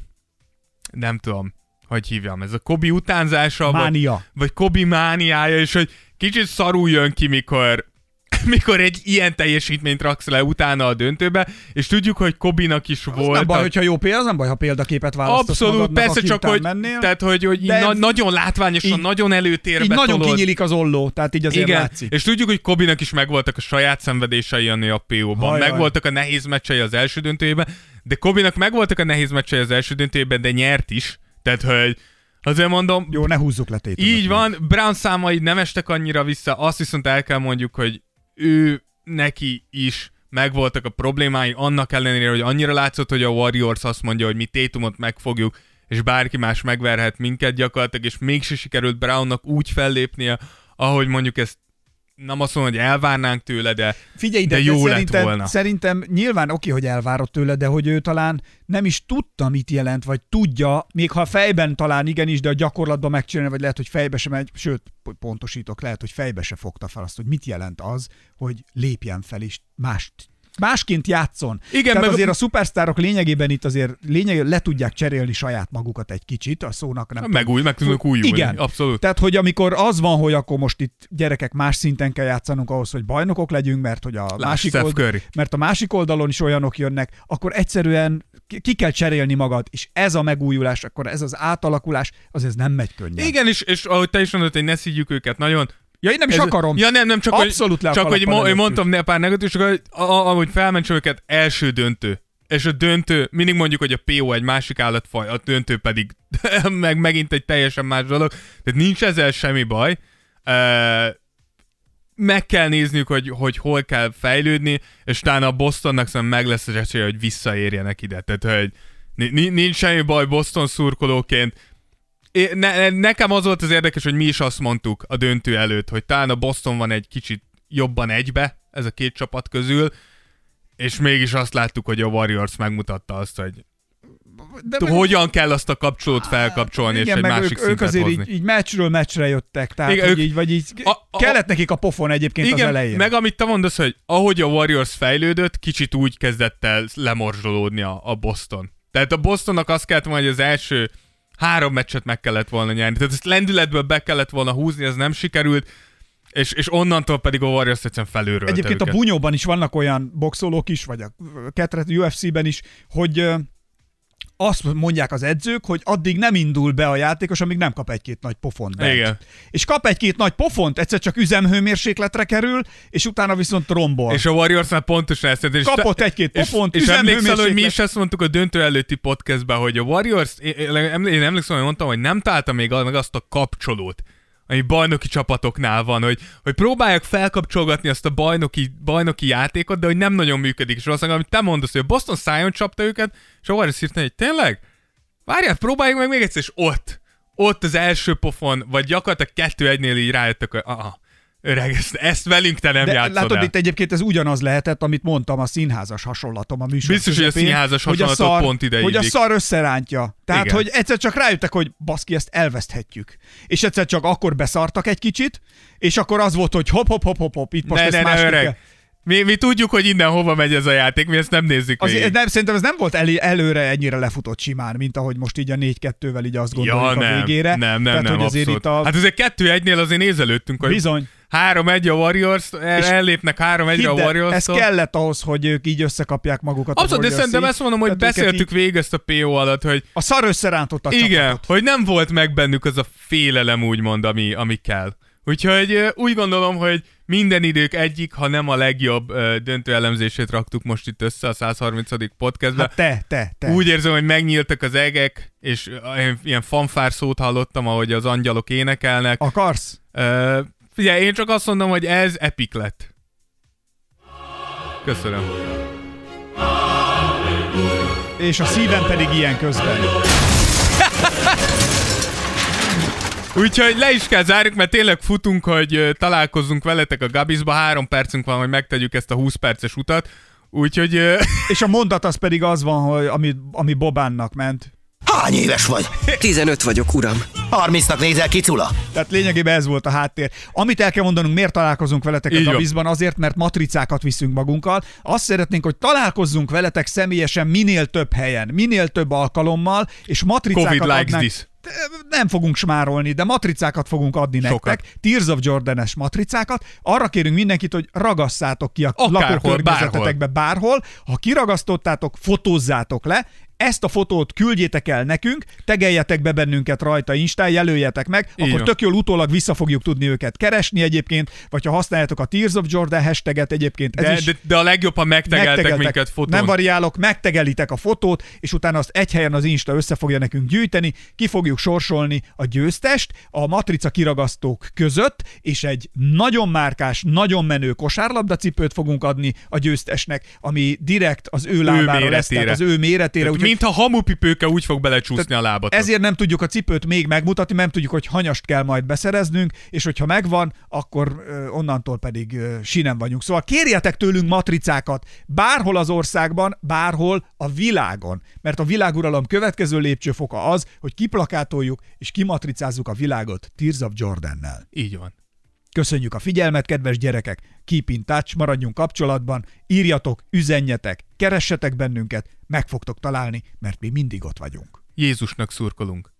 nem tudom, hogy hívjam, ez a Kobe utánzása, mánia. Vagy, vagy Kobe mániája, és hogy kicsit szarul jön ki, mikor, mikor egy ilyen teljesítményt raksz le utána a döntőbe, és tudjuk, hogy Kobe-nak is az volt. Nem baj, hogyha jó példa, az nem baj, ha példaképet választasz abszolút, magadnak, persze, csak hogy, mennél, tehát, hogy, hogy na, nagyon látványosan, így, nagyon előtérbe így tolod. nagyon kinyílik az olló, tehát így azért igen, látszik. és tudjuk, hogy Kobe-nak is megvoltak a saját szenvedései a pé o-ban, megvoltak a nehéz meccsei az első döntőjében, de Kobe-nak megvoltak a nehéz meccsei az első döntőjében, de nyert is, tehát, hogy azért mondom... Jó, ne húzzuk le Tatumot. Így van, Brown számai nem estek annyira vissza, azt viszont el kell mondjuk, hogy ő neki is megvoltak a problémái, annak ellenére, hogy annyira látszott, hogy a Warriors azt mondja, hogy mi Tatumot megfogjuk, és bárki más megverhet minket gyakorlatilag, és mégse sikerült Brownnak úgy fellépnie, ahogy mondjuk ezt nem azt mondom, hogy elvárnánk tőle, de, Figyelj, de, de jó de lett volna. Szerintem nyilván oké, hogy elvárott tőle, de hogy ő talán nem is tudta, mit jelent, vagy tudja, még ha fejben talán igenis, de a gyakorlatban megcsinálni, vagy lehet, hogy fejbe se megy, sőt, pontosítok, lehet, hogy fejbe se fogta fel azt, hogy mit jelent az, hogy lépjen fel és mást másként játszon. Igen, Tehát meg azért a szupersztárok lényegében itt azért lényegében le tudják cserélni saját magukat egy kicsit, a szónak nem. Megúj, meg tudnak újulni. Igen. Abszolút. Tehát, hogy amikor az van, hogy akkor most itt gyerekek más szinten kell játszanunk ahhoz, hogy bajnokok legyünk, mert hogy a, másik, old- mert a másik oldalon is olyanok jönnek, akkor egyszerűen ki kell cserélni magad, és ez a megújulás, akkor ez az átalakulás, az ez nem megy könnyen. Igen, és, és ahogy te is mondod, hogy ne szígyük őket nagyon. Ja, én nem is ez, akarom. Ja, nem, nem, csak Abszolút hogy, csak hogy mo- mondtam ne pár negatív, csak hogy ahogy felmentsem őket, első döntő. És a döntő, mindig mondjuk, hogy a pé o egy másik állatfaj, a döntő pedig meg megint egy teljesen más dolog. Tehát nincs ezzel semmi baj. Uh, meg kell nézniük, hogy, hogy hol kell fejlődni, és talán a Bostonnak szerintem meg lesz az esélye, hogy visszaérjenek ide. Tehát, hogy nincs semmi baj Boston szurkolóként. É, ne, nekem az volt az érdekes, hogy mi is azt mondtuk a döntő előtt, hogy talán a Boston van egy kicsit jobban egybe, ez a két csapat közül, és mégis azt láttuk, hogy a Warriors megmutatta azt, hogy de meg... hogyan kell azt a kapcsolót felkapcsolni, igen, és egy másik ők, szintet ők azért hozni. Így, így meccsről meccsre jöttek, tehát igen, hogy ők... így, vagy így a, a, kellett nekik a pofon egyébként igen, az elején. Meg amit te mondasz, hogy ahogy a Warriors fejlődött, kicsit úgy kezdett el lemorzsolódni a, a Boston. Tehát a Bostonnak azt kellett volna, hogy az első három meccset meg kellett volna nyerni. Tehát ezt lendületből be kellett volna húzni, ez nem sikerült, és, és onnantól pedig a Warriors egyszerűen felőrölte Egyébként őket. A bunyóban is vannak olyan boxolók is, vagy a ketret u ef cé-ben is, hogy azt mondják az edzők, hogy addig nem indul be a játékos, amíg nem kap egy-két nagy pofont bent. Igen. És kap egy-két nagy pofont, egyszer csak üzemhőmérsékletre kerül, és utána viszont rombol. És a Warriorsnál pontosan ezt. És kapott egy-két pofont, és, és emlékszel, hogy mi is ezt mondtuk a döntő előtti podcastben, hogy a Warriors, én, én emlékszem, hogy mondtam, hogy nem találta még meg azt a kapcsolót, ami bajnoki csapatoknál van, hogy, hogy próbálják felkapcsolgatni azt a bajnoki, bajnoki játékot, de hogy nem nagyon működik. És valószínűleg, amit te mondasz, hogy a Boston szájon csapta őket, és a Warriors írta, hogy tényleg? Várjál, próbáljuk meg még egyszer, és ott, ott az első pofon, vagy gyakorlatilag kettő egynél így rájöttek, hogy aha, öreg, ezt, ezt velünk te nem de játszod látod, el. Itt egyébként ez ugyanaz lehetett, amit mondtam, a színházas hasonlatom a műsor biztos, közepén, hogy a színházas hasonlatot szar, pont ide hogy a illik. szar összerántja. Tehát, igen. hogy egyszer csak rájöttek, hogy baszki, ezt elveszthetjük. És egyszer csak akkor beszartak egy kicsit, és akkor az volt, hogy hop, hop, hop, hop, hop itt most ne, ezt ne, másképp ne, öreg. kell. Mi, mi tudjuk, hogy innen hova megy ez a játék, mi ezt nem nézzük Azért, végig. nem, szerintem ez nem volt elé, előre ennyire lefutott simán, mint ahogy most így a négy kettővel így azt gondoljuk ja, a nem, végére. Nem, nem, Tehát, nem, hogy azért abszolút. itt a... Hát azért kettő egynél azért nézelődtünk, hogy bizony. három egy a Warriors, el, ellépnek három egyre a Warriors-tól. Ez kellett ahhoz, hogy ők így összekapják magukat. Abszolút, de szerintem ezt mondom, hogy tehát beszéltük így... végig ezt a pé o alatt, hogy a szar összerántott a igen, csapatot. hogy nem volt meg bennük az a félelem úgymond, ami, ami kell. Úgyhogy úgy gondolom, hogy minden idők egyik, ha nem a legjobb uh, döntő elemzését raktuk most itt össze a száz harmincadik podcastben. Hát te, te, te. Úgy érzem, hogy megnyíltak az egek, és uh, ilyen fanfár szót hallottam, ahogy az angyalok énekelnek. Akarsz? Uh, figyelj, én csak azt mondom, hogy ez epic lett. Köszönöm. És a szívem pedig ilyen közben. Úgyhogy le is kell zárjuk, mert tényleg futunk, hogy uh, találkozzunk veletek a Gabizba. Három percünk van, hogy megtegyük ezt a húsz perces utat. Úgyhogy... Uh... És a mondat az pedig az van, hogy ami, ami Bobánnak ment. Hány éves vagy? tizenöt vagyok, uram. harmincnak nézel ki, Cula? Tehát lényegében ez volt a háttér. Amit el kell mondanunk, miért találkozunk veletek így a Gabizban? Azért, mert matricákat viszünk magunkkal. Azt szeretnénk, hogy találkozzunk veletek személyesen minél több helyen, minél több alkalommal, és matricákat Covid likes adnánk. this. Nem fogunk smárolni, de matricákat fogunk adni Sokat. nektek. Tears of Jordan-es matricákat. Arra kérünk mindenkit, hogy ragasszátok ki a Akárhol, lakókörnyezetetekbe bárhol. Ha kiragasztottátok, fotózzátok le. Ezt a fotót küldjétek el nekünk, tegeljetek be bennünket rajta Instán, jelöljetek meg, így akkor van. tök jól utólag vissza fogjuk tudni őket keresni egyébként, vagy ha használjátok a Tears of Jordan hashtaget egyébként. Ez De, is de, de a legjobb, ha megtegeltek minket fotón. Nem variálok, megtegelitek a fotót, és utána azt egy helyen az Insta össze fogja nekünk gyűjteni, ki fogjuk fogjuk sorsolni a győztest a matrica kiragasztók között, és egy nagyon márkás, nagyon menő kosárlabdacipőt fogunk adni a győztesnek, ami direkt az ő lábára lesz, tehát az ő méretére. Tehát, mint ha hamupipőke úgy fog belecsúszni a lábat. Ezért nem tudjuk a cipőt még megmutatni, nem tudjuk, hogy hanyast kell majd beszereznünk, és hogyha megvan, akkor ö, onnantól pedig ö, sinem vagyunk. Szóval kérjetek tőlünk matricákat bárhol az országban, bárhol a világon, mert a világuralom következő lépcsőfoka az, hogy kiplakátoljuk és kimatricázzuk a világot Tears of Jordannel. Így van. Köszönjük a figyelmet, kedves gyerekek! Keep in touch, maradjunk kapcsolatban, írjatok, üzenjetek, keressetek bennünket, meg fogtok találni, mert mi mindig ott vagyunk. Jézusnak szurkolunk.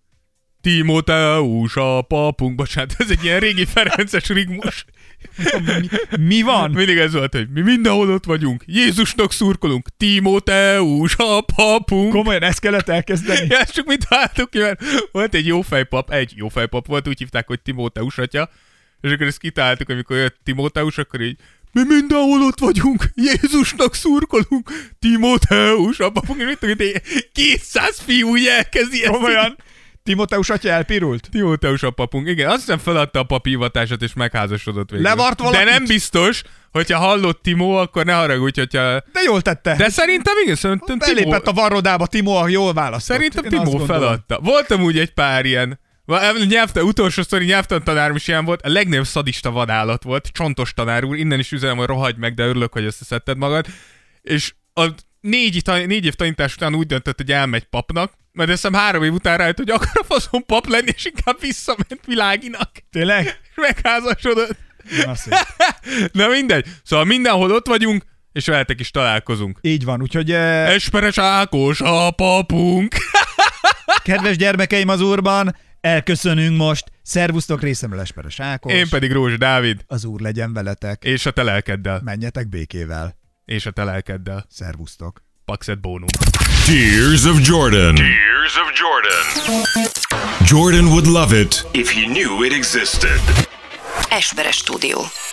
Timóteus a papunk, bocsánat, ez egy ilyen régi ferences rigmus. Mi, mi van? Mindig ez volt, hogy mi mindenhol ott vagyunk, Jézusnak szurkolunk, Timóteus a papunk. Komolyan ezt kellett elkezdeni? Ja, csak mit hallottuk ki, mert volt egy jófejpap, egy jófejpap volt, úgy hívták, hogy Timóteus atya, és akkor ezt kitaláltuk, amikor jött Timóteus, akkor így mi mindenhol ott vagyunk, Jézusnak szurkolunk, Timóteus a papunk, és mit tudom, hogy kétszáz fiú úgy elkezdi ezt. Komolyan? Timóteus atya elpirult? Timóteus a papunk, igen, azt hiszem feladta a papi hivatását és megházasodott végül. Levart valakit? De nem biztos, hogyha hallott Timó, akkor ne haragudj, hogyha... De jól tette. De szerintem igen, szerintem Timó... Belépett a varrodába, Timó jól választott. Szerintem Én Timó feladta. Voltam úgy egy pár ilyen... Nyelvtan, utolsó sztori nyelvtan tanárom is ilyen volt, a legnagyobb szadista vadállat volt, Csontos tanár úr, innen is üzenem, hogy rohagy meg, de örülök, hogy összeszedted magad. És a négy, négy év tanítás után úgy döntött, hogy elmegy papnak, mert hiszem három év után rájött, hogy akar a faszom pap lenni, és inkább visszament világinak. Tényleg? És megházasodott. Na, Na mindegy. Szóval mindenhol ott vagyunk, és veletek is találkozunk. Így van, úgyhogy... Eh... Esperes Ákos a papunk. Kedves gyermekeim az Úrban, elköszönünk most. Szervusztok, részemről Esperes Ákos. Én pedig Rózs Dávid. Az Úr legyen veletek. És a te lelkeddel. Menjetek békével. És a te lelkeddel. Szervusztok. Paxet Bonum. Tears of Jordan. Tears of Jordan. Jordan would love it if he knew it existed. Esperes Stúdió.